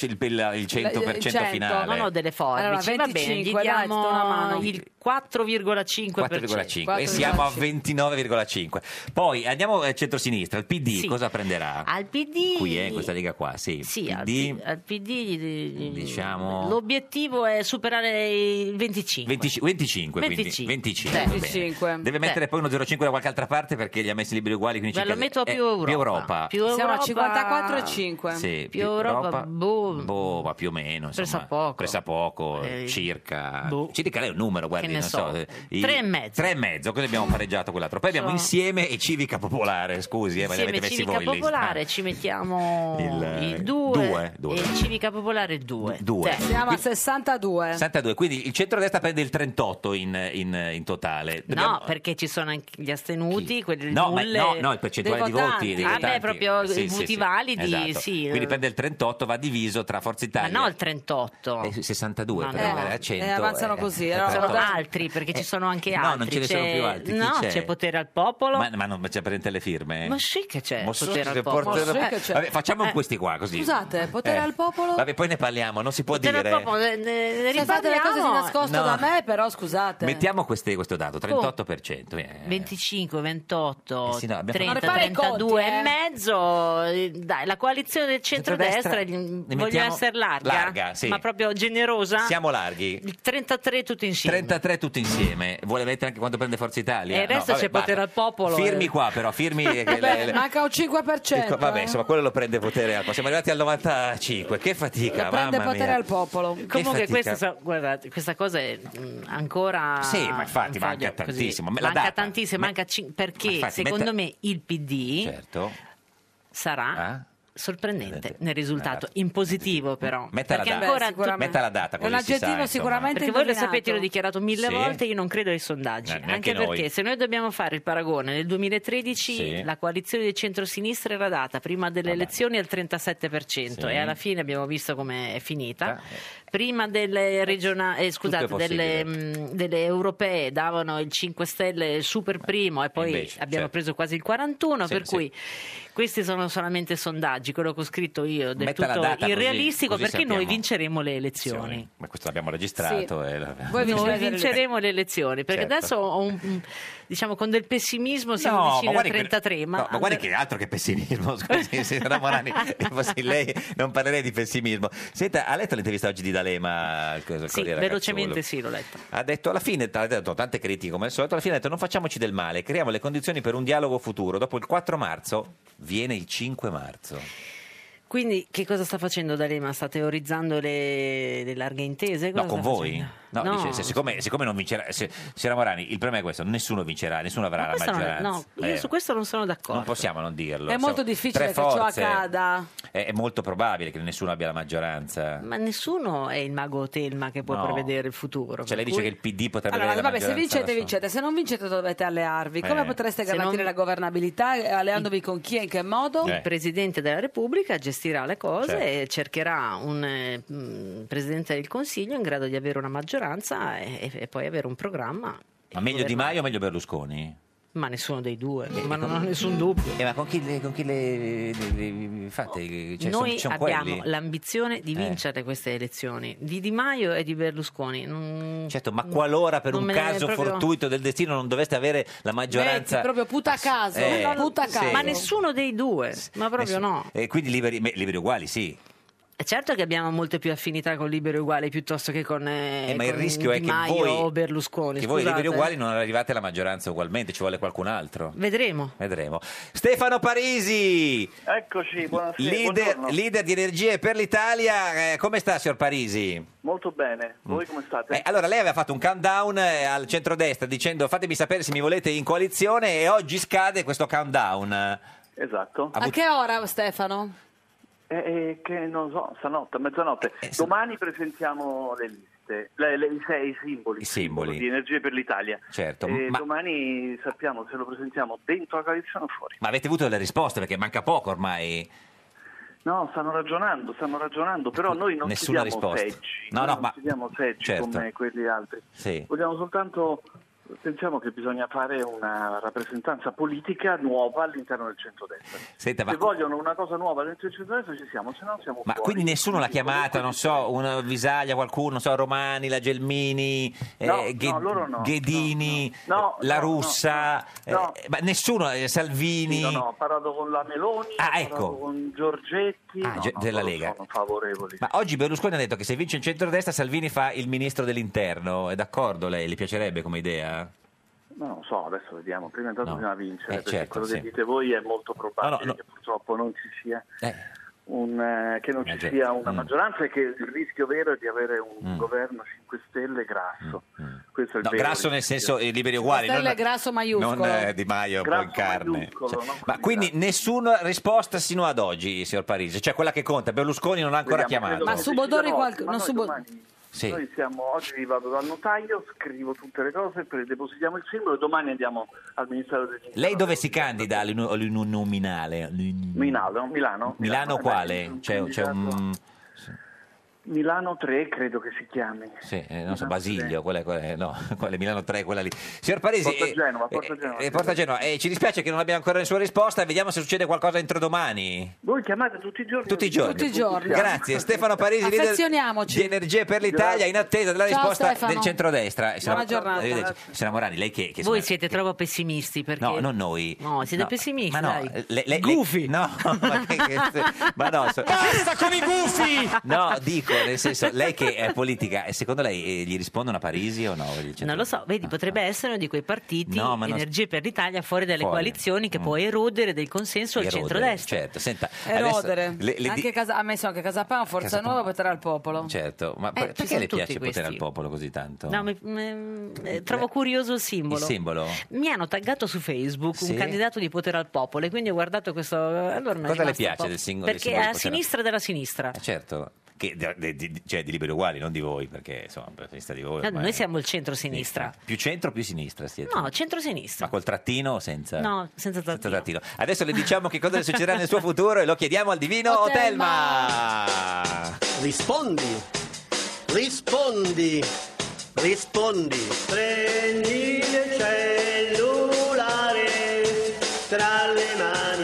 Speaker 3: 100% finale.
Speaker 9: Non ho delle forbici,
Speaker 2: Allora,
Speaker 9: va bene, gli
Speaker 2: 25, dai, ti do una mano.
Speaker 9: diamo il 4,5%.
Speaker 3: 4,5 e siamo a 29,5. Poi andiamo al centro-sinistra. Il PD
Speaker 9: Sì.
Speaker 3: cosa prenderà?
Speaker 9: Al PD...
Speaker 3: Qui, in questa liga qua, sì.
Speaker 9: Sì, al PD
Speaker 3: diciamo...
Speaker 9: l'obiettivo è superare il 25.
Speaker 3: 25, quindi
Speaker 9: 25.
Speaker 3: 25. va bene.
Speaker 2: 25.
Speaker 3: Deve mettere poi uno 0,5 da qualche altra parte perché li ha messi liberi uguali. Quindi
Speaker 9: Beh,
Speaker 3: ci
Speaker 9: lo metto a più Europa.
Speaker 3: Più Europa.
Speaker 9: Più
Speaker 2: Siamo a
Speaker 9: Europa-
Speaker 2: 54,5.
Speaker 3: Sì,
Speaker 9: più Europa, boh.
Speaker 3: ma più o meno. Insomma,
Speaker 9: Pressa poco.
Speaker 3: Circa.
Speaker 9: Boh.
Speaker 3: Ci dica lei un numero, guardi.
Speaker 9: Che ne
Speaker 3: non
Speaker 9: so.
Speaker 3: so.
Speaker 9: 3,5.
Speaker 3: Così abbiamo pareggiato quell'altro. Poi abbiamo Insieme e Civica Popolare. Scusi, ma li
Speaker 9: Insieme
Speaker 3: avete messi
Speaker 9: Civica
Speaker 3: voi lì.
Speaker 9: Popolare ci mettiamo il 2 e Civica Popolare 2.
Speaker 3: Due.
Speaker 2: Siamo a 62.
Speaker 3: 62, quindi il centrodestra prende il 38 in totale.
Speaker 9: No, perché ci sono anche gli astenuti, quelli
Speaker 3: No, ma-
Speaker 9: nulle...
Speaker 3: no, il percentuale
Speaker 2: dei
Speaker 3: di voti.
Speaker 2: votanti.
Speaker 3: dei
Speaker 9: Ah,
Speaker 3: votanti.
Speaker 9: beh, proprio
Speaker 3: Sì,
Speaker 9: i
Speaker 3: sì,
Speaker 9: voti
Speaker 3: sì.
Speaker 9: validi,
Speaker 3: Esatto.
Speaker 9: sì.
Speaker 3: Quindi prende il 38, va diviso tra Forza
Speaker 9: Ma
Speaker 3: Italia.
Speaker 9: no, il 38.
Speaker 3: 62
Speaker 9: No,
Speaker 3: per
Speaker 9: no.
Speaker 3: arrivare a 100.
Speaker 2: avanzano così,
Speaker 3: è
Speaker 2: allora,
Speaker 9: Sono
Speaker 3: 38.
Speaker 9: altri, perché ci sono anche
Speaker 3: no,
Speaker 9: altri.
Speaker 3: non ce ne sono più altri. Chi
Speaker 9: No,
Speaker 3: c'è?
Speaker 9: c'è Potere al Popolo.
Speaker 3: Ma non c'è presente le firme?
Speaker 9: Ma sì che c'è
Speaker 3: Ma sì,
Speaker 9: Potere
Speaker 3: se
Speaker 9: al Popolo.
Speaker 3: porterà-
Speaker 2: Ma sì che c'è.
Speaker 3: Vabbè, facciamo questi qua così.
Speaker 2: Scusate, Potere al Popolo?
Speaker 3: Vabbè, poi ne parliamo, non si può
Speaker 9: Potere
Speaker 3: dire.
Speaker 9: al Popolo, ne
Speaker 2: Se fate le cose di
Speaker 9: riparliamo.
Speaker 2: nascosto
Speaker 3: No.
Speaker 2: da me, però scusate.
Speaker 3: Mettiamo questo dato, 38%.
Speaker 9: 25, 28,
Speaker 3: sì, no, abbiamo
Speaker 9: 30,
Speaker 2: fatto- Non fare i
Speaker 9: 32
Speaker 2: conti,
Speaker 9: e mezzo. Dai, la coalizione del centrodestra
Speaker 3: Ne
Speaker 9: voglio
Speaker 3: mettiamo-
Speaker 9: essere larga,
Speaker 3: larga, sì.
Speaker 9: ma proprio generosa.
Speaker 3: Siamo larghi.
Speaker 9: Il 33 tutto insieme.
Speaker 3: 33 tutti insieme. Vuole mettere anche quanto prende Forza Italia?
Speaker 9: E il resto c'è Potere al Popolo.
Speaker 3: Firmi qua, però, firmi.
Speaker 2: Beh, manca un 5%.
Speaker 3: Vabbè,
Speaker 2: eh.
Speaker 3: insomma, quello lo prende Potere al Popolo. Siamo arrivati al 95. Che fatica,
Speaker 2: Lo prende
Speaker 3: mamma
Speaker 2: Potere
Speaker 3: mia.
Speaker 2: al Popolo.
Speaker 9: Comunque
Speaker 3: fatica.
Speaker 9: guardate, questa cosa è ancora
Speaker 3: Sì, ma infatti
Speaker 9: un
Speaker 3: manca
Speaker 9: foglio così.
Speaker 3: tantissimo. La
Speaker 9: Manca
Speaker 3: data.
Speaker 9: tantissimo, perché
Speaker 3: infatti,
Speaker 9: secondo me il PD
Speaker 3: Certo.
Speaker 9: sarà
Speaker 3: Ah?
Speaker 9: sorprendente nel risultato, in positivo però.
Speaker 3: Metta la
Speaker 9: Perché
Speaker 3: data.
Speaker 9: ancora
Speaker 2: sicuramente.
Speaker 3: Metta la data,
Speaker 2: È un
Speaker 3: così si sa,
Speaker 2: aggettivo
Speaker 3: insomma.
Speaker 2: sicuramente
Speaker 9: perché voi lo
Speaker 2: indovinato.
Speaker 9: sapete, l'ho dichiarato 1000
Speaker 3: Sì.
Speaker 9: volte, io non credo ai sondaggi,
Speaker 3: Neanche
Speaker 9: anche
Speaker 3: noi.
Speaker 9: perché se noi dobbiamo fare il paragone, nel 2013
Speaker 3: Sì.
Speaker 9: la coalizione di centrosinistra era data prima delle elezioni al 37%
Speaker 3: Sì.
Speaker 9: e alla fine abbiamo visto come è finita.
Speaker 3: Ah,
Speaker 9: Prima delle regionali, scusate,
Speaker 3: Tutto è possibile.
Speaker 9: delle europee davano il 5 Stelle super primo e poi
Speaker 3: invece,
Speaker 9: abbiamo
Speaker 3: certo.
Speaker 9: preso quasi il 41,
Speaker 3: Sì,
Speaker 9: per
Speaker 3: sì.
Speaker 9: cui questi sono solamente sondaggi, quello che ho scritto io, del
Speaker 3: Metta la
Speaker 9: tutto
Speaker 3: data
Speaker 9: irrealistico,
Speaker 3: così
Speaker 9: perché noi
Speaker 3: sappiamo.
Speaker 9: vinceremo le elezioni.
Speaker 3: Ma questo l'abbiamo registrato.
Speaker 2: Sì.
Speaker 3: e
Speaker 2: Voi
Speaker 9: Noi
Speaker 2: vincerete
Speaker 9: vinceremo le elezioni, perché
Speaker 3: Certo.
Speaker 9: adesso ho diciamo con del pessimismo siamo
Speaker 3: No,
Speaker 9: vicini al
Speaker 3: guardi che-
Speaker 9: 33,
Speaker 3: no, ma guardi che altro che pessimismo, scusi, signora Morani, fossi lei non parlerei di pessimismo. Senta, ha letto l'intervista oggi di D'Alema al
Speaker 9: sì,
Speaker 3: Corriere
Speaker 9: velocemente
Speaker 3: Cazzuolo?
Speaker 9: sì, l'ho letta.
Speaker 3: Ha detto alla fine, ha detto tante critiche come al solito, alla fine ha detto non facciamoci del male, creiamo le condizioni per un dialogo futuro. Dopo il 4 marzo viene il 5 marzo.
Speaker 9: Quindi che cosa sta facendo D'Alema? Sta teorizzando le larghe intese?
Speaker 3: No,
Speaker 9: Cosa
Speaker 3: con
Speaker 9: sta
Speaker 3: voi?
Speaker 9: facendo?
Speaker 3: No, dice, siccome non vincerà, signora Morani, il problema è questo, nessuno vincerà, nessuno avrà
Speaker 9: Ma
Speaker 3: la
Speaker 9: questo non è-
Speaker 3: maggioranza.
Speaker 9: no, io su questo non sono d'accordo.
Speaker 3: Non possiamo non dirlo.
Speaker 2: È molto
Speaker 3: Siamo
Speaker 2: difficile
Speaker 3: tre
Speaker 2: che ciò
Speaker 3: forze.
Speaker 2: accada.
Speaker 3: È molto probabile che nessuno abbia la maggioranza.
Speaker 9: Ma nessuno è il mago Telma che può
Speaker 3: No.
Speaker 9: prevedere il futuro.
Speaker 3: Cioè lei
Speaker 9: per
Speaker 3: dice
Speaker 9: cui-
Speaker 3: che il PD potrebbe
Speaker 2: Allora,
Speaker 3: avere la
Speaker 2: vabbè, se
Speaker 3: maggioranza
Speaker 2: vincete,
Speaker 3: da
Speaker 2: vincete. Se non vincete, dovete allearvi. Come potreste
Speaker 9: Se
Speaker 2: garantire
Speaker 9: non-
Speaker 2: la governabilità? Alleandovi con chi e in che modo?
Speaker 9: Il Presidente della Repubblica gestirà le cose
Speaker 3: Certo.
Speaker 9: e cercherà un Presidente del Consiglio in grado di avere una maggioranza e poi avere un programma.
Speaker 3: Ma meglio Di Maio o meglio Berlusconi?
Speaker 9: Ma nessuno dei due, ma non ho nessun dubbio.
Speaker 3: Ma con chi le fate? Cioè,
Speaker 9: Noi
Speaker 3: sono
Speaker 9: abbiamo
Speaker 3: quelli?
Speaker 9: l'ambizione di vincere queste elezioni, di Di Maio e di Berlusconi.
Speaker 3: Certo, ma qualora per
Speaker 9: non
Speaker 3: un
Speaker 9: me ne
Speaker 3: caso
Speaker 9: proprio-
Speaker 3: fortuito del destino non doveste avere la maggioranza...
Speaker 2: Metti proprio puta a caso. Puta a
Speaker 3: sì.
Speaker 2: caso.
Speaker 9: Ma nessuno dei due, ma proprio no.
Speaker 3: E quindi liberi uguali, sì.
Speaker 9: È certo che abbiamo molte più affinità con Libero e Uguale piuttosto che con,
Speaker 3: ma il
Speaker 9: con
Speaker 3: rischio è
Speaker 9: Di
Speaker 3: che
Speaker 9: Maio
Speaker 3: voi,
Speaker 9: o Berlusconi.
Speaker 3: che voi
Speaker 9: scusate.
Speaker 3: liberi uguali non arrivate alla maggioranza ugualmente, ci vuole qualcun altro.
Speaker 9: Vedremo.
Speaker 3: Stefano Parisi,
Speaker 16: Eccoci, buonasera.
Speaker 3: leader,
Speaker 16: buongiorno.
Speaker 3: leader di Energie per l'Italia. Come sta, signor Parisi?
Speaker 16: Molto bene, voi come state?
Speaker 3: Allora, lei aveva fatto un countdown al centrodestra dicendo fatemi sapere se mi volete in coalizione e oggi scade questo countdown.
Speaker 16: Esatto.
Speaker 2: A che ora, Stefano?
Speaker 16: Che non so, stanotte, a mezzanotte. Domani presentiamo le liste, i simboli di Energie per l'Italia.
Speaker 3: Certo,
Speaker 16: domani sappiamo se lo presentiamo dentro la coalizione o fuori.
Speaker 3: Ma avete avuto delle risposte? Perché manca poco ormai.
Speaker 16: No, stanno ragionando, però noi non
Speaker 3: Nessuna
Speaker 16: chiediamo
Speaker 3: risposta.
Speaker 16: seggi,
Speaker 3: Non
Speaker 16: chiediamo seggi
Speaker 3: certo.
Speaker 16: come quelli altri.
Speaker 3: Sì.
Speaker 16: Vogliamo soltanto, pensiamo che bisogna fare una rappresentanza politica nuova all'interno del centrodestra.
Speaker 3: Senta,
Speaker 16: se vogliono una cosa nuova all'interno del centrodestra ci siamo, se no siamo
Speaker 3: Ma
Speaker 16: fuori.
Speaker 3: quindi nessuno l'ha chiamata, non so, una Visaglia, qualcuno, non so, Romani, la Gelmini,
Speaker 16: loro no.
Speaker 3: Ghedini,
Speaker 16: No,
Speaker 3: la Russa,
Speaker 16: no.
Speaker 3: ma nessuno, Salvini.
Speaker 16: No, ho parlato con la Meloni, ho parlato con Giorgetti,
Speaker 3: della Lega.
Speaker 16: sono favorevoli.
Speaker 3: Ma oggi Berlusconi ha detto che se vince il centrodestra Salvini fa il ministro dell'interno, è d'accordo lei? Le piacerebbe come idea?
Speaker 16: No, non so, adesso vediamo, prima intanto bisogna vincere, perché
Speaker 3: certo,
Speaker 16: quello che
Speaker 3: sì.
Speaker 16: dite voi è molto probabile che purtroppo non ci sia sia una maggioranza e che il rischio vero è di avere un governo 5 Stelle grasso. Questo è il vero
Speaker 3: Grasso nel senso liberi e uguali,
Speaker 2: Stelle grasso maiuscolo.
Speaker 3: non Di Maio un po' in carne. Ma quindi nessuna risposta sino ad oggi, signor Parisi, cioè quella che conta, Berlusconi non ha ancora chiamato.
Speaker 2: Ma Subodori
Speaker 16: Sì. Noi oggi vado dal notaio, scrivo tutte le cose, depositiamo il simbolo e domani andiamo al Ministero dell'Interno.
Speaker 3: Lei dove si candida all'uninominale?
Speaker 16: Milano.
Speaker 3: Milano quale? C'è un...
Speaker 16: Milano 3 credo che si chiami.
Speaker 3: Sì, non so, Basilio, quella Milano 3, quella lì. Signor Parisi, Porta Genova. Ci dispiace che non abbiamo ancora nessuna risposta, vediamo se succede qualcosa entro domani.
Speaker 16: Voi chiamate tutti i giorni?
Speaker 3: Tutti i giorni. Grazie. Stefano Parisi, leader di Energie per l'Italia, in attesa della risposta del centrodestra.
Speaker 2: Buona giornata.
Speaker 3: Signora Morani, lei che
Speaker 9: voi siete troppo pessimisti perché...
Speaker 3: No, non noi.
Speaker 9: No, siete pessimisti,
Speaker 3: ma no,
Speaker 9: dai.
Speaker 3: Gufi! No, ma no.
Speaker 1: Basta con i gufi!
Speaker 3: No, dico, nel senso, lei che è politica, secondo lei gli rispondono a Parisi o no?
Speaker 9: Non lo so, vedi, potrebbe essere uno di quei partiti, Energie per l'Italia, fuori dalle coalizioni, che può erodere del consenso al centrodestra.
Speaker 3: Certo, senta,
Speaker 2: erodere. Ha messo anche Casapano, Forza Nuova, potere al popolo.
Speaker 3: Certo, ma perché le piace potere al popolo così tanto?
Speaker 9: No, trovo curioso il simbolo.
Speaker 3: Il simbolo?
Speaker 9: Mi hanno taggato su Facebook un candidato di potere al popolo e quindi ho guardato questo... Allora
Speaker 3: cosa le piace del simbolo?
Speaker 9: Perché è a sinistra della sinistra.
Speaker 3: Certo. Cioè di liberi uguali, non di voi, perché insomma per sinistra di voi
Speaker 9: noi siamo il centro-sinistra.
Speaker 3: Più centro o più sinistra siete?
Speaker 9: No, centro-sinistra.
Speaker 3: Ma col trattino o senza?
Speaker 9: No, senza trattino.
Speaker 3: Adesso le diciamo che cosa le succederà nel suo futuro e lo chiediamo al divino Otelma.
Speaker 17: Rispondi. Prendi il cellulare tra le mani.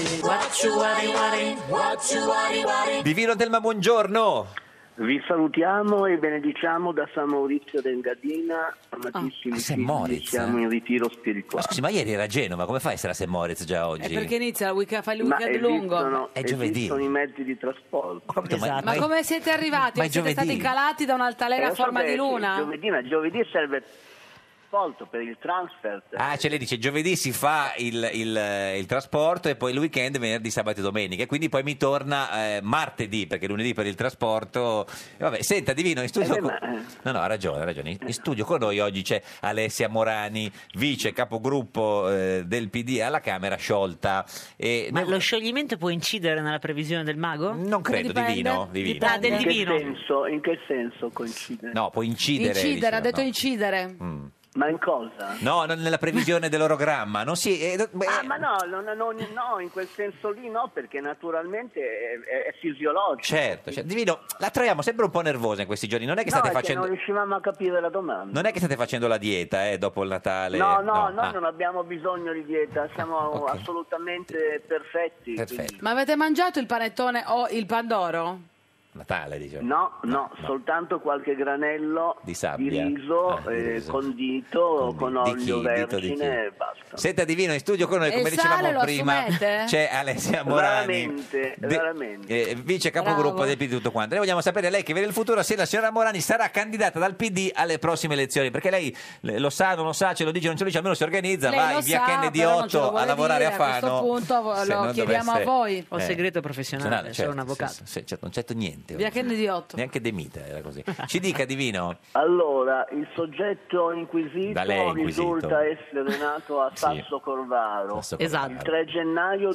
Speaker 3: Divino Otelma, buongiorno.
Speaker 18: Vi salutiamo e benediciamo da San Maurizio d'Engadina, amatissimi figli, siamo in ritiro spirituale.
Speaker 3: Ma scusi, ma ieri era a Genova, come fa a essere a St. Moritz già oggi?
Speaker 2: Perché inizia il weekend lungo.
Speaker 3: È giovedì.
Speaker 18: Esistono i mezzi di trasporto.
Speaker 2: Ma come siete arrivati? Siete stati calati da un'altalena a forma di luna?
Speaker 18: Giovedì serve per il transfer.
Speaker 3: Cioè lei dice giovedì si fa il trasporto e poi il weekend venerdì, sabato e domenica e quindi poi mi torna martedì perché lunedì per il trasporto. Vabbè, senta Divino, in studio no, ha ragione. In studio con noi oggi c'è Alessia Morani, vice capogruppo del PD alla Camera, sciolta.
Speaker 9: Ma lo scioglimento può incidere nella previsione del mago?
Speaker 3: Non credo. Divino.
Speaker 9: Del Divino.
Speaker 18: In che senso coincidere?
Speaker 3: No, può incidere.
Speaker 2: Ha detto incidere.
Speaker 18: Ma in cosa?
Speaker 3: No, nella previsione dell'orogramma. Non si,
Speaker 18: ma no, in quel senso lì no, perché naturalmente è fisiologico.
Speaker 3: Certo. Divino, la troviamo sempre un po' nervosa in questi giorni. Non è che state facendo...
Speaker 18: non riuscivamo a capire la domanda.
Speaker 3: Non è che state facendo la dieta dopo il Natale?
Speaker 18: No, noi non abbiamo bisogno di dieta, siamo assolutamente perfetti.
Speaker 2: Ma avete mangiato il panettone o il pandoro?
Speaker 3: Natale, diciamo.
Speaker 18: No, soltanto qualche granello
Speaker 3: di sabbia,
Speaker 18: di riso, condito con olio vergine e basta.
Speaker 3: Senta Divino, in studio con noi, come dicevamo prima, c'è Alessia Morani,
Speaker 18: veramente.
Speaker 3: vice capogruppo del PD, tutto quanto. Noi vogliamo sapere, lei che vede il futuro, se la signora Morani sarà candidata dal PD alle prossime elezioni, perché lei lo sa, non lo sa, ce lo dice, non ce lo dice, almeno si organizza, va in via Kennedy 8 a lavorare a Fano.
Speaker 2: A questo punto lo chiediamo a voi.
Speaker 9: Ho segreto professionale, sono un avvocato.
Speaker 3: Non c'è niente. niente.
Speaker 2: Via Kennedy 8.
Speaker 3: Neanche De Mita era così. Ci dica, Divino.
Speaker 18: Allora, il soggetto inquisito risulta essere nato a Sasso Corvaro,
Speaker 9: Esatto.
Speaker 18: il 3 gennaio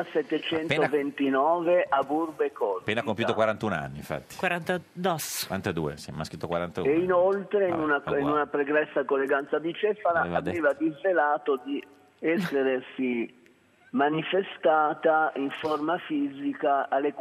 Speaker 18: 2729 a Burbe Corsica.
Speaker 3: Appena compiuto 41 anni, infatti.
Speaker 9: 42,
Speaker 3: sì, ma ha scritto 41.
Speaker 18: E inoltre in una pregressa colleganza di Cefala aveva disvelato di essersi manifestata in forma fisica alle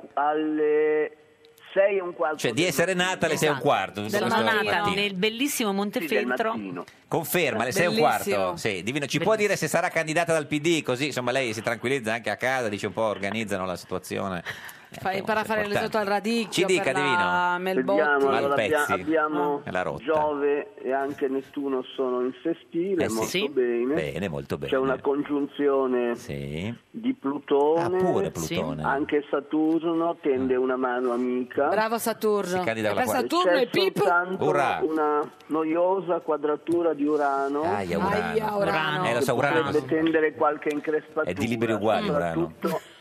Speaker 18: 6:15.
Speaker 3: Cioè di essere nata alle 6:15.
Speaker 9: Nata nel bellissimo Montefeltro.
Speaker 3: Conferma, alle 6:15. Sì, Divino, ci può dire se sarà candidata dal PD? Così insomma lei si tranquillizza anche a casa, dice un po' organizzano la situazione.
Speaker 2: Impara a fare l'esatto al radicchio.
Speaker 3: Ci dica, Divino.
Speaker 18: Abbiamo Giove e anche Nettuno sono in sestile, molto bene.
Speaker 3: Bene, molto bene.
Speaker 18: C'è una congiunzione di Plutone.
Speaker 3: Pure Plutone.
Speaker 18: Anche Saturno tende una mano amica.
Speaker 2: Bravo Saturno.
Speaker 3: Si candida
Speaker 2: per Saturno e Pip.
Speaker 18: Una noiosa quadratura di Urano.
Speaker 2: Urano.
Speaker 3: Lo so, Urano
Speaker 18: potrebbe tendere qualche increspatura.
Speaker 3: È di liberi uguali Urano.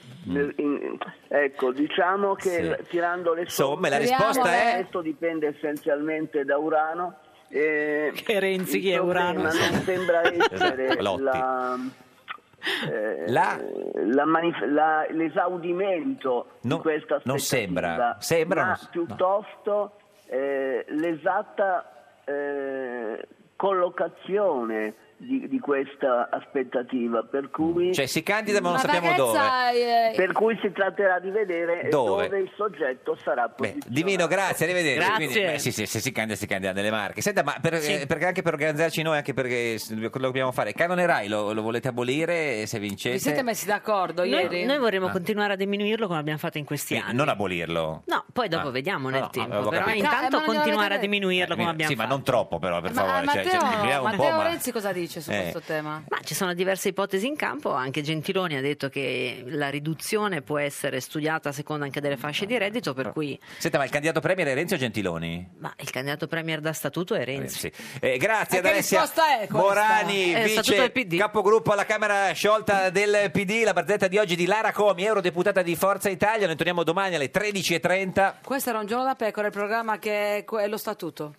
Speaker 18: Ecco, diciamo che tirando le somme
Speaker 3: la risposta è
Speaker 18: questo dipende essenzialmente da Urano.
Speaker 9: Che Renzi che è Urano
Speaker 18: non sembra essere l'esaudimento di questa aspettativa,
Speaker 3: non sembra
Speaker 18: ma piuttosto l'esatta collocazione di questa aspettativa, per cui
Speaker 3: cioè si candida ma non sappiamo dove,
Speaker 18: per cui si tratterà di vedere dove il soggetto sarà posizionato.
Speaker 3: Divino, grazie, arrivederci.
Speaker 9: Grazie.
Speaker 3: Quindi, se si candida nelle Marche. Senta, ma perché anche per organizzarci noi, anche perché quello che dobbiamo fare, canone Rai lo volete abolire se vincete?
Speaker 2: Vi siete messi d'accordo ieri?
Speaker 9: Noi vorremmo continuare a diminuirlo come abbiamo fatto in questi anni.
Speaker 3: Non abolirlo?
Speaker 9: No, poi dopo vediamo nel tempo, però intanto continuare a diminuirlo come abbiamo fatto.
Speaker 3: Sì, ma non troppo però, per favore.
Speaker 2: Matteo Renzi cosa dice su questo tema?
Speaker 9: Ma ci sono diverse ipotesi in campo, anche Gentiloni ha detto che la riduzione può essere studiata a seconda anche delle fasce di reddito, per cui...
Speaker 3: Senta, ma il candidato premier è Renzi o Gentiloni?
Speaker 9: Ma il candidato premier da statuto è Renzi.
Speaker 3: Grazie ad Alessia Morani, vice capogruppo alla Camera sciolta del PD. La barzelletta di oggi di Lara Comi, eurodeputata di Forza Italia. Noi torniamo domani alle 13:30.
Speaker 2: Questo era Un giorno da pecora, il programma che è lo statuto.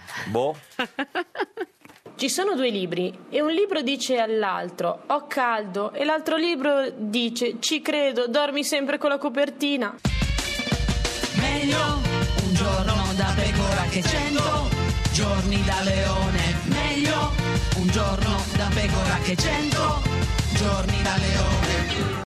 Speaker 19: Ci sono due libri e un libro dice all'altro ho caldo e l'altro libro dice ci credo, dormi sempre con la copertina.
Speaker 20: Meglio un giorno da pecora che 100 giorni da leone. Meglio un giorno da pecora che 100 giorni da leone.